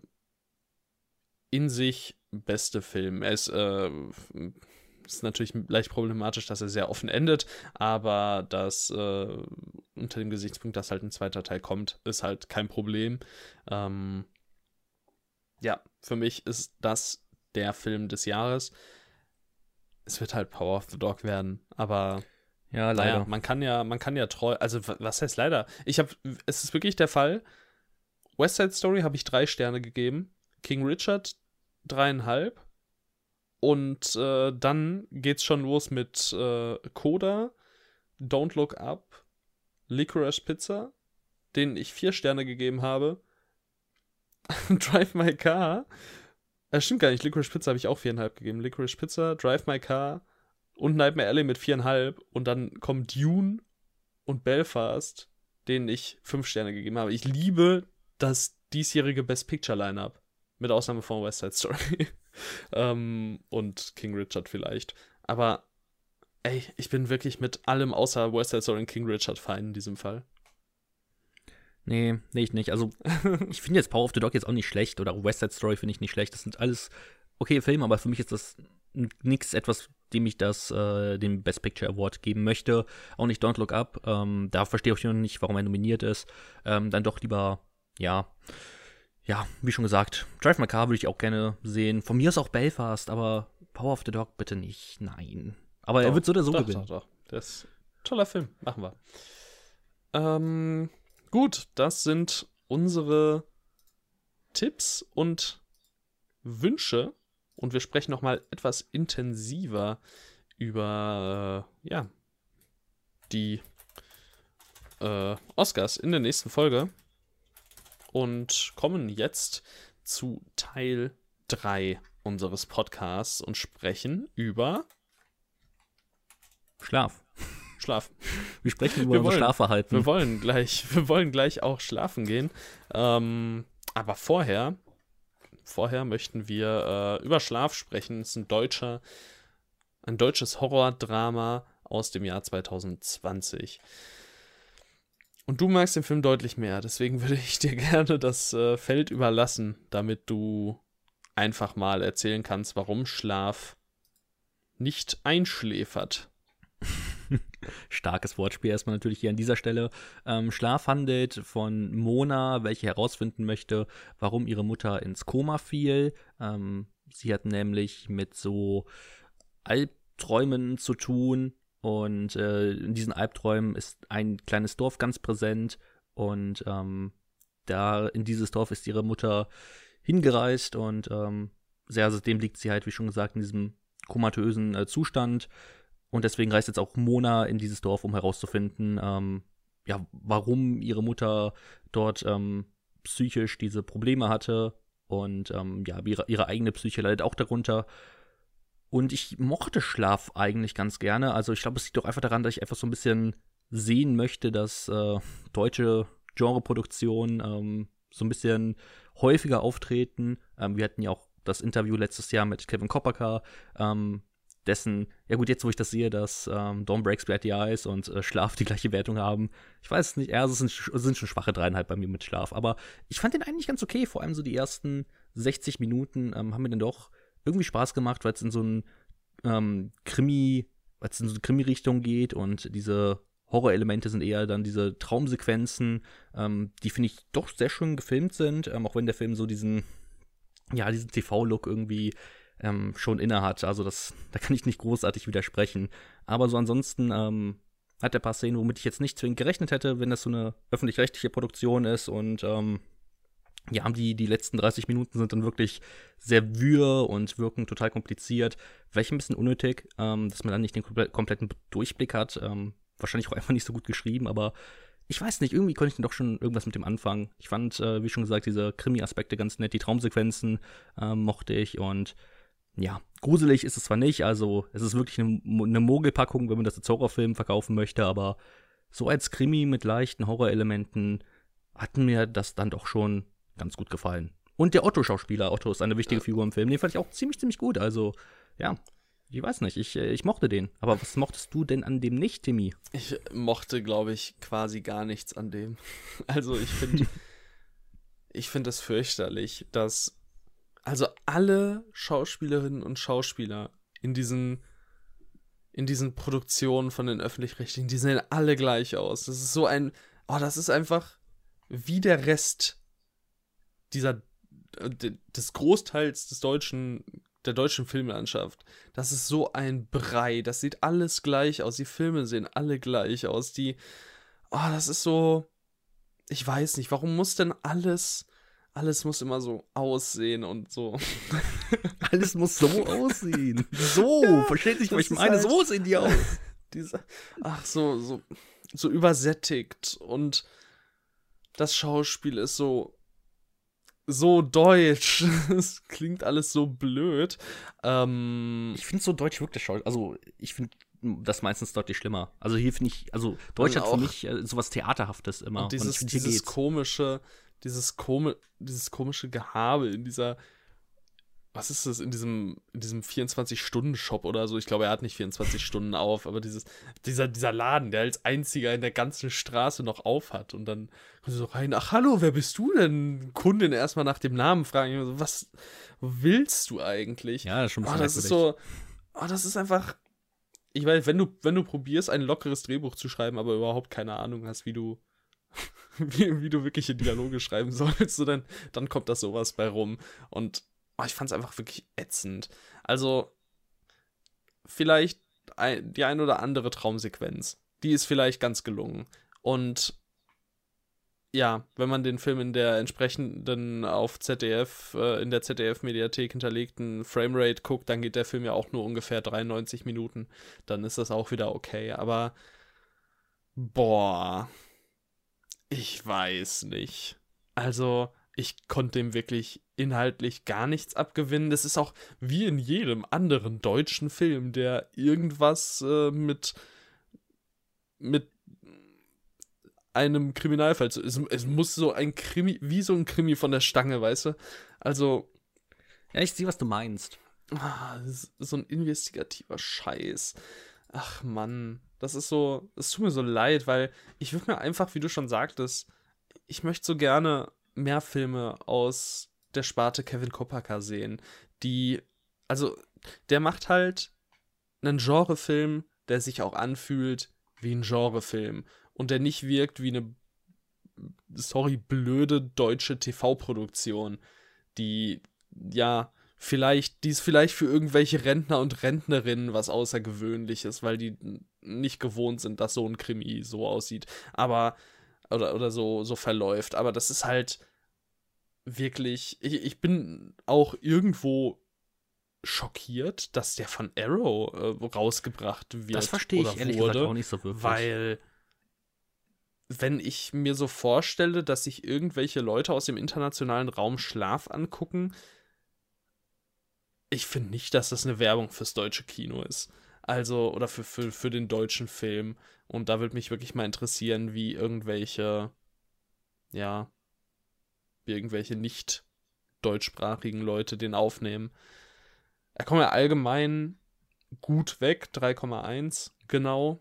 in sich beste Film. Er ist, äh, ist natürlich leicht problematisch, dass er sehr offen endet, aber das äh, unter dem Gesichtspunkt, dass halt ein zweiter Teil kommt, ist halt kein Problem. Ähm, ja, für mich ist das der Film des Jahres. Es wird halt Power of the Dog werden, aber Ja, leider. naja, man kann ja, man kann ja treu, also w- was heißt leider? Ich habe, es ist wirklich der Fall. West Side Story habe ich drei Sterne gegeben, King Richard dreieinhalb und äh, dann geht's schon los mit äh, Coda, Don't Look Up, Licorice Pizza, denen ich vier Sterne gegeben habe, Drive My Car, äh, stimmt gar nicht, Licorice Pizza habe ich auch viereinhalb gegeben, Licorice Pizza, Drive My Car und Nightmare Alley mit viereinhalb und dann kommen Dune und Belfast, denen ich fünf Sterne gegeben habe. Ich liebe das diesjährige Best Picture Lineup, mit Ausnahme von West Side Story ähm, und King Richard vielleicht. Aber ey, ich bin wirklich mit allem außer West Side Story und King Richard fein in diesem Fall. Nee, nee, ich nicht. Also, ich finde jetzt Power of the Dog jetzt auch nicht schlecht oder West Side Story finde ich nicht schlecht. Das sind alles okay Filme, aber für mich ist das nichts etwas, dem ich das, äh, den Best Picture Award geben möchte. Auch nicht Don't Look Up. Ähm, da verstehe ich noch nicht, warum er nominiert ist. Ähm, dann doch lieber, ja, ja, wie schon gesagt, Drive My Car würde ich auch gerne sehen. Von mir ist auch Belfast, aber Power of the Dog bitte nicht. Nein. Aber doch, er wird so oder so doch, gewinnen. Doch, doch. Das ist ein toller Film. Machen wir. Ähm, gut, das sind unsere Tipps und Wünsche. Und wir sprechen noch mal etwas intensiver über äh, ja, die äh, Oscars in der nächsten Folge. Und kommen jetzt zu Teil drei unseres Podcasts und sprechen über Schlaf. Schlaf. Wir sprechen über wir unser wollen, Schlafverhalten. Wir wollen gleich, wir wollen gleich auch schlafen gehen. Ähm, aber vorher, vorher möchten wir äh, über Schlaf sprechen. Es ist ein deutscher, ein deutsches Horrordrama aus dem Jahr zwanzig zwanzig. Und du magst den Film deutlich mehr, deswegen würde ich dir gerne das äh, Feld überlassen, damit du einfach mal erzählen kannst, warum Schlaf nicht einschläfert. Starkes Wortspiel erstmal natürlich hier an dieser Stelle. Ähm, Schlaf handelt von Mona, welche herausfinden möchte, warum ihre Mutter ins Koma fiel. Ähm, sie hat nämlich mit so Albträumen zu tun. Und äh, in diesen Albträumen ist ein kleines Dorf ganz präsent. Und ähm, da in dieses Dorf ist ihre Mutter hingereist. Und ähm, sehr, seitdem liegt sie halt, wie schon gesagt, in diesem komatösen äh, Zustand. Und deswegen reist jetzt auch Mona in dieses Dorf, um herauszufinden, ähm, ja, warum ihre Mutter dort ähm, psychisch diese Probleme hatte. Und ähm, ja, ihre, ihre eigene Psyche leidet auch darunter. Und ich mochte Schlaf eigentlich ganz gerne. Also ich glaube, es liegt doch einfach daran, dass ich einfach so ein bisschen sehen möchte, dass äh, deutsche Genreproduktionen ähm, so ein bisschen häufiger auftreten. Ähm, wir hatten ja auch das Interview letztes Jahr mit Kevin Kopperker, ähm, dessen, ja gut, jetzt wo ich das sehe, dass ähm, Dawn Breaks Behind the Eyes und äh, Schlaf die gleiche Wertung haben. Ich weiß nicht, ja, es sind, es sind schon schwache dreieinhalb bei mir mit Schlaf. Aber ich fand den eigentlich ganz okay. Vor allem so die ersten sechzig Minuten ähm, haben mir dann doch irgendwie Spaß gemacht, weil es in so ein ähm, Krimi, weil es in so eine Krimi-Richtung geht und diese Horrorelemente sind eher dann diese Traumsequenzen, ähm, die finde ich doch sehr schön gefilmt sind, ähm, auch wenn der Film so diesen, ja, diesen T V-Look irgendwie ähm, schon inne hat. Also das, da kann ich nicht großartig widersprechen. Aber so ansonsten ähm, hat er ein paar Szenen, womit ich jetzt nicht zwingend gerechnet hätte, wenn das so eine öffentlich-rechtliche Produktion ist und ähm, ja, die, die letzten dreißig Minuten sind dann wirklich sehr wühr und wirken total kompliziert. Vielleicht ein bisschen unnötig, ähm, dass man dann nicht den komple- kompletten Durchblick hat. Ähm, wahrscheinlich auch einfach nicht so gut geschrieben, aber ich weiß nicht, irgendwie konnte ich dann doch schon irgendwas mit dem anfangen. Ich fand, äh, wie schon gesagt, diese Krimi-Aspekte ganz nett, die Traumsequenzen äh, mochte ich und ja, gruselig ist es zwar nicht, also es ist wirklich eine, eine Mogelpackung, wenn man das als Horrorfilm verkaufen möchte, aber so als Krimi mit leichten Horrorelementen hat mir das dann doch schon ganz gut gefallen. Und der Otto-Schauspieler, Otto ist eine wichtige Figur im Film, den fand ich auch ziemlich, ziemlich gut. Also, ja, ich weiß nicht, ich, ich mochte den. Aber was mochtest du denn an dem nicht, Timmy? Ich mochte, glaube ich, quasi gar nichts an dem. Also, ich finde ich finde es fürchterlich, dass also alle Schauspielerinnen und Schauspieler in diesen in diesen Produktionen von den Öffentlich-Rechtlichen, die sehen alle gleich aus. Das ist so ein, oh, das ist einfach wie der Rest dieser, des Großteils des deutschen, der deutschen Filmlandschaft. Das ist so ein Brei. Das sieht alles gleich aus. Die Filme sehen alle gleich aus. Die, oh, das ist so, ich weiß nicht, warum muss denn alles, alles muss immer so aussehen und so. Alles muss so aussehen. So, ja, versteht sich, was ich meine. Halt, so sehen die aus. Diese, ach, so, so, so übersättigt und das Schauspiel ist so, so deutsch. Es klingt alles so blöd. Ähm, Ich finde so Deutsch wirklich schau. Also, ich finde das meistens deutlich schlimmer. Also, hier finde ich, also, Deutsch Und hat für auch- mich äh, sowas Theaterhaftes immer. und dieses, ich find, hier dieses geht's. komische, dieses, komi dieses komische Gehabe in dieser, was ist das, in diesem, in diesem vierundzwanzig-Stunden-Shop oder so. Ich glaube, er hat nicht vierundzwanzig Stunden auf, aber dieses, dieser, dieser Laden, der als einziger in der ganzen Straße noch auf hat. Und dann kommen sie so rein, ach hallo, wer bist du denn? Kundin erstmal nach dem Namen fragen. Ich so, was willst du eigentlich? Ja, das ist schon ein Oh, bisschen das ist merkwürdig. so, oh, das ist einfach, ich weiß, wenn du, wenn du probierst, ein lockeres Drehbuch zu schreiben, aber überhaupt keine Ahnung hast, wie du, wie, wie du wirkliche Dialoge schreiben sollst, so dann, dann kommt das sowas bei rum. Und oh, ich fand es einfach wirklich ätzend. Also, vielleicht ein, die ein oder andere Traumsequenz, die ist vielleicht ganz gelungen. Und ja, wenn man den Film in der entsprechenden auf Z D F, äh, in der Z D F-Mediathek hinterlegten Framerate guckt, dann geht der Film ja auch nur ungefähr dreiundneunzig Minuten. Dann ist das auch wieder okay. Aber, boah, ich weiß nicht. Also, ich konnte dem wirklich inhaltlich gar nichts abgewinnen. Das ist auch wie in jedem anderen deutschen Film, der irgendwas äh, mit, mit einem Kriminalfall zu. Es, es muss so ein Krimi, wie so ein Krimi von der Stange, weißt du? Also, Ja, ich sehe, was du meinst. ah, das ist so ein investigativer Scheiß. Ach Mann, das ist so, es tut mir so leid, weil ich würde mir einfach, wie du schon sagtest, ich möchte so gerne mehr Filme aus der Sparte Kevin Kopacka sehen, die, also, der macht halt einen Genrefilm, der sich auch anfühlt wie ein Genrefilm und der nicht wirkt wie eine, sorry, blöde deutsche T V-Produktion, die, ja, vielleicht, die ist vielleicht für irgendwelche Rentner und Rentnerinnen was Außergewöhnliches, weil die nicht gewohnt sind, dass so ein Krimi so aussieht, aber, oder, oder so, so verläuft, aber das ist halt wirklich, ich, ich bin auch irgendwo schockiert, dass der von Arrow äh, rausgebracht wird Das verstehe ich oder ehrlich wurde, gesagt auch nicht so wirklich. weil wenn ich mir so vorstelle, dass sich irgendwelche Leute aus dem internationalen Raum Schlaf angucken, ich finde nicht, dass das eine Werbung fürs deutsche Kino ist. Also, oder für, für, für den deutschen Film. Und da würde mich wirklich mal interessieren, wie irgendwelche, ja, wie irgendwelche nicht deutschsprachigen Leute den aufnehmen. Er kommt ja allgemein gut weg, drei Komma eins, genau.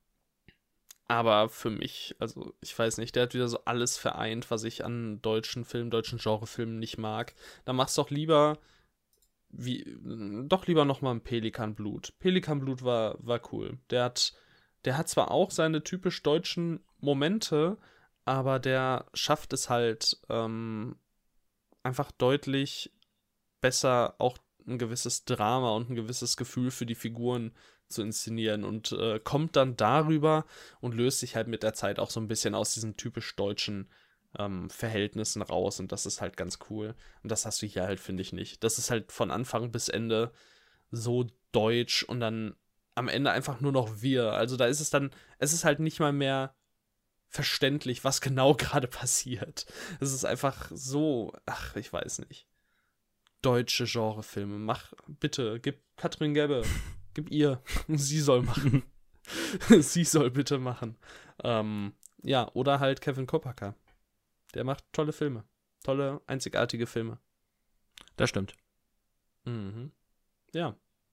Aber für mich, also ich weiß nicht, der hat wieder so alles vereint, was ich an deutschen Filmen, deutschen Genrefilmen nicht mag. Da mach's doch lieber, wie, doch lieber nochmal ein Pelikanblut. Pelikanblut war, war cool. Der hat, der hat zwar auch seine typisch deutschen Momente, aber der schafft es halt ähm, einfach deutlich besser, auch ein gewisses Drama und ein gewisses Gefühl für die Figuren zu inszenieren und äh, kommt dann darüber und löst sich halt mit der Zeit auch so ein bisschen aus diesen typisch deutschen ähm, Verhältnissen raus und das ist halt ganz cool. Und das hast du hier halt, finde ich, nicht. Das ist halt von Anfang bis Ende so deutsch und dann am Ende einfach nur noch wir. Also da ist es dann, es ist halt nicht mal mehr verständlich, was genau gerade passiert. Es ist einfach so, ach, ich weiß nicht. Deutsche Genrefilme. Mach, bitte, gib Katrin Gebbe, gib ihr. Sie soll machen. Sie soll bitte machen. Ähm, ja, oder halt Kevin Kopacka. Der macht tolle Filme. Tolle, einzigartige Filme. Das stimmt. Mhm. Ja.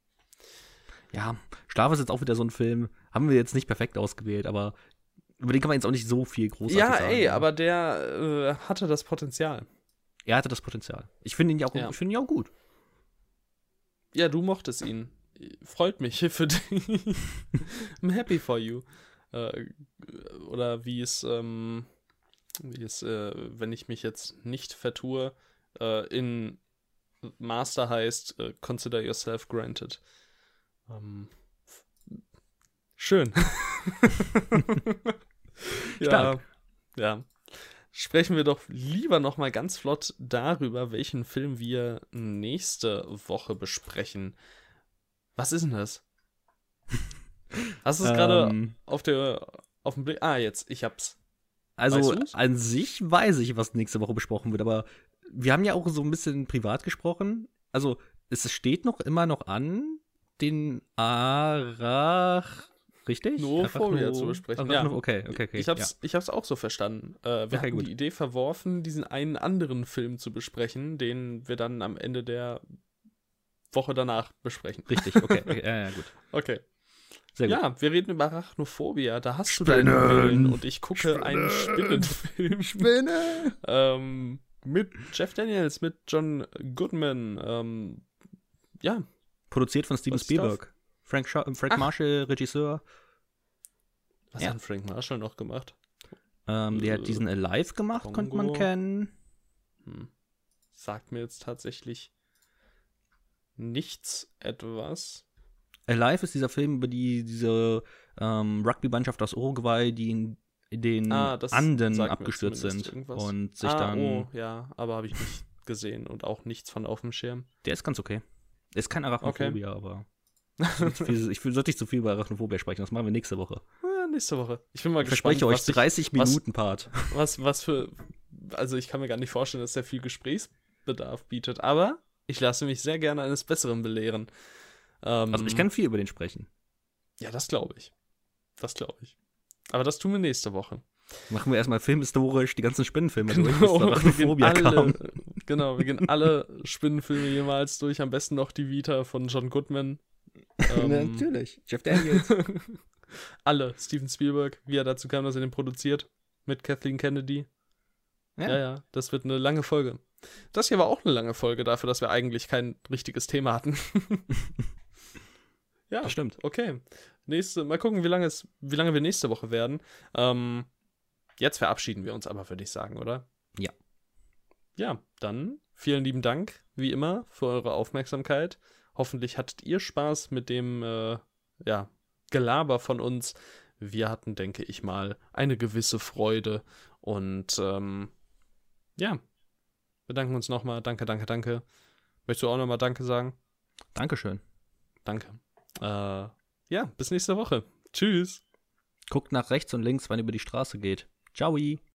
Ja, Schlaf ist jetzt auch wieder so ein Film. Haben wir jetzt nicht perfekt ausgewählt, aber über den kann man jetzt auch nicht so viel großartig Ja, sagen. ey, aber der äh, hatte das Potenzial. Er hatte das Potenzial. Ich finde ihn ja auch, Ja. ich finde ihn ja auch gut. Ja, du mochtest ihn. Freut mich für dich. I'm happy for you. Äh, oder wie es, ähm, wie es, äh, wenn ich mich jetzt nicht vertue, äh, in Master heißt, äh, consider yourself granted. Ähm, schön. ja, Stark. ja. Sprechen wir doch lieber noch mal ganz flott darüber, welchen Film wir nächste Woche besprechen. Was ist denn das? Hast du es gerade Ähm, auf der auf dem Blick? Ah, jetzt, ich hab's. Also Weißt du's? an sich weiß ich, was nächste Woche besprochen wird, aber wir haben ja auch so ein bisschen privat gesprochen. Also, es steht noch immer noch an, den Arach. Richtig? Noophobia zu besprechen. Ja. Okay, okay, okay. Ich hab's, ja. ich hab's auch so verstanden. Äh, wir okay, hatten gut. die Idee verworfen, diesen einen anderen Film zu besprechen, den wir dann am Ende der Woche danach besprechen. Richtig, okay. okay ja, ja, gut. Okay. Sehr gut. Ja, wir reden über Arachnophobia. Da hast Spinnen. du deinen Willen und ich gucke Spinnen. einen Spinnenfilm. Spinne! ähm, mit Jeff Daniels, mit John Goodman. Ähm, ja. Produziert von Steven Spielberg. Frank, Scha- Frank Marshall, Regisseur. Was ja. hat Frank Marshall noch gemacht? Ähm, der äh, hat diesen Alive gemacht, Kongo. Könnte man kennen. Hm. Sagt mir jetzt tatsächlich nichts etwas. Alive ist dieser Film über die, diese ähm, Rugby-Mannschaft aus Uruguay, die in, in den ah, Anden abgestürzt sind. Irgendwas. Und sich ah, dann. Oh, ja, aber habe ich nicht gesehen und auch nichts von auf dem Schirm. Der ist ganz okay. Ist kein Arachnophobia, okay. aber. ich, ich sollte nicht zu viel über Arachnophobia sprechen, das machen wir nächste Woche. Ja, nächste Woche. Ich bin mal ich gespannt. Ich verspreche euch dreißig Minuten Part. Was, was für. Also, ich kann mir gar nicht vorstellen, dass der viel Gesprächsbedarf bietet, aber ich lasse mich sehr gerne eines Besseren belehren. Ähm, also, ich kann viel über den sprechen. Ja, das glaube ich. Das glaube ich. Aber das tun wir nächste Woche. Machen wir erstmal filmhistorisch die ganzen Spinnenfilme genau, durch, bis wir alle, Genau, wir gehen alle Spinnenfilme jemals durch. Am besten noch die Vita von John Goodman. Ähm, Natürlich. Jeff Daniels. alle. Steven Spielberg, wie er dazu kam, dass er den produziert. Mit Kathleen Kennedy. Ja. ja, ja. Das wird eine lange Folge. Das hier war auch eine lange Folge dafür, dass wir eigentlich kein richtiges Thema hatten. Ja, das stimmt. Okay. Nächste, mal gucken, wie lange, es, wie lange wir nächste Woche werden. Ähm, jetzt verabschieden wir uns aber, würde ich sagen, oder? Ja. Ja, dann vielen lieben Dank, wie immer, für eure Aufmerksamkeit. Hoffentlich hattet ihr Spaß mit dem äh, ja, Gelaber von uns. Wir hatten, denke ich mal, eine gewisse Freude. Und ähm, ja, bedanken uns nochmal. Danke, danke, danke. Möchtest du auch nochmal Danke sagen? Dankeschön. Danke. Äh, ja, bis nächste Woche. Tschüss. Guckt nach rechts und links, wann ihr über die Straße geht. Ciao.